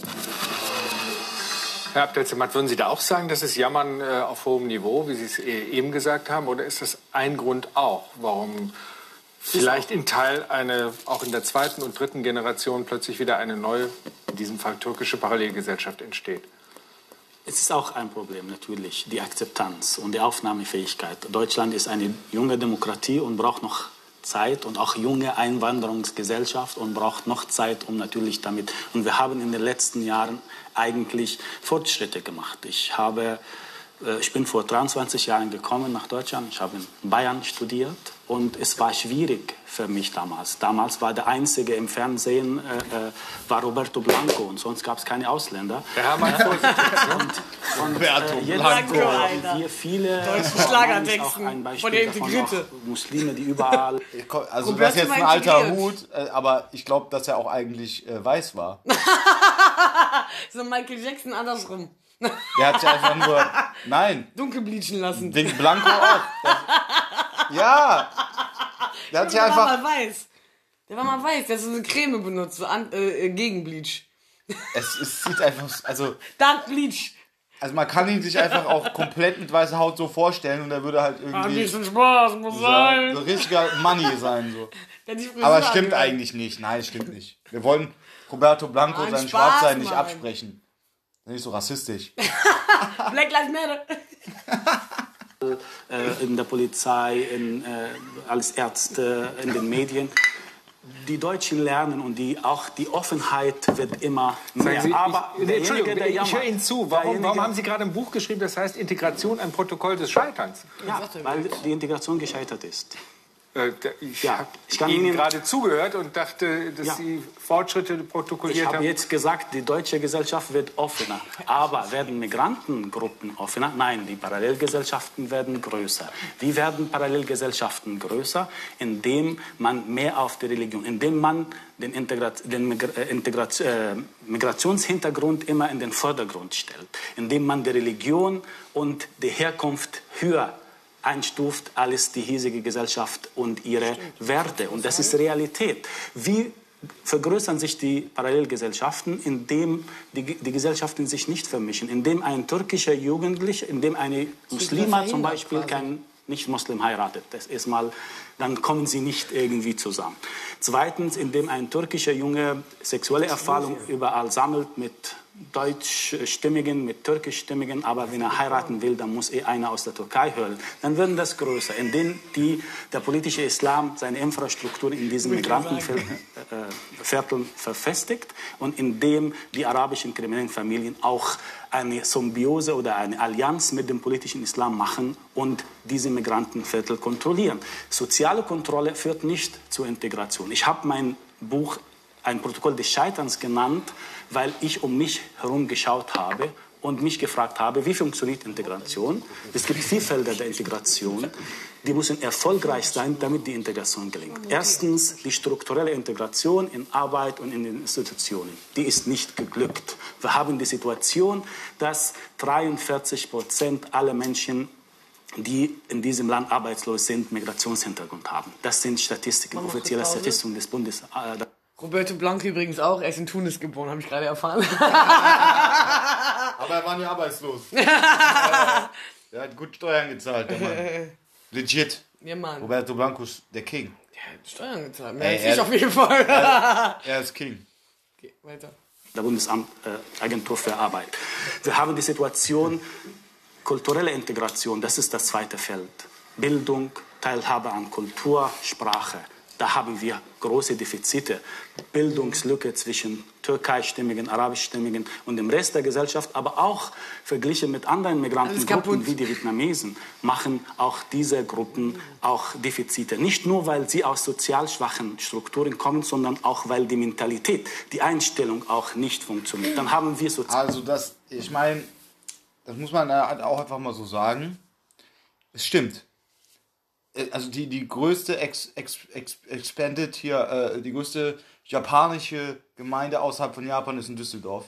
Herr Abdel-Samad, würden Sie da auch sagen, das ist Jammern äh, auf hohem Niveau, wie Sie es eben gesagt haben? Oder ist das ein Grund auch, warum vielleicht in Teil eine, auch in der zweiten und dritten Generation plötzlich wieder eine neue, in diesem Fall türkische Parallelgesellschaft entsteht? Es ist auch ein Problem natürlich, die Akzeptanz und die Aufnahmefähigkeit. Deutschland ist eine junge Demokratie und braucht noch Zeit und auch junge Einwanderungsgesellschaft und braucht noch Zeit, um natürlich damit... Und wir haben in den letzten Jahren eigentlich Fortschritte gemacht. Ich habe... Ich bin vor dreiundzwanzig Jahren gekommen nach Deutschland. Ich habe in Bayern studiert und es war schwierig für mich damals. Damals war der Einzige im Fernsehen äh, war Roberto Blanco und sonst gab es keine Ausländer. Ja, mein und und äh, Blanco, wir viele deutschen Schlagertexten auch ein Beispiel von der davon, Integrierte. auch Muslime, die überall... Also du hast jetzt ein alter Hut, aber ich glaube, dass er auch eigentlich äh, weiß war. So Michael Jackson andersrum. Der hat sich einfach nur, nein. Dunkel bleachen lassen. Wegen Blanco auch. Das, ja. Der hat sich einfach... Der war mal weiß. Der war mal weiß. Der hat so eine Creme benutzt, so an, äh, gegen Bleach. Es, es sieht einfach, also... Dark Bleach. Also man kann ihn sich einfach auch komplett mit weißer Haut so vorstellen und er würde halt irgendwie... Ein bisschen Spaß muss so, sein. So richtiger Money sein, so. Aber es stimmt eigentlich nicht. Nein, es stimmt nicht. Wir wollen Roberto Blanco Mann, sein Spaß, Schwarzsein nicht Mann. absprechen. Nicht so rassistisch. Black Lives Matter. äh, in der Polizei, in, äh, als Ärzte, in den Medien. Die Deutschen lernen und die, auch die Offenheit wird immer mehr. Sie, Aber ich, Entschuldigung, der ich höre Ihnen zu. Warum, warum haben Sie gerade ein Buch geschrieben, das heißt Integration, ein Protokoll des Scheiterns? Ja, weil die Integration gescheitert ist. Äh, ich ja, habe Ihnen gerade zugehört und dachte, dass ja. Sie Fortschritte protokolliert haben. Ich habe jetzt gesagt, die deutsche Gesellschaft wird offener. Aber werden Migrantengruppen offener? Nein, die Parallelgesellschaften werden größer. Wie werden Parallelgesellschaften größer? Indem man mehr auf die Religion, indem man den, Integra den Migra Integra äh, Migrationshintergrund immer in den Vordergrund stellt. Indem man die Religion und die Herkunft höher einstuft als die hiesige Gesellschaft und ihre Werte. Und das ist Realität. Wie vergrößern sich die Parallelgesellschaften, indem die, die Gesellschaften sich nicht vermischen, indem ein türkischer Jugendlicher, indem eine Muslima zum Beispiel kein Nicht-Muslim heiratet. Das ist mal, dann kommen sie nicht irgendwie zusammen. Zweitens, indem ein türkischer Junge sexuelle Erfahrung überall sammelt mit deutschstimmigen, mit türkischstimmigen, aber wenn er heiraten will, dann muss eh einer aus der Türkei hören. Dann werden das größer, indem die, der politische Islam seine Infrastruktur in diesen Migrantenvierteln äh, verfestigt und indem die arabischen kriminellen Familien auch eine Symbiose oder eine Allianz mit dem politischen Islam machen und diese Migrantenviertel kontrollieren. Soziale Kontrolle führt nicht zur Integration. Ich habe mein Buch ein Protokoll des Scheiterns genannt, weil ich um mich herum geschaut habe und mich gefragt habe, wie funktioniert Integration? Es gibt vier Felder der Integration, die müssen erfolgreich sein, damit die Integration gelingt. Erstens die strukturelle Integration in Arbeit und in den Institutionen. Die ist nicht geglückt. Wir haben die Situation, dass dreiundvierzig Prozent aller Menschen, die in diesem Land arbeitslos sind, Migrationshintergrund haben. Das sind Statistiken, offizielle Statistiken des Bundes. Äh, Roberto Blanco übrigens auch, er ist in Tunis geboren, habe ich gerade erfahren. Aber er war nie arbeitslos. Er hat gut Steuern gezahlt, der Mann. Legit. Ja, Mann. Roberto Blanco ist der King. Der hat Steuern gezahlt, mehr als ich auf jeden Fall. Er, er ist King. Okay, weiter. Der Bundesagentur für Arbeit. Wir haben die Situation kulturelle Integration, das ist das zweite Feld. Bildung, Teilhabe an Kultur, Sprache. Da haben wir große Defizite. Bildungslücke zwischen türkeistimmigen, arabischstimmigen und dem Rest der Gesellschaft, aber auch verglichen mit anderen Migrantengruppen wie die Vietnamesen, machen auch diese Gruppen auch Defizite. Nicht nur, weil sie aus sozial schwachen Strukturen kommen, sondern auch, weil die Mentalität, die Einstellung auch nicht funktioniert. Dann haben wir sozial... Also das, ich meine, das muss man auch einfach mal so sagen. Es stimmt. Also die, die größte ex, ex, ex, expanded hier, äh, die größte japanische Gemeinde außerhalb von Japan ist in Düsseldorf.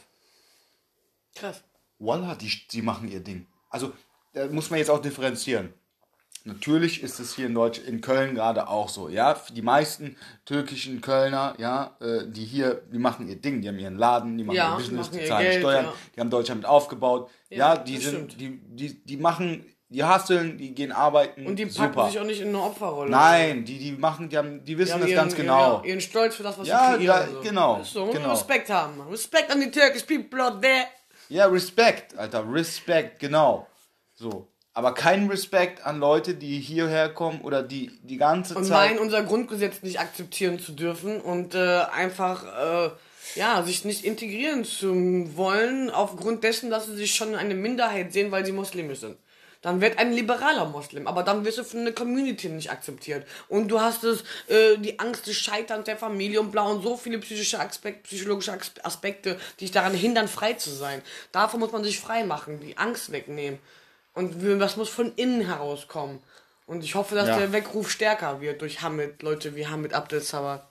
Krass. Wallah, die, die machen ihr Ding. Also da muss man jetzt auch differenzieren. Natürlich ist es hier in Deutsch, in Köln gerade auch so, ja. Die meisten türkischen Kölner, ja, äh, die hier, die machen ihr Ding, die haben ihren Laden, die machen ja, ihr Business, machen die ihr zahlen Geld, Steuern, ja. Die haben Deutschland mit aufgebaut. Ja, Ja, die das sind, stimmt. die, die, die machen, die hustlen, die gehen arbeiten. Und die packen super. sich auch nicht in eine Opferrolle. Nein, die, die machen, die haben, die wissen Die haben das ihren, ganz genau. Ihren, ihren Stolz für das, was Ja, sie kreieren. ja, so. genau, Das ist so, man genau. muss Respekt haben. Respekt an die Turkish people out there. Ja, Respekt, Alter, Respekt, genau. So. Aber kein Respekt an Leute, die hierher kommen oder die die ganze Und Zeit... meinen, unser Grundgesetz nicht akzeptieren zu dürfen und äh, einfach, äh, ja, sich nicht integrieren zu wollen, aufgrund dessen, dass sie sich schon eine Minderheit sehen, weil sie muslimisch sind. Dann wird ein liberaler Muslim, aber dann wirst du von der Community nicht akzeptiert. Und du hast es, äh, die Angst des Scheiterns der Familie und blau und so viele psychische Aspekt, psychologische Aspekte, die dich daran hindern, frei zu sein. Davon muss man sich frei machen, die Angst wegnehmen. Und das muss von innen herauskommen. Und ich hoffe, dass Ja. der Weckruf stärker wird durch Hamid, Leute wie Hamid Abdel Sabah.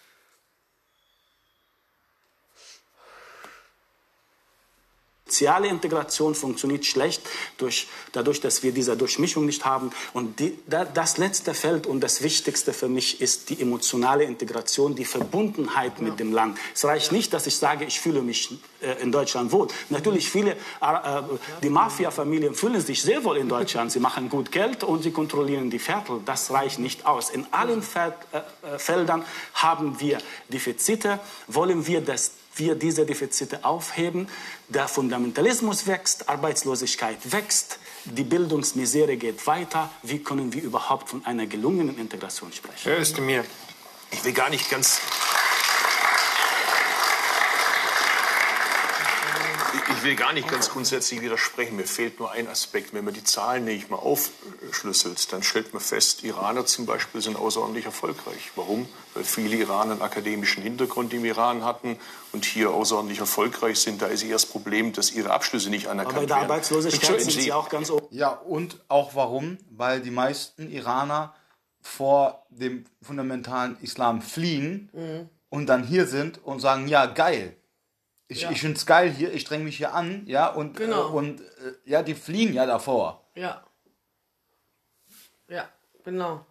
Soziale Integration funktioniert schlecht durch, dadurch, dass wir diese Durchmischung nicht haben. Und die, da, das letzte Feld und das Wichtigste für mich ist die emotionale Integration, die Verbundenheit ja. mit dem Land. Es reicht nicht, dass ich sage, ich fühle mich äh, in Deutschland wohl. Natürlich, viele, äh, die Mafia-Familien fühlen sich sehr wohl in Deutschland. Sie machen gut Geld und sie kontrollieren die Viertel. Das reicht nicht aus. In allen Fel äh, Feldern haben wir Defizite. Wollen wir das wir diese Defizite aufheben, der Fundamentalismus wächst, Arbeitslosigkeit wächst, die Bildungsmisere geht weiter. Wie können wir überhaupt von einer gelungenen Integration sprechen? Herr Özdemir, ich will gar nicht ganz... Ich will gar nicht ganz grundsätzlich widersprechen. Mir fehlt nur ein Aspekt. Wenn man die Zahlen nicht mal aufschlüsselt, dann stellt man fest, Iraner zum Beispiel sind außerordentlich erfolgreich. Warum? Weil viele Iraner einen akademischen Hintergrund im Iran hatten und hier außerordentlich erfolgreich sind. Da ist eher das Problem, dass ihre Abschlüsse nicht anerkannt werden. Aber bei der Arbeitslosigkeit sind sie auch ganz oben. Ja, und auch warum? Weil die meisten Iraner vor dem fundamentalen Islam fliehen mhm. und dann hier sind und sagen, ja, geil. Ich, ja. ich find's geil hier, ich streng mich hier an, ja, und, genau. äh, und äh, ja, die fliehen ja davor. Ja. Ja, genau.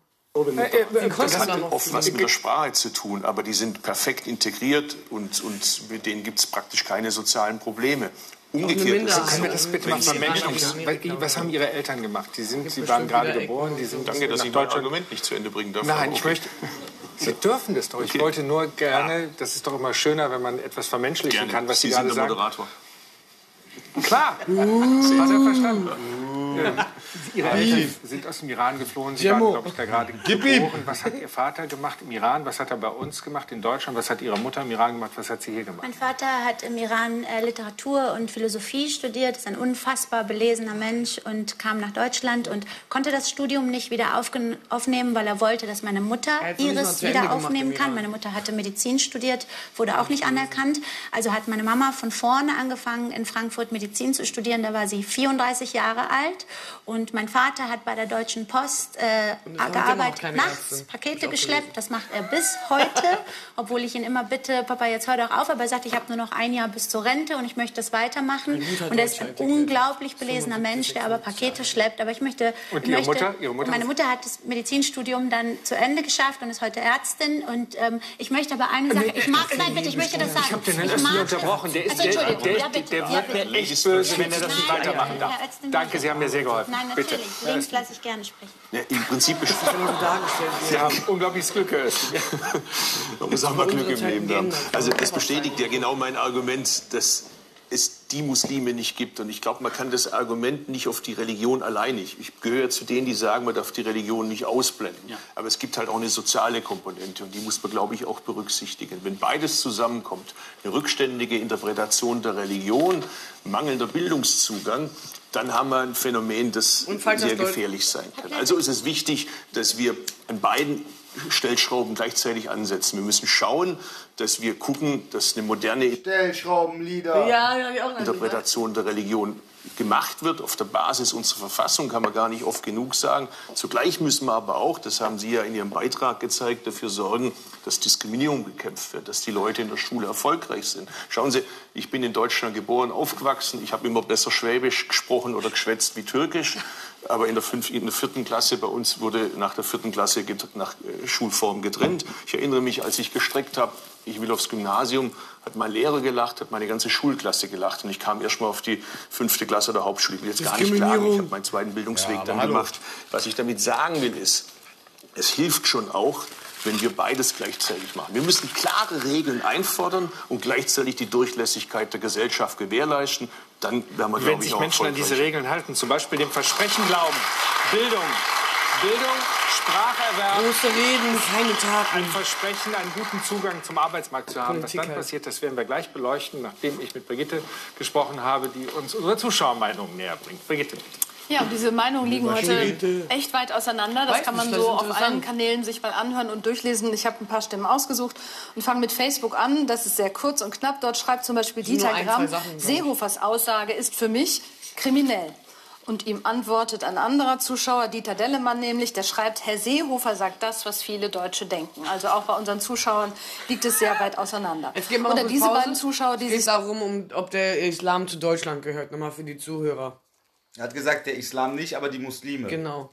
Das hat oft was mit der Sprache zu tun, aber die sind perfekt integriert und, und mit denen gibt es praktisch keine sozialen Probleme. Umgekehrt ist können wir das bitte mal vermenschlichen? Was haben Ihre Eltern gemacht? Die, sind, Sie waren gerade geboren, die sind Danke, dass ich mein Argument nicht zu Ende bringen darf. Nein, ich möchte... Sie dürfen das doch. Ich okay. wollte nur gerne, ja. das ist doch immer schöner, wenn man etwas vermenschlichen gerne. kann, was Sie, Sie gerade sagen. Sie sind der Moderator. Klar, uh. hat er verstanden. Uh. Ja. Ihre Eltern sind aus dem Iran geflohen. Sie Jemo. waren, glaube ich, da gerade geboren. Was hat Ihr Vater gemacht im Iran? Was hat er bei uns gemacht in Deutschland? Was hat Ihre Mutter im Iran gemacht? Was hat sie hier gemacht? Mein Vater hat im Iran äh, Literatur und Philosophie studiert, ist ein unfassbar belesener Mensch und kam nach Deutschland und konnte das Studium nicht wieder aufnehmen, weil er wollte, dass meine Mutter ihres wieder aufnehmen kann. Meine Mutter hatte Medizin studiert, wurde auch nicht anerkannt. Also hat meine Mama von vorne angefangen, in Frankfurt Medizin zu studieren. Da war sie vierunddreißig Jahre alt. Und mein Vater hat bei der Deutschen Post äh, gearbeitet, nachts Pakete geschleppt. Das macht er bis heute, obwohl ich ihn immer bitte, Papa, jetzt hör doch auf. Aber er sagt, ich habe nur noch ein Jahr bis zur Rente und ich möchte das weitermachen. Und er ist ein unglaublich belesener Mensch, der aber Pakete schleppt. Aber ich möchte... Und Ihre möchte, Mutter? Ihre Mutter? Meine Mutter hat das Medizinstudium dann zu Ende geschafft und ist heute Ärztin. Und ähm, ich möchte aber eine Sache... Ich mag... Nein, bitte, ich möchte das sagen. Ich habe den Herrn Östli unterbrochen. Der, ist, also, der, der, ja, bitte, der ja, wird mir echt böse, wenn er das nicht weitermachen darf. Danke, Sie haben mir sehr geholfen. Nein, natürlich. Bitte. Links lasse ich gerne sprechen. Ja, im Prinzip Sie haben unglaubliches Glück gehört. Man muss auch mal Glück im Leben haben. Also das bestätigt ja genau mein Argument, dass es die Muslime nicht gibt. Und ich glaube, man kann das Argument nicht auf die Religion alleinig. Ich gehöre zu denen, die sagen, man darf die Religion nicht ausblenden. Ja. Aber es gibt halt auch eine soziale Komponente und die muss man, glaube ich, auch berücksichtigen. Wenn beides zusammenkommt, eine rückständige Interpretation der Religion, mangelnder Bildungszugang, dann haben wir ein Phänomen, das sehr gefährlich sein kann. Also ist es wichtig, dass wir an beiden Stellschrauben gleichzeitig ansetzen. Wir müssen schauen, dass wir gucken, dass eine moderne Stellschraubenlieder. Ja, ja, ich auch Interpretation der Religion gemacht wird. Auf der Basis unserer Verfassung kann man gar nicht oft genug sagen. Zugleich müssen wir aber auch, das haben Sie ja in Ihrem Beitrag gezeigt, dafür sorgen, dass Diskriminierung bekämpft wird, dass die Leute in der Schule erfolgreich sind. Schauen Sie, ich bin in Deutschland geboren, aufgewachsen. Ich habe immer besser Schwäbisch gesprochen oder geschwätzt wie Türkisch. Aber in der, fünf, in der vierten Klasse, bei uns wurde nach der vierten Klasse get, nach äh, Schulform getrennt. Ich erinnere mich, als ich gestreckt habe, ich will aufs Gymnasium, hat mein Lehrer gelacht, hat meine ganze Schulklasse gelacht. Und ich kam erst mal auf die fünfte Klasse der Hauptschule. Ich will jetzt gar nicht klagen, ich habe meinen zweiten Bildungsweg ja, dann gemacht. Was ich damit sagen will, ist, es hilft schon auch, wenn wir beides gleichzeitig machen. Wir müssen klare Regeln einfordern und gleichzeitig die Durchlässigkeit der Gesellschaft gewährleisten. Dann werden wir, glaube ich, auch Wenn sich Menschen an diese Regeln halten, zum Beispiel dem Versprechen glauben, Bildung, Bildung, Spracherwerb, große Reden, keine Taten, ein Versprechen, einen guten Zugang zum Arbeitsmarkt zu haben. Politik Was dann halt. passiert, das werden wir gleich beleuchten, nachdem ich mit Brigitte gesprochen habe, die uns unsere Zuschauermeinung näher bringt. Brigitte, bitte. Ja, und diese Meinungen liegen heute echt weit auseinander. Das kann man so auf allen Kanälen sich mal anhören und durchlesen. Ich habe ein paar Stimmen ausgesucht und fange mit Facebook an. Das ist sehr kurz und knapp. Dort schreibt zum Beispiel Dieter Gramm, Seehofers Aussage ist für mich kriminell. Und ihm antwortet ein anderer Zuschauer, Dieter Dellemann nämlich, der schreibt, Herr Seehofer sagt das, was viele Deutsche denken. Also auch bei unseren Zuschauern liegt es sehr weit auseinander. Es geht mal Oder diese Pause. beiden Zuschauer, die es geht darum, um, ob der Islam zu Deutschland gehört, nochmal für die Zuhörer. Er hat gesagt, der Islam nicht, aber die Muslime. Genau.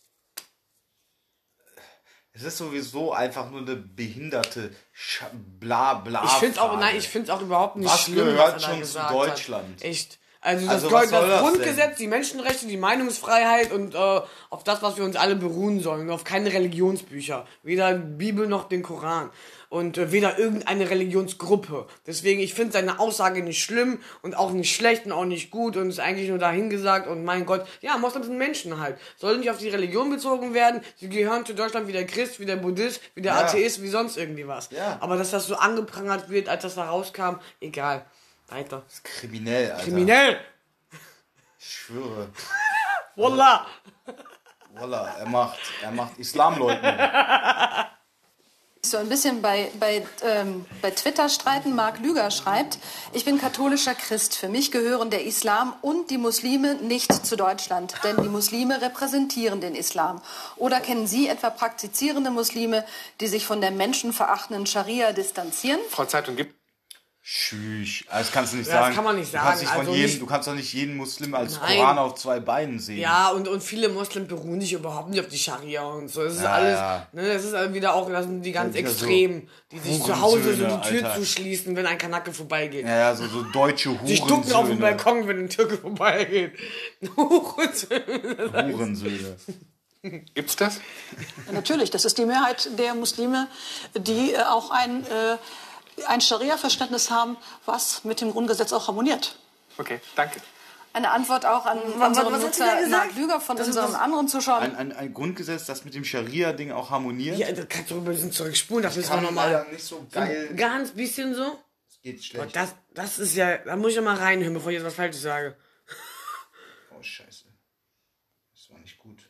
Es ist sowieso einfach nur eine behinderte Bla-Bla. Ich finde auch, nein, ich finde auch überhaupt nicht was schlimm, gehört was er schon da zu gesagt Deutschland? Hat. Echt. Also das, also das das Grundgesetz, denn? die Menschenrechte, die Meinungsfreiheit und äh, auf das, was wir uns alle beruhen sollen. Auf keine Religionsbücher. Weder Bibel noch den Koran. Und äh, weder irgendeine Religionsgruppe. Deswegen, ich finde seine Aussage nicht schlimm und auch nicht schlecht und auch nicht gut und ist eigentlich nur dahingesagt und mein Gott, ja, Moslems sind Menschen halt. Soll nicht auf die Religion bezogen werden. Sie gehören zu Deutschland wie der Christ, wie der Buddhist, wie der ja. Atheist, wie sonst irgendwie was. Ja. Aber dass das so angeprangert wird, als das da rauskam, egal. Weiter. Das ist kriminell, Alter. Kriminell! Ich schwöre. Wallah! Wallah, er macht, er macht Islamleugnung. So ein bisschen bei, bei, ähm, bei Twitter streiten. Marc Lüger schreibt, ich bin katholischer Christ. Für mich gehören der Islam und die Muslime nicht zu Deutschland, denn die Muslime repräsentieren den Islam. Oder kennen Sie etwa praktizierende Muslime, die sich von der menschenverachtenden Scharia distanzieren? Frau Zeitung gibt. Schüch, das kannst du nicht Ja, sagen. das kann man nicht Du kannst, sagen. nicht von Also jedem, nicht- du kannst doch nicht jeden Muslim als Nein. Koran auf zwei Beinen sehen. Ja, und, und viele Muslimen beruhen sich überhaupt nicht auf die Scharia und so. Das ist Ja, alles, ja. ne, das ist halt wieder auch, das sind die ganz Ja, wieder Extremen, die sich zu Hurensöhne, Hause so die Tür Alter. zuschließen, wenn ein Kanake vorbeigeht. Ja, ja, so, so deutsche Hurensöhne. Die stucken auf dem Balkon, wenn ein Türke vorbeigeht. Hurensöhne. Hurensöhne. Gibt's das? Ja, natürlich, das ist die Mehrheit der Muslime, die äh, auch ein, äh, ein Scharia-Verständnis haben, was mit dem Grundgesetz auch harmoniert. Okay, danke. Eine Antwort auch an Was- unseren was hat sie da Nutzer gesagt? Marc Lüger von Das ist unserem das- anderen Zuschauer. Ein, ein, ein Grundgesetz, das mit dem Scharia-Ding auch harmoniert. Ja, das kannst du über diesen Zeug spulen, das müssen wir kann nochmal. leider nicht so geil. Ein ganz bisschen so. Das geht Aber schlecht. das, das ist ja, da muss ich ja mal reinhören, bevor ich jetzt was Falsches sage. Oh, scheiße. Das war nicht gut.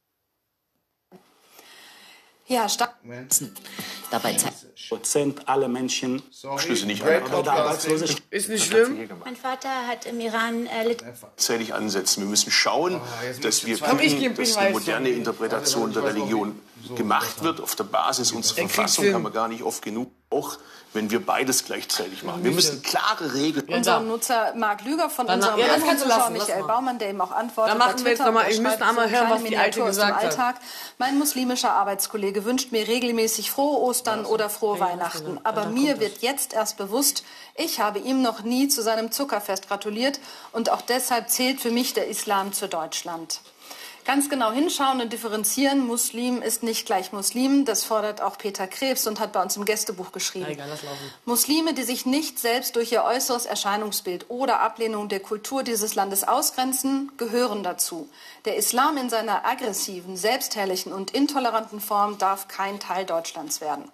Ja, stark. Moment. Dabei zeigt Prozent aller Menschen. Sorry. Schlüsse nicht Break an. Aber der Podcasting. Arbeitslose Ist nicht schlimm. Mein Vater hat im Iran äh, Lit Zählig ansetzen. Wir müssen schauen, jetzt dass muss wir ich zwei- ich gucken, geb dass Hinweis. eine moderne Interpretation der Religion gemacht wird. Auf der Basis unserer Er kriegt's Verfassung hin. kann man gar nicht oft genug, auch wenn wir beides gleichzeitig machen. Wir müssen klare Regeln. Unser Nutzer Marc Lüger von Dann- unserem ja, das anderen kannst du Zuschauer lassen, lass Michael mal. Baumann, der ihm auch antwortet. Dann machen bei wir jetzt Twitter, noch mal- der wir müssen schreibt einmal so hören, kleine was die Alte Miniatur aus dem gesagt hat. Alltag. Mein muslimischer Arbeitskollege wünscht mir regelmäßig frohe Ostern oder frohe Weihnachten. Aber mir wird jetzt erst bewusst, ich habe ihm noch nie zu seinem Zuckerfest gratuliert und auch deshalb zählt für mich der Islam zu Deutschland. Ganz genau hinschauen und differenzieren. Muslim ist nicht gleich Muslim. Das fordert auch Peter Krebs und hat bei uns im Gästebuch geschrieben. Ja, egal, lass laufen. Muslime, die sich nicht selbst durch ihr äußeres Erscheinungsbild oder Ablehnung der Kultur dieses Landes ausgrenzen, gehören dazu. Der Islam in seiner aggressiven, selbstherrlichen und intoleranten Form darf kein Teil Deutschlands werden.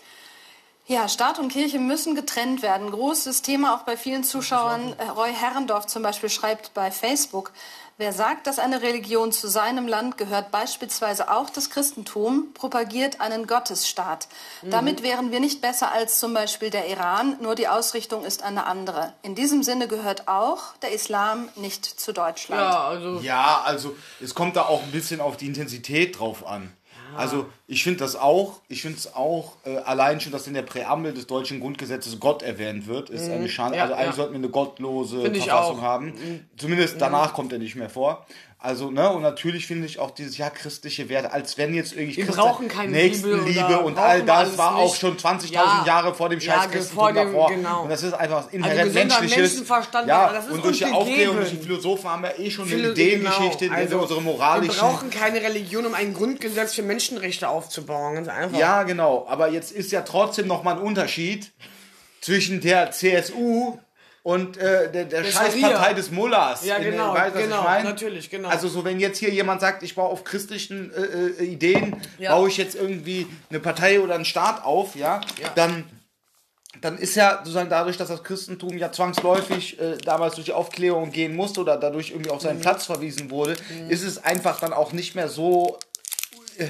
Ja, Staat und Kirche müssen getrennt werden. Großes Thema auch bei vielen Zuschauern. Roy Herrendorf zum Beispiel schreibt bei Facebook, wer sagt, dass eine Religion zu seinem Land gehört, beispielsweise auch das Christentum, propagiert einen Gottesstaat. Mhm. Damit wären wir nicht besser als zum Beispiel der Iran, nur die Ausrichtung ist eine andere. In diesem Sinne gehört auch der Islam nicht zu Deutschland. Ja, also. Ja, also es kommt da auch ein bisschen auf die Intensität drauf an. Also ich finde das auch, ich finde es auch, äh, allein schon, dass in der Präambel des deutschen Grundgesetzes Gott erwähnt wird, ist eine Schande. Ja, also eigentlich ja. sollten wir eine gottlose Find ich Verfassung auch. haben. Zumindest danach kommt er nicht mehr vor. Also, ne, und natürlich finde ich auch dieses, ja, christliche Werte, als wenn jetzt irgendwie Wir Christen- brauchen keine Nächstenliebe Bibel oder und brauchen all wir das alles war auch nicht. schon zwanzigtausend Ja. Jahre vor dem Ja, scheiß ge- Christentum vor dem- davor. genau. Und das ist einfach was Also inhärent gesunder menschliches. Menschenverstand, Ja, das ist und durch die uns Aufklärung, durch die gegeben. Philosophen haben wir eh schon eine Philo- Ideengeschichte, genau. in der wir unsere moralischen... Wir brauchen keine Religion, um ein Grundgesetz für Menschenrechte aufzubauen. Ganz einfach. Ja, genau. Aber jetzt ist ja trotzdem noch mal ein Unterschied zwischen der C S U und äh, der, der Der Scheißpartei Scharia. des Mullahs. Ja, In der- genau, weißt du, was genau, ich mein? natürlich, genau. Also so, wenn jetzt hier jemand sagt, ich baue auf christlichen äh, äh, Ideen, Ja. baue ich jetzt irgendwie eine Partei oder einen Staat auf, ja, Ja. dann dann ist ja sozusagen dadurch, dass das Christentum ja zwangsläufig äh, damals durch die Aufklärung gehen musste oder dadurch irgendwie auf seinen Mhm. Platz verwiesen wurde, ist es einfach dann auch nicht mehr so äh,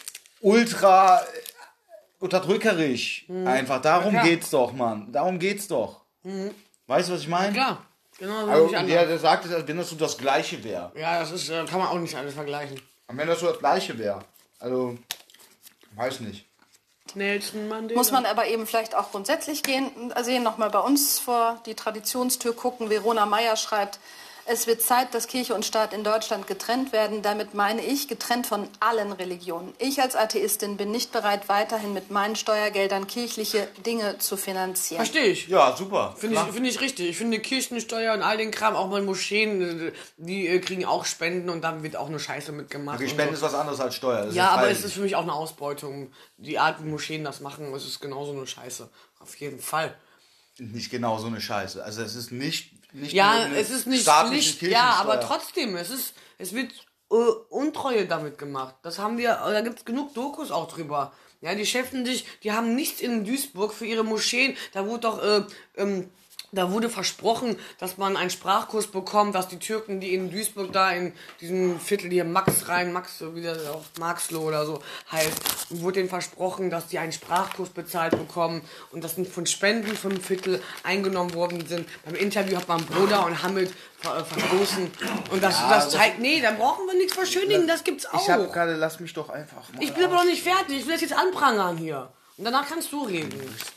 ultra äh, unterdrückerisch. Einfach, darum Ja, klar. geht's doch, Mann. Darum geht's doch. Weißt du, was ich meine? Klar. Genau, so Also, nicht der, anders. der sagt es, als wenn das so das Gleiche wäre. Ja, das ist, äh, kann man auch nicht alles vergleichen. Und wenn das so das Gleiche wäre. Also, weiß nicht. Nelson Mandela. Muss man aber eben vielleicht auch grundsätzlich gehen, sehen, nochmal bei uns vor die Traditionstür gucken. Verona Meyer schreibt, es wird Zeit, dass Kirche und Staat in Deutschland getrennt werden. Damit meine ich, getrennt von allen Religionen. Ich als Atheistin bin nicht bereit, weiterhin mit meinen Steuergeldern kirchliche Dinge zu finanzieren. Verstehe ich. Ja, super. Finde ich, finde ich richtig. Ich finde Kirchensteuer und all den Kram, auch mal Moscheen, äh, die äh, kriegen auch Spenden und dann wird auch eine Scheiße mitgemacht. Die und Spende so. ist was anderes als Steuer. Das Ja, ist aber freiwillig. es ist für mich auch eine Ausbeutung. Die Art, wie Moscheen das machen, es ist genauso eine Scheiße. Auf jeden Fall. nicht genau so eine Scheiße. Also es ist nicht, nicht Ja, nur eine es ist nicht staatliche Pflicht, ja, aber Kirchensteuer. trotzdem, es ist, es wird äh, Untreue damit gemacht. Das haben wir, da gibt es genug Dokus auch drüber. Ja, die schäften sich, die haben nichts in Duisburg für ihre Moscheen. Da wurde doch äh, ähm, Da wurde versprochen, dass man einen Sprachkurs bekommt, dass die Türken, die in Duisburg da in diesem Viertel hier Max rein, Max, wie der auch Marxloh oder so heißt, wurde denen versprochen, dass die einen Sprachkurs bezahlt bekommen und das sind von Spenden vom Viertel eingenommen worden sind. Beim Interview hat man Bruder und Hamid ver verstoßen und das, ja, das zeigt, nee, da brauchen wir nichts verschönigen, das gibt's auch. Ich hab gerade, lass mich doch einfach mal. Ich bin aber noch nicht fertig, ich will das jetzt anprangern hier und danach kannst du reden.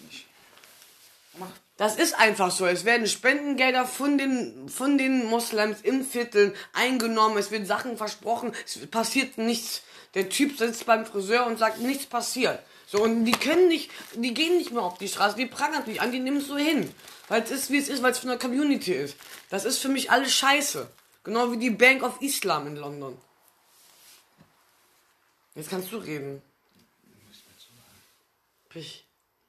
Das ist einfach so. Es werden Spendengelder von den, von den Moslems in Vierteln eingenommen. Es wird Sachen versprochen. Es passiert nichts. Der Typ sitzt beim Friseur und sagt, nichts passiert. So, und die können nicht, die gehen nicht mehr auf die Straße. Die prangern nicht an, die nehmen es so hin. Weil es ist, wie es ist, weil es von der Community ist. Das ist für mich alles Scheiße. Genau wie die Bank of Islam in London. Jetzt kannst du reden. Pich.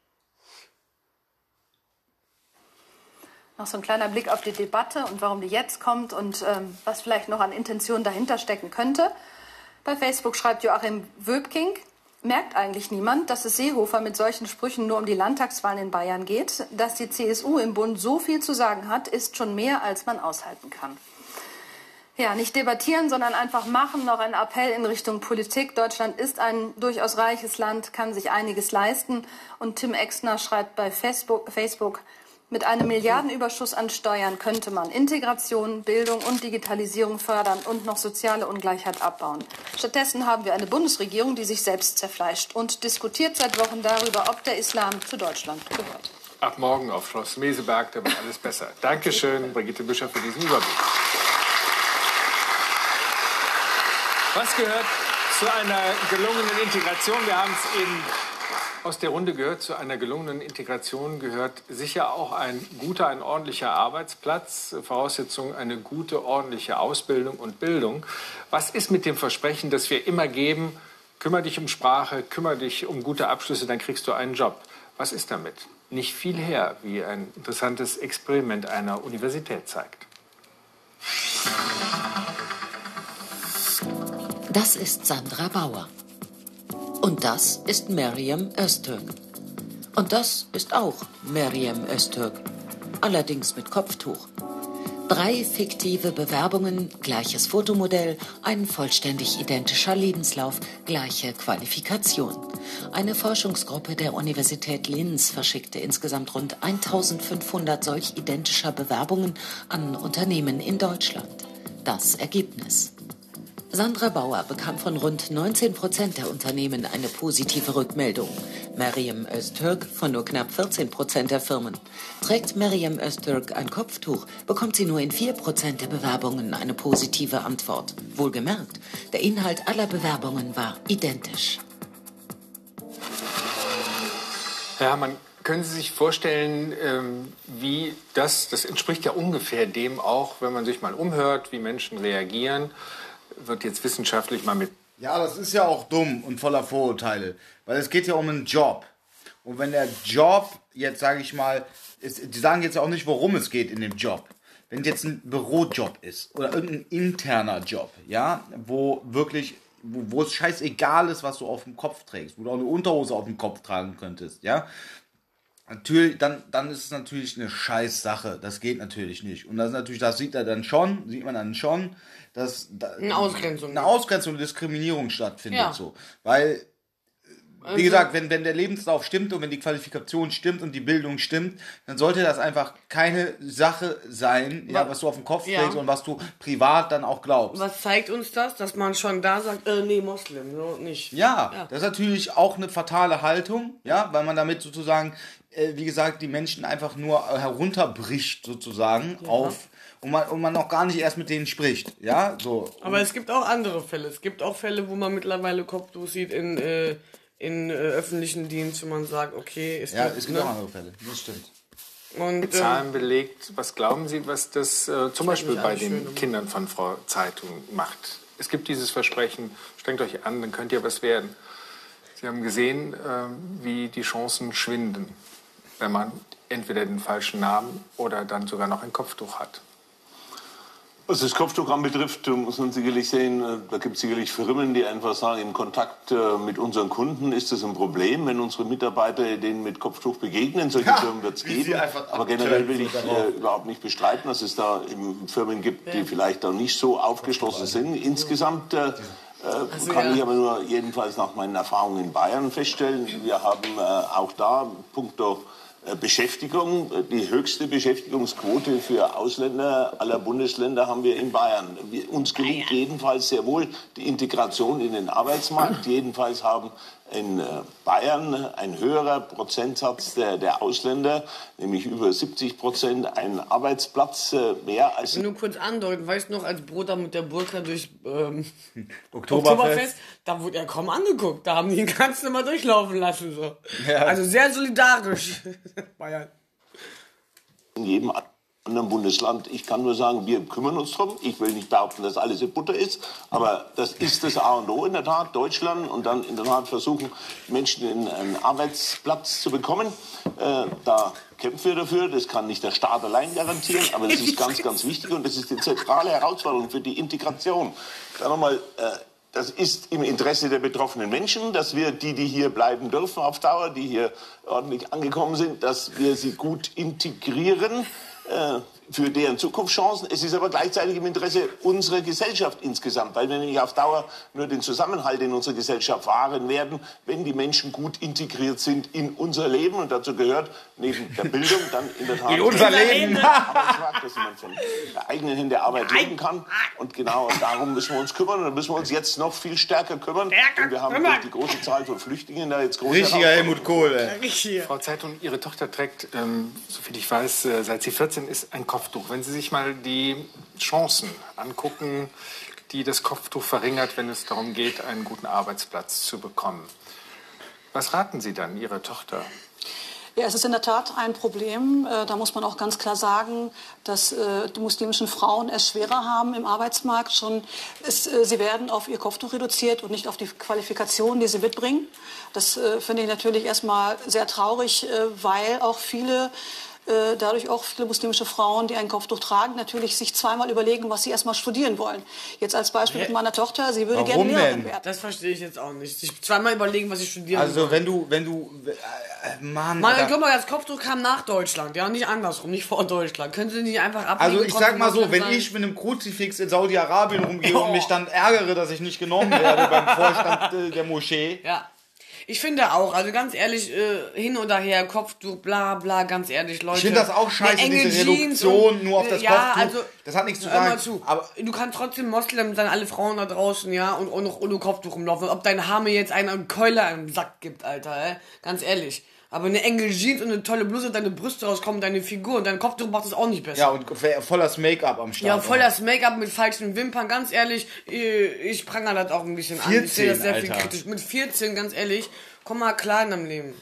Noch so ein kleiner Blick auf die Debatte und warum die jetzt kommt und ähm, was vielleicht noch an Intention dahinter stecken könnte. Bei Facebook schreibt Joachim Wöbking, merkt eigentlich niemand, dass es Seehofer mit solchen Sprüchen nur um die Landtagswahlen in Bayern geht? Dass die C S U im Bund so viel zu sagen hat, ist schon mehr, als man aushalten kann. Ja, nicht debattieren, sondern einfach machen. Noch ein Appell in Richtung Politik. Deutschland ist ein durchaus reiches Land, kann sich einiges leisten. Und Tim Exner schreibt bei Facebook, Facebook mit einem Milliardenüberschuss an Steuern könnte man Integration, Bildung und Digitalisierung fördern und noch soziale Ungleichheit abbauen. Stattdessen haben wir eine Bundesregierung, die sich selbst zerfleischt und diskutiert seit Wochen darüber, ob der Islam zu Deutschland gehört. Ab morgen auf Schloss Meseberg, da wird alles besser. Dankeschön, Brigitte Büscher, für diesen Überblick. Was gehört zu einer gelungenen Integration? Wir haben es eben aus der Runde gehört, zu einer gelungenen Integration gehört sicher auch ein guter, ein ordentlicher Arbeitsplatz, Voraussetzung eine gute, ordentliche Ausbildung und Bildung. Was ist mit dem Versprechen, das wir immer geben, kümmere dich um Sprache, kümmere dich um gute Abschlüsse, dann kriegst du einen Job. Was ist damit? Nicht viel her, wie ein interessantes Experiment einer Universität zeigt. Das ist Sandra Bauer. Und das ist Meryem Öztürk. Und das ist auch Meryem Öztürk. Allerdings mit Kopftuch. Drei fiktive Bewerbungen, gleiches Fotomodell, ein vollständig identischer Lebenslauf, gleiche Qualifikation. Eine Forschungsgruppe der Universität Linz verschickte insgesamt rund eintausendfünfhundert solch identischer Bewerbungen an Unternehmen in Deutschland. Das Ergebnis: Sandra Bauer bekam von rund neunzehn Prozent der Unternehmen eine positive Rückmeldung. Meryem Öztürk von nur knapp vierzehn Prozent der Firmen. Trägt Meryem Öztürk ein Kopftuch, bekommt sie nur in vier Prozent der Bewerbungen eine positive Antwort. Wohlgemerkt, der Inhalt aller Bewerbungen war identisch. Herr Herrmann, können Sie sich vorstellen, wie das, das entspricht ja ungefähr dem auch, wenn man sich mal umhört, wie Menschen reagieren, wird jetzt wissenschaftlich mal mit... Ja, das ist ja auch dumm und voller Vorurteile, weil es geht ja um einen Job. Und wenn der Job, jetzt sage ich mal, ist, die sagen jetzt ja auch nicht, worum es geht in dem Job. Wenn jetzt ein Bürojob ist oder irgendein interner Job, ja, wo wirklich, wo, wo es scheißegal ist, was du auf dem Kopf trägst, wo du auch eine Unterhose auf dem Kopf tragen könntest, ja, natürlich, dann, dann ist es natürlich eine Scheißsache. Das geht natürlich nicht. Und das ist natürlich, das sieht er dann schon, sieht man dann schon, dass da eine Ausgrenzung, eine Ausgrenzung, eine Diskriminierung stattfindet, ja. So. Weil, wie also, gesagt, wenn, wenn der Lebenslauf stimmt und wenn die Qualifikation stimmt und die Bildung stimmt, dann sollte das einfach keine Sache sein, ja, was du auf dem Kopf ja. trägst und was du privat dann auch glaubst. Was zeigt uns das? Dass man schon da sagt, äh, nee, Moslem, so nicht. Ja, ja, das ist natürlich auch eine fatale Haltung, ja, weil man damit sozusagen, äh, wie gesagt, die Menschen einfach nur herunterbricht sozusagen ja. auf... Und man, und man noch gar nicht erst mit denen spricht, ja, so. Aber es gibt auch andere Fälle. Es gibt auch Fälle, wo man mittlerweile Kopftuch sieht in, äh, in äh, öffentlichen Dienst, wo man sagt, okay, ist ja, das, es gibt ne? auch andere Fälle, das stimmt. Und, Mit Zahlen belegt, was glauben Sie, was das äh, zum Beispiel bei den schön, Kindern von Frau Zeitung macht? Es gibt dieses Versprechen, strengt euch an, dann könnt ihr was werden. Sie haben gesehen, äh, wie die Chancen schwinden, wenn man entweder den falschen Namen oder dann sogar noch ein Kopftuch hat. Was das Kopftuch anbetrifft, muss man sicherlich sehen, da gibt es sicherlich Firmen, die einfach sagen, im Kontakt mit unseren Kunden ist das ein Problem, wenn unsere Mitarbeiter denen mit Kopftuch begegnen. Solche ja, Firmen wird es geben. Aber generell will ich äh, überhaupt nicht bestreiten, dass es da Firmen gibt, die vielleicht da nicht so aufgeschlossen sind. Insgesamt äh, also, kann ja. ich aber nur jedenfalls nach meinen Erfahrungen in Bayern feststellen, wir haben äh, auch da punkto Beschäftigung, die höchste Beschäftigungsquote für Ausländer aller Bundesländer haben wir in Bayern. Wir, uns gelingt jedenfalls sehr wohl die Integration in den Arbeitsmarkt. Jedenfalls haben in Bayern ein höherer Prozentsatz der, der Ausländer, nämlich über siebzig Prozent, einen Arbeitsplatz mehr als... Nur kurz andeuten, weißt du noch, als Bruder mit der Burka durch ähm, Oktoberfest. Oktoberfest, da wurde er kaum angeguckt, da haben die ihn ganz normal durchlaufen lassen. So. Ja. Also sehr solidarisch, Bayern. In jedem anderen Bundesland. Ich kann nur sagen, wir kümmern uns drum. Ich will nicht behaupten, dass alles in Butter ist, aber das ist das A und O in der Tat, Deutschland, und dann in der Tat versuchen, Menschen in einen Arbeitsplatz zu bekommen. Äh, da kämpfen wir dafür. Das kann nicht der Staat allein garantieren, aber das ist ganz, ganz wichtig und das ist die zentrale Herausforderung für die Integration. Dann nochmal, äh, das ist im Interesse der betroffenen Menschen, dass wir die, die hier bleiben dürfen auf Dauer, die hier ordentlich angekommen sind, dass wir sie gut integrieren für deren Zukunftschancen. Es ist aber gleichzeitig im Interesse unserer Gesellschaft insgesamt, weil wir nämlich auf Dauer nur den Zusammenhalt in unserer Gesellschaft wahren werden, wenn die Menschen gut integriert sind in unser Leben. Und dazu gehört neben der Bildung dann in der Tat in unser Leben, dass man von der eigenen Hände Arbeit leben kann. Und genau darum müssen wir uns kümmern. Und da müssen wir uns jetzt noch viel stärker kümmern. Und wir haben durch die große Zahl von Flüchtlingen da jetzt große Richtiger Helmut Kohl. Ey. Frau Zeitung, Ihre Tochter trägt, ähm, soviel ich weiß, äh, seit sie vierzehn ist, ein Kopftuch. Wenn Sie sich mal die Chancen angucken, die das Kopftuch verringert, wenn es darum geht, einen guten Arbeitsplatz zu bekommen. Was raten Sie dann Ihrer Tochter? Ja, es ist in der Tat ein Problem. Da muss man auch ganz klar sagen, dass die muslimischen Frauen es schwerer haben im Arbeitsmarkt. Schon ist, sie werden auf ihr Kopftuch reduziert und nicht auf die Qualifikationen, die sie mitbringen. Das finde ich natürlich erstmal sehr traurig, weil auch viele dadurch auch viele muslimische Frauen, die ein Kopftuch tragen, natürlich sich zweimal überlegen, was sie erstmal studieren wollen. Jetzt als Beispiel mit meiner Tochter, sie würde Warum gerne Lehrerin denn? werden. Das verstehe ich jetzt auch nicht. Sich zweimal überlegen, was sie studieren Also wollen. wenn du, wenn du, äh, Mann. Mann, guck mal, das Kopftuch kam nach Deutschland, ja, nicht andersrum, nicht vor Deutschland. Können Sie nicht einfach ablegen? Also ich sag mal so, wenn sein? ich mit einem Kruzifix in Saudi-Arabien rumgehe oh. und mich dann ärgere, dass ich nicht genommen werde beim Vorstand äh, der Moschee. Ja. Ich finde auch, also ganz ehrlich, äh, hin oder her, Kopftuch, bla bla, ganz ehrlich, Leute. Ich finde das auch scheiße, diese Reduktion und, nur auf das ja, Kopftuch. Also, das hat nichts zu sagen. Hör mal zu. Aber du kannst trotzdem Moslem sein, alle Frauen da draußen, ja, und auch noch ohne Kopftuch rumlaufen. Ob dein Haar mir jetzt einen Keuler im Sack gibt, Alter, ey. Ganz ehrlich. Aber eine enge Jeans und eine tolle Bluse, deine Brüste rauskommen, deine Figur und dein Kopftuch macht es auch nicht besser. Ja, und voll das Make-up am Start. Ja, voll das Make-up mit falschen Wimpern, ganz ehrlich, ich prangere das auch ein bisschen vierzehn, an. Ich sehe das sehr Alter. viel kritisch. Mit vierzehn, ganz ehrlich, komm mal klar in deinem Leben.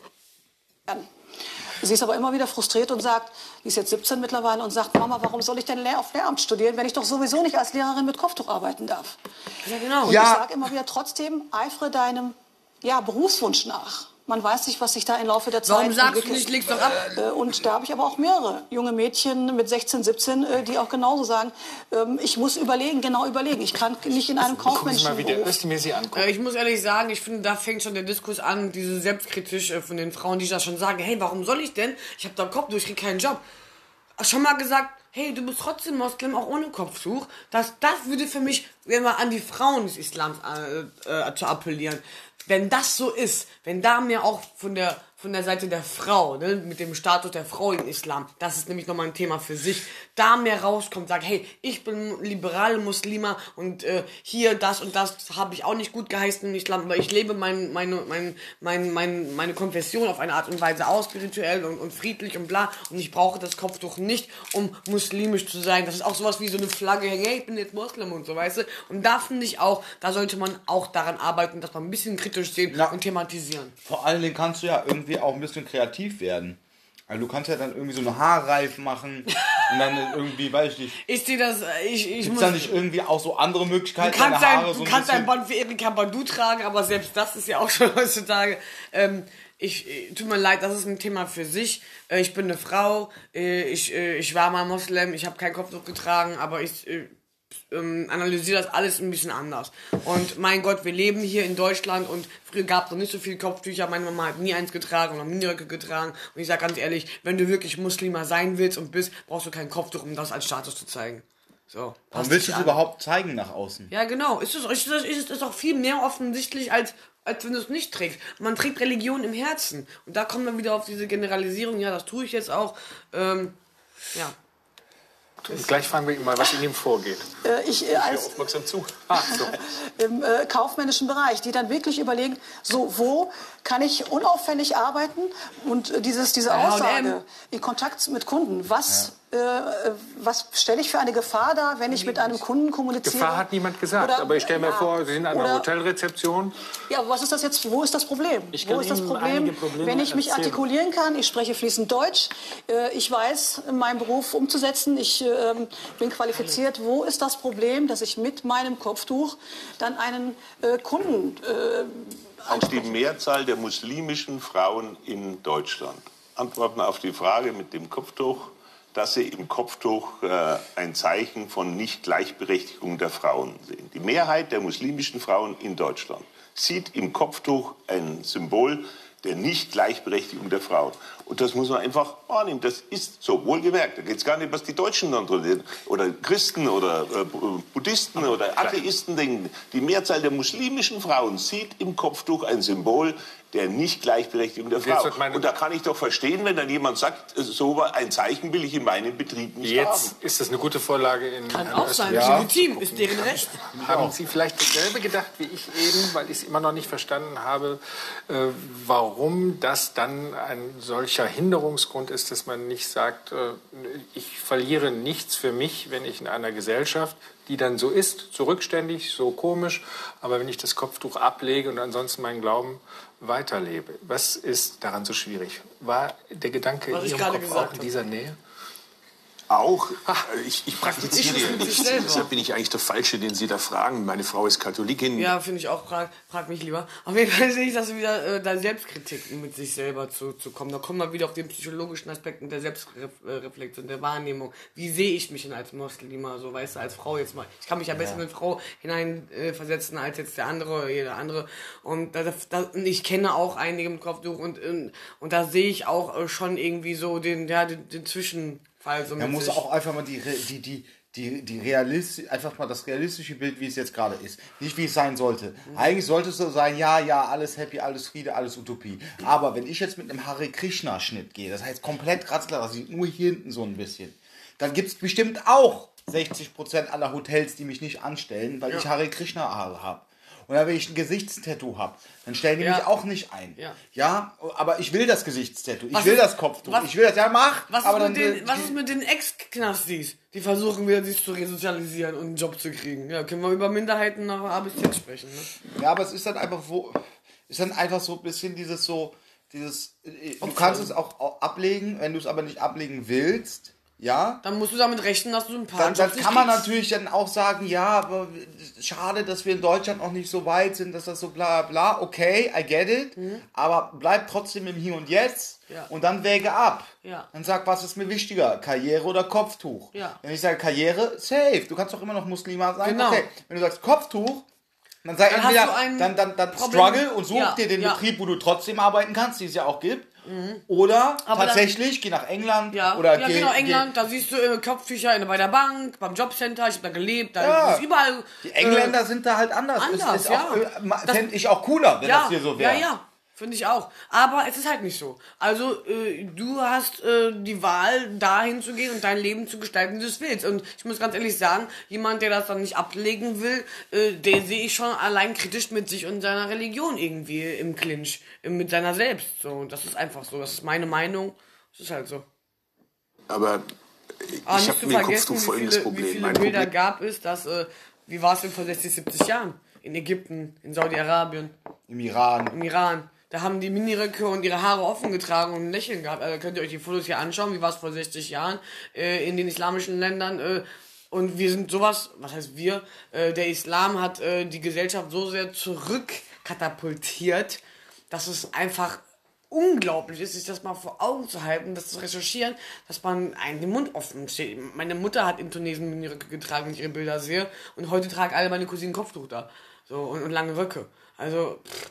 Sie ist aber immer wieder frustriert und sagt, die ist jetzt siebzehn mittlerweile und sagt, Mama, warum soll ich denn Lehr- auf Lehramt studieren, wenn ich doch sowieso nicht als Lehrerin mit Kopftuch arbeiten darf? Ja, genau. Und Ja. ich sage immer wieder, trotzdem eifere deinem ja, Berufswunsch nach. Man weiß nicht, was sich da im Laufe der Zeit Warum sagst du entwickelt. nicht, leg's doch ab? Und da habe ich aber auch mehrere junge Mädchen mit sechzehn, siebzehn, die auch genauso sagen, ich muss überlegen, genau überlegen. Ich kann nicht in einem kaufmännischen Gucken Sie mal, wie der Özdemir Sie anguckt. Ich muss ehrlich sagen, ich finde, da fängt schon der Diskurs an, diese selbstkritisch von den Frauen, die da schon sagen, hey, warum soll ich denn? Ich habe da Kopf, ich kriege keinen Job. Schon mal gesagt, hey, du bist trotzdem Moslem, auch ohne Kopftuch. Das, das würde für mich, wenn man an die Frauen des Islams äh, äh, zu appellieren. Wenn das so ist, wenn da mir auch von der von der Seite der Frau, ne, mit dem Status der Frau im Islam, das ist nämlich nochmal ein Thema für sich, da mehr rauskommt, sagt, hey, ich bin liberale Muslima und äh, hier das und das habe ich auch nicht gut geheißen im Islam, aber ich lebe mein, meine, mein, mein, mein, meine Konfession auf eine Art und Weise aus, spirituell und, und friedlich und bla, und ich brauche das Kopftuch nicht, um muslimisch zu sein. Das ist auch sowas wie so eine Flagge, hey, ich bin jetzt Moslem und so, weißt du? Und da finde ich auch, da sollte man auch daran arbeiten, dass man ein bisschen kritisch sehen ja. und thematisieren. Vor allen Dingen kannst du ja irgendwie auch ein bisschen kreativ werden. Also du kannst ja dann irgendwie so eine Haarreif machen und dann irgendwie, weiß ich nicht. Ich sehe das, ich, ich Gibt's muss... da nicht irgendwie auch so andere Möglichkeiten, Du kannst, deine Haare ein, so du ein kannst bisschen... ein Band für Erika Badu tragen, aber selbst das ist ja auch schon heutzutage... Ähm, ich, tut mir leid, das ist ein Thema für sich. Ich bin eine Frau, ich, ich war mal Moslem, ich habe kein Kopftuch getragen, aber ich... ähm, analysiere das alles ein bisschen anders. Und mein Gott, wir leben hier in Deutschland und früher gab es noch nicht so viele Kopftücher. Meine Mama hat nie eins getragen oder Miniröcke getragen. Und ich sage ganz ehrlich, wenn du wirklich Muslima sein willst und bist, brauchst du kein Kopftuch, um das als Status zu zeigen. So, warum willst du es überhaupt zeigen nach außen? Ja, genau. Ist es ist, ist, ist auch viel mehr offensichtlich, als, als wenn du es nicht trägst. Man trägt Religion im Herzen. Und da kommt man wieder auf diese Generalisierung. Ja, das tue ich jetzt auch. Ähm, ja. Gleich fragen wir ihn mal, was in ihm vorgeht. Äh, ich äh, als Ich höre aufmerksam zu. Ah, so. im äh, kaufmännischen Bereich, die dann wirklich überlegen, so wo kann ich unauffällig arbeiten und äh, dieses, diese Ja, Aussage in Kontakt mit Kunden, was, ja. äh, was stelle ich für eine Gefahr dar, wenn ich mit einem Kunden kommuniziere? Gefahr hat niemand gesagt, Oder, aber ich stelle mir ja, vor, Sie sind an einer oder, Hotelrezeption. Ja, aber was ist das jetzt, wo ist das Problem? Ich Wo kann ist das Ihnen Problem, einige Probleme wenn ich mich erzählen. artikulieren kann, ich spreche fließend Deutsch, äh, ich weiß, meinen Beruf umzusetzen, ich äh, bin qualifiziert, wo ist das Problem, dass ich mit meinem Kopftuch dann einen äh, Kunden äh, Auch die Mehrzahl der muslimischen Frauen in Deutschland antworten auf die Frage mit dem Kopftuch, dass sie im Kopftuch äh, ein Zeichen von Nicht-Gleichberechtigung der Frauen sehen. Die Mehrheit der muslimischen Frauen in Deutschland sieht im Kopftuch ein Symbol der Nicht-Gleichberechtigung der Frauen. Und das muss man einfach wahrnehmen. Das ist so, wohlgemerkt. Da geht es gar nicht, was die Deutschen dann tun. Oder Christen oder äh, Buddhisten oder Atheisten denken. Die Mehrzahl der muslimischen Frauen sieht im Kopftuch ein Symbol der Nicht-Gleichberechtigung der Frau. Und da kann ich doch verstehen, wenn dann jemand sagt, so ein Zeichen will ich in meinem Betrieb nicht Jetzt haben. ist das eine gute Vorlage in Kann einer auch sein, Ja. legitim, ist deren Recht. Haben Sie vielleicht dasselbe gedacht wie ich eben, weil ich es immer noch nicht verstanden habe, äh, warum das dann ein solcher Hinderungsgrund ist, dass man nicht sagt, äh, ich verliere nichts für mich, wenn ich in einer Gesellschaft, die dann so ist, so rückständig, so komisch, aber wenn ich das Kopftuch ablege und ansonsten meinen Glauben weiterlebe. Was ist daran so schwierig? War der Gedanke Was in ich Ihrem gerade Kopf gesagt auch in habe. dieser Nähe? Auch. Ich, ich praktiziere Ich ja bin sich nicht. selber. Deshalb bin ich eigentlich der Falsche, den Sie da fragen. Meine Frau ist Katholikin. Ja, finde ich auch. Frag, frag mich lieber. Auf jeden Fall sehe ich das wieder, äh, da Selbstkritik mit sich selber zu, zu kommen. Da kommen wir wieder auf den psychologischen Aspekten der Selbstreflexion, der Wahrnehmung. Wie sehe ich mich denn als Muslima, so, weißt du, als Frau jetzt mal. Ich kann mich ja besser in eine Frau hineinversetzen äh, versetzen als jetzt der andere oder jeder andere. Und da, da, und ich kenne auch einige mit Kopftuch und, und, und da sehe ich auch äh, schon irgendwie so den, ja, den, den Zwischen... Also Man muss auch einfach mal die, die, die, die, die realistisch, einfach mal das realistische Bild, wie es jetzt gerade ist. Nicht, wie es sein sollte. Mhm. Eigentlich sollte es so sein, ja, ja, alles happy, alles Friede, alles Utopie. Aber wenn ich jetzt mit einem Hare Krishna Schnitt gehe, das heißt komplett kratzklar, das sieht nur hier hinten so ein bisschen, dann gibt es bestimmt auch sechzig Prozent aller Hotels, die mich nicht anstellen, weil ja. ich Hare Krishna Haare habe. Und wenn ich ein Gesichtstattoo habe, dann stellen die ja. mich auch nicht ein. Ja. ja, aber ich will das Gesichtstattoo, ich was will ist, das Kopftuch, was, ich will das, ja mach. Was, aber ist, dann, mit den, was ist mit den Ex-Knastis? Die versuchen wieder sich zu resozialisieren und einen Job zu kriegen. Ja, können wir über Minderheiten nach A bis Z sprechen. Ne? Ja, aber es ist dann einfach wo, ist dann einfach so ein bisschen dieses so, dieses, du kannst es auch ablegen, wenn du es aber nicht ablegen willst. Ja. Dann musst du damit rechnen, dass du ein paar Dann, dann kann man natürlich dann auch sagen, ja, aber schade, dass wir in Deutschland noch nicht so weit sind, dass das so bla bla. Okay, I get it. Mhm. Aber bleib trotzdem im Hier und Jetzt ja. und dann wäge ab. Ja. Dann sag, was ist mir wichtiger, Karriere oder Kopftuch? Ja. Wenn ich sage Karriere, safe. Du kannst doch immer noch Muslima sein. Genau. Okay. Wenn du sagst Kopftuch, dann sag dann entweder, dann, dann, dann struggle und such ja. dir den ja. Betrieb, wo du trotzdem arbeiten kannst, die es ja auch gibt. Mhm. Oder aber tatsächlich, dann, geh nach England. Ja, oder ja geh, genau, England, geh, da siehst du äh, Kopftücher in, bei der Bank, beim Jobcenter, ich habe da gelebt, da ja. ist überall... Die Engländer äh, sind da halt anders. Anders, ist, ist ja. auch, fände ich auch cooler, wenn ja, das hier so wäre. Ja, ja, finde ich auch. Aber es ist halt nicht so. Also, äh, du hast äh, die Wahl, dahin zu gehen und dein Leben zu gestalten, wie du es willst. Und ich muss ganz ehrlich sagen, jemand, der das dann nicht ablegen will, äh, den sehe ich schon allein kritisch mit sich und seiner Religion irgendwie im Clinch, mit seiner selbst. So, und das ist einfach so. Das ist meine Meinung. Das ist halt so. Aber ich Aber habe mit dem Kopftuch folgendes Problem. Wie viele mein Bilder Problem gab es, dass, äh, wie war es denn vor sechzig, siebzig Jahren? In Ägypten, in Saudi-Arabien. Im Iran. Im Iran. Da haben die Miniröcke und ihre Haare offen getragen und ein Lächeln gehabt. Also könnt ihr euch die Fotos hier anschauen, wie war es vor sechzig Jahren äh, in den islamischen Ländern. Äh, und wir sind sowas, was heißt wir, äh, der Islam hat äh, die Gesellschaft so sehr zurückkatapultiert, dass es einfach unglaublich ist, sich das mal vor Augen zu halten, das zu recherchieren, dass man einen den Mund offen steht. Meine Mutter hat in Tunesien Miniröcke getragen, wenn ich ihre Bilder sehe. Und heute tragen alle meine Cousinen Kopftuch da. So, und, und lange Röcke. Also, pff.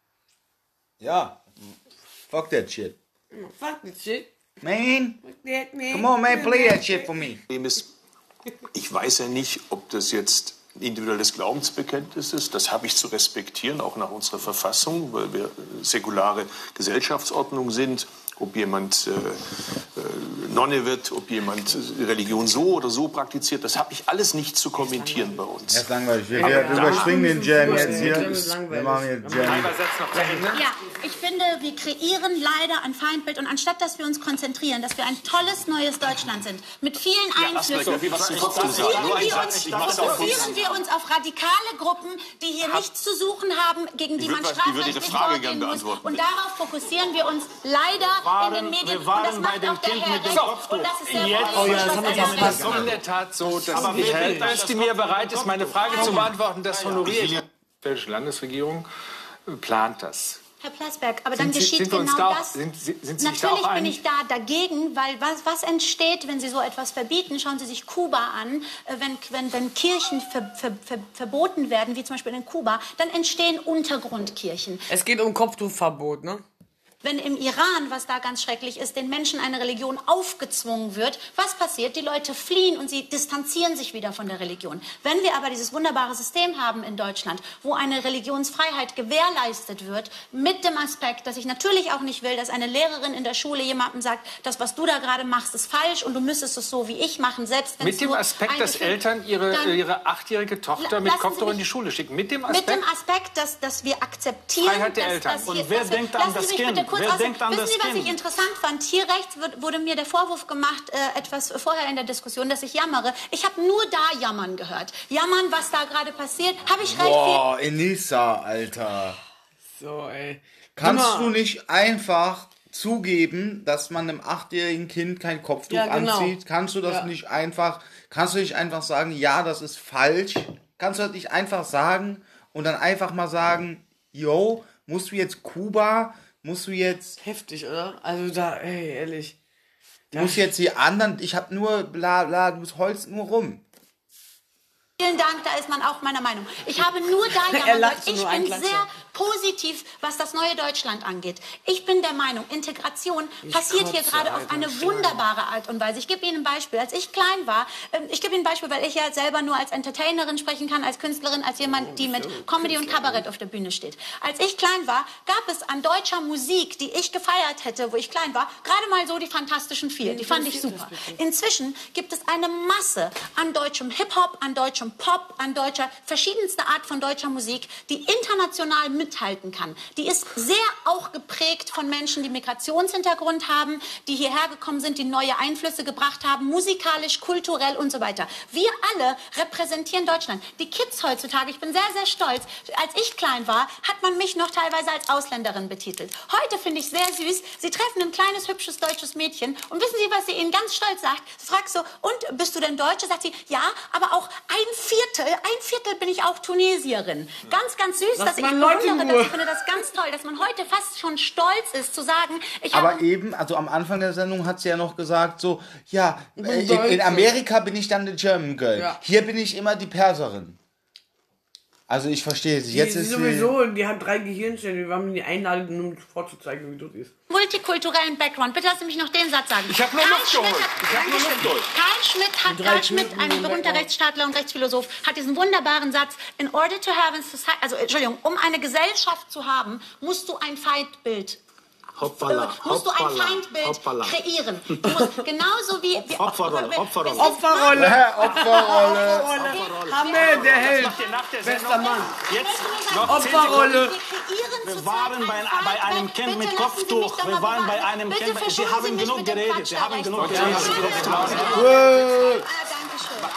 Ja. Fuck that shit. Fuck that shit. Man. Come on, man, play that shit for me. Ich weiß ja nicht, ob das jetzt ein individuelles Glaubensbekenntnis ist. Das habe ich zu respektieren, auch nach unserer Verfassung, weil wir säkulare Gesellschaftsordnung sind. Ob jemand äh, äh, Nonne wird, ob jemand Religion so oder so praktiziert, das habe ich alles nicht zu kommentieren bei uns. Das ist langweilig. Wir, wir überspringen den Jam jetzt hier. Wir machen jetzt Jam. Ja, ich finde, wir kreieren leider ein Feindbild und anstatt, dass wir uns konzentrieren, dass wir ein tolles neues Deutschland sind, mit vielen Einflüssen, fokussieren wir uns, fokussieren wir uns auf radikale Gruppen, die hier nichts zu suchen haben, gegen die man strafrechtlich vorgehen muss. Und darauf fokussieren wir uns leider in den Medien. Und das macht auch der Herr recht. Und das ist sehr Es ist in der Tat so, dass die Herr Özdemir bereit ist, meine Frage zu beantworten. Das honoriere ich. Die Welche Landesregierung plant das? Herr Plasberg, aber dann sind Sie, geschieht sind genau da auch, das. Sind, sind, sind Sie Natürlich da bin ich da dagegen, weil was, was entsteht, wenn Sie so etwas verbieten? Schauen Sie sich Kuba an. Wenn, wenn, wenn Kirchen ver, ver, ver, verboten werden, wie zum Beispiel in Kuba, dann entstehen Untergrundkirchen. Es geht um Kopftuchverbot, ne? Wenn im Iran, was da ganz schrecklich ist, den Menschen eine Religion aufgezwungen wird, was passiert? Die Leute fliehen und sie distanzieren sich wieder von der Religion. Wenn wir aber dieses wunderbare System haben in Deutschland, wo eine Religionsfreiheit gewährleistet wird, mit dem Aspekt, dass ich natürlich auch nicht will, dass eine Lehrerin in der Schule jemandem sagt, das, was du da gerade machst, ist falsch und du müsstest es so wie ich machen, selbst wenn Mit dem Aspekt, dass Eltern ihre, ihre achtjährige Tochter mit Kopftuch in die Schule schicken. Mit dem Aspekt, mit dem Aspekt dass, dass wir akzeptieren, Freiheit der dass, Eltern. dass hier, Und wer dass wir, denkt an das Kind? Wer denkt an das Wissen Sie, was Kind? ich interessant fand? Hier rechts wurde mir der Vorwurf gemacht, äh, etwas vorher in der Diskussion, dass ich jammere. Ich habe nur da jammern gehört. Jammern, was da gerade passiert, habe ich recht Boah, Enisa, Alter. So, ey. Kannst Immer. du nicht einfach zugeben, dass man einem achtjährigen Kind kein Kopftuch Ja, genau. anzieht? Kannst du das Ja. nicht einfach, kannst du nicht einfach sagen, ja, das ist falsch? Kannst du das nicht einfach sagen und dann einfach mal sagen, yo, musst du jetzt Kuba, musst du jetzt... Heftig, oder? Also da, ey, ehrlich. Du musst jetzt die anderen, ich hab nur bla bla, du holst nur rum. Vielen Dank, da ist man auch meiner Meinung. Ich habe nur da Er jammern lacht gehört. so Ich nur ein bin Klatscher. sehr positiv, was das neue Deutschland angeht. Ich bin der Meinung, Integration passiert hier kotze, gerade auf Alter, eine Scheiße. wunderbare Art und Weise. Ich gebe Ihnen ein Beispiel. Als ich klein war, ähm, ich gebe Ihnen ein Beispiel, weil ich ja selber nur als Entertainerin sprechen kann, als Künstlerin, als jemand, die mit Comedy und Kabarett auf der Bühne steht. Als ich klein war, gab es an deutscher Musik, die ich gefeiert hätte, wo ich klein war, gerade mal so die Fantastischen Vier. Die fand ich super. Inzwischen gibt es eine Masse an deutschem Hip-Hop, an deutschem Pop, an deutscher, verschiedenste Art von deutscher Musik, die international mithalten kann. Die ist sehr auch geprägt von Menschen, die Migrationshintergrund haben, die hierher gekommen sind, die neue Einflüsse gebracht haben, musikalisch, kulturell und so weiter. Wir alle repräsentieren Deutschland. Die Kids heutzutage, ich bin sehr, sehr stolz, als ich klein war, hat man mich noch teilweise als Ausländerin betitelt. Heute finde ich sehr süß, sie treffen ein kleines, hübsches deutsches Mädchen und wissen Sie, was sie ihnen ganz stolz sagt? Sie fragt so, und, bist du denn Deutsche? Sagt sie, ja, aber auch ein Viertel, ein Viertel bin ich auch Tunesierin. Ganz, ganz süß, Lass dass ich mal Leute in bewundere, Ruhe. dass ich finde das ganz toll, dass man heute fast schon stolz ist, zu sagen, ich Aber habe... eben, also am Anfang der Sendung hat sie ja noch gesagt, so, ja, bin äh, in, Deutsche. in Amerika bin ich dann die German Girl. Ja. Hier bin ich immer die Perserin. Also ich verstehe sie. Jetzt die, ist sie... sowieso, die hat drei Gehirnzellen, wir haben die einladen, nur um vorzuzeigen, wie du sie ist. multikulturellen Background. Bitte lassen Sie mich noch den Satz sagen. Ich hab nur Karl Luft Schmitt geholt. hat- Ich hab nur Dankeschön. Luft geholt. Karl Schmitt hat, Die drei Karl Schmidt, Schnitt ein in den berühmter Background. Rechtsstaatler und Rechtsphilosoph, hat diesen wunderbaren Satz: In order to have a society, also Entschuldigung, um eine Gesellschaft zu haben, musst du ein Feindbild Hoppala, äh, musst du ein hoppala, Feindbild hoppala. kreieren. Du musst, genauso wie... wie Opferrolle, Opferrolle. Opferrolle. Opferrolle. Hammer, der Held. Nach der Bester Sendung. Mann. Jetzt Noch Opferrolle. Wir waren bei, bei einem Kind mit Kopftuch. Wir waren bei einem Kind. Sie haben genug geredet. Sie haben genug geredet. Ah, danke schön.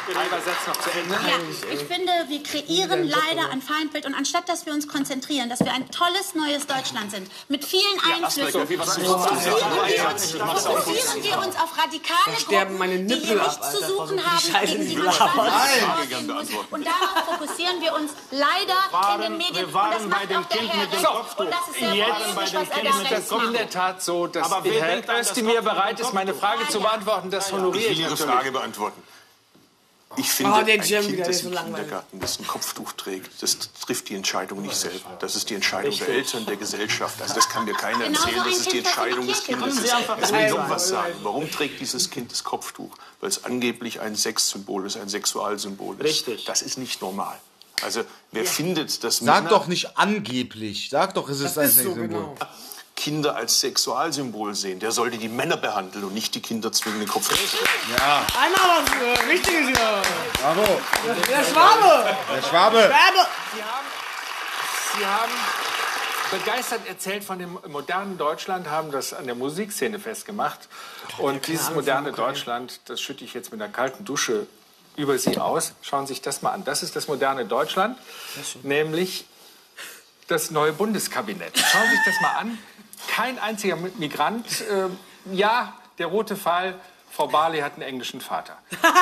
halber Satz noch zu Ende. Ja, ich finde, wir kreieren leider ein Feindbild und anstatt, dass wir uns konzentrieren, dass wir ein tolles neues Deutschland sind, mit vielen Einflüssen, fokussieren wir uns auf radikale Gruppen, die hier nichts zu suchen haben, gegen die man vorgehen muss. Und darauf fokussieren wir uns leider in den Medien. Und das macht auch der Herr. Und das ist sehr politisch, was er da Es ist in der Tat so, dass Herr Özdemir bereit ist, meine Frage zu beantworten. Das honoriere ich. Ich will Ihre Frage beantworten. Ich finde, Oh, ein der Jam Kind, wieder, das ist so im langweilig. Kindergarten das ein Kopftuch trägt, das trifft die Entscheidung nicht selber. Das ist die Entscheidung der Eltern, der Gesellschaft. Also das kann mir keiner erzählen, das ist die Entscheidung des Kindes. Jetzt will ich noch was sagen. Warum trägt dieses Kind das Kopftuch? Weil es angeblich ein Sexsymbol ist, ein Sexualsymbol ist. Richtig. Das ist nicht normal. Also wer findet, dass Sag Männer doch nicht angeblich. Sag doch, es ist ein Sexsymbol. genau. Kinder als Sexualsymbol sehen, der sollte die Männer behandeln und nicht die Kinder zwingen, den Kopf zu tragen. Ja. Einmal was äh, Richtiges hier. Bravo. Der Schwabe. Der Schwabe. Schwabe. Sie haben, Sie haben begeistert erzählt von dem modernen Deutschland, haben das an der Musikszene festgemacht. Und dieses moderne Deutschland, das schütte ich jetzt mit einer kalten Dusche über Sie aus. Schauen Sie sich das mal an. Das ist das moderne Deutschland, nämlich das neue Bundeskabinett. Schauen Sie sich das mal an. Kein einziger Migrant. Äh, ja, der rote Fall, Frau Barley hat einen englischen Vater.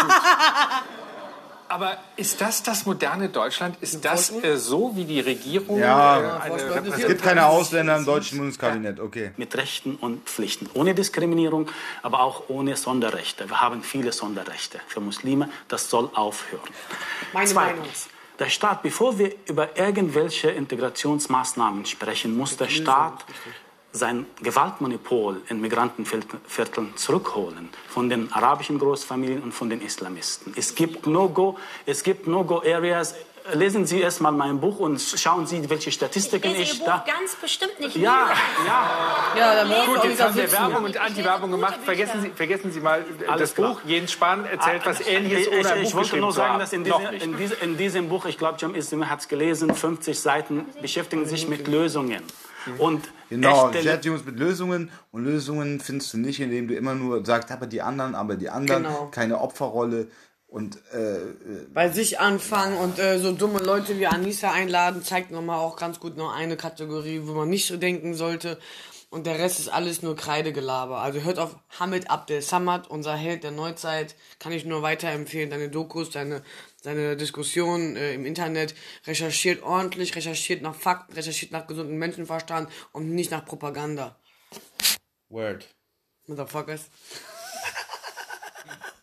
Aber ist das das moderne Deutschland? Ist das äh, so, wie die Regierung Ja, äh, eine es Repräsentanz- gibt keine Ausländer im deutschen Bundeskabinett, okay. Mit Rechten und Pflichten. Ohne Diskriminierung, aber auch ohne Sonderrechte. Wir haben viele Sonderrechte für Muslime. Das soll aufhören. Meine Zweitens, Meinung. der Staat, bevor wir über irgendwelche Integrationsmaßnahmen sprechen, muss der Staat sein Gewaltmonopol in Migrantenvierteln zurückholen von den arabischen Großfamilien und von den Islamisten. Es gibt No-Go, es gibt No-Go-Areas. Lesen Sie erst mal mein Buch und schauen Sie, welche Statistiken Ich lese ich Ihr da... Buch ganz bestimmt nicht. Ja, lesen. ja. Ja, dann Gut, jetzt haben wir sitzen. Werbung und Anti-Werbung gemacht. Vergessen Sie, vergessen Sie mal äh, Alles das klar. Buch. Jens Spahn erzählt was Ähnliches, ich, ohne ein ich, ich Buch wollte geschrieben nur zu sagen, haben. dass in, Noch diese, nicht. in, diese, in diesem Buch, ich glaube, Jam Özdemir hat es gelesen, fünfzig Seiten beschäftigen sich mit Lösungen. Und Genau, echte- beschäftigen uns mit Lösungen und Lösungen findest du nicht, indem du immer nur sagst, aber die anderen, aber die anderen, Genau. keine Opferrolle und äh, Bei sich anfangen und äh, so dumme Leute wie Anissa einladen, zeigt nochmal auch ganz gut noch eine Kategorie, wo man nicht so denken sollte. Und der Rest ist alles nur Kreidegelaber. Also hört auf Hamid Abdel Samad, unser Held der Neuzeit. Kann ich nur weiterempfehlen. Deine Dokus, deine, deine Diskussionen äh, im Internet. Recherchiert ordentlich, recherchiert nach Fakten, recherchiert nach gesundem Menschenverstand und nicht nach Propaganda. Word. Motherfuckers.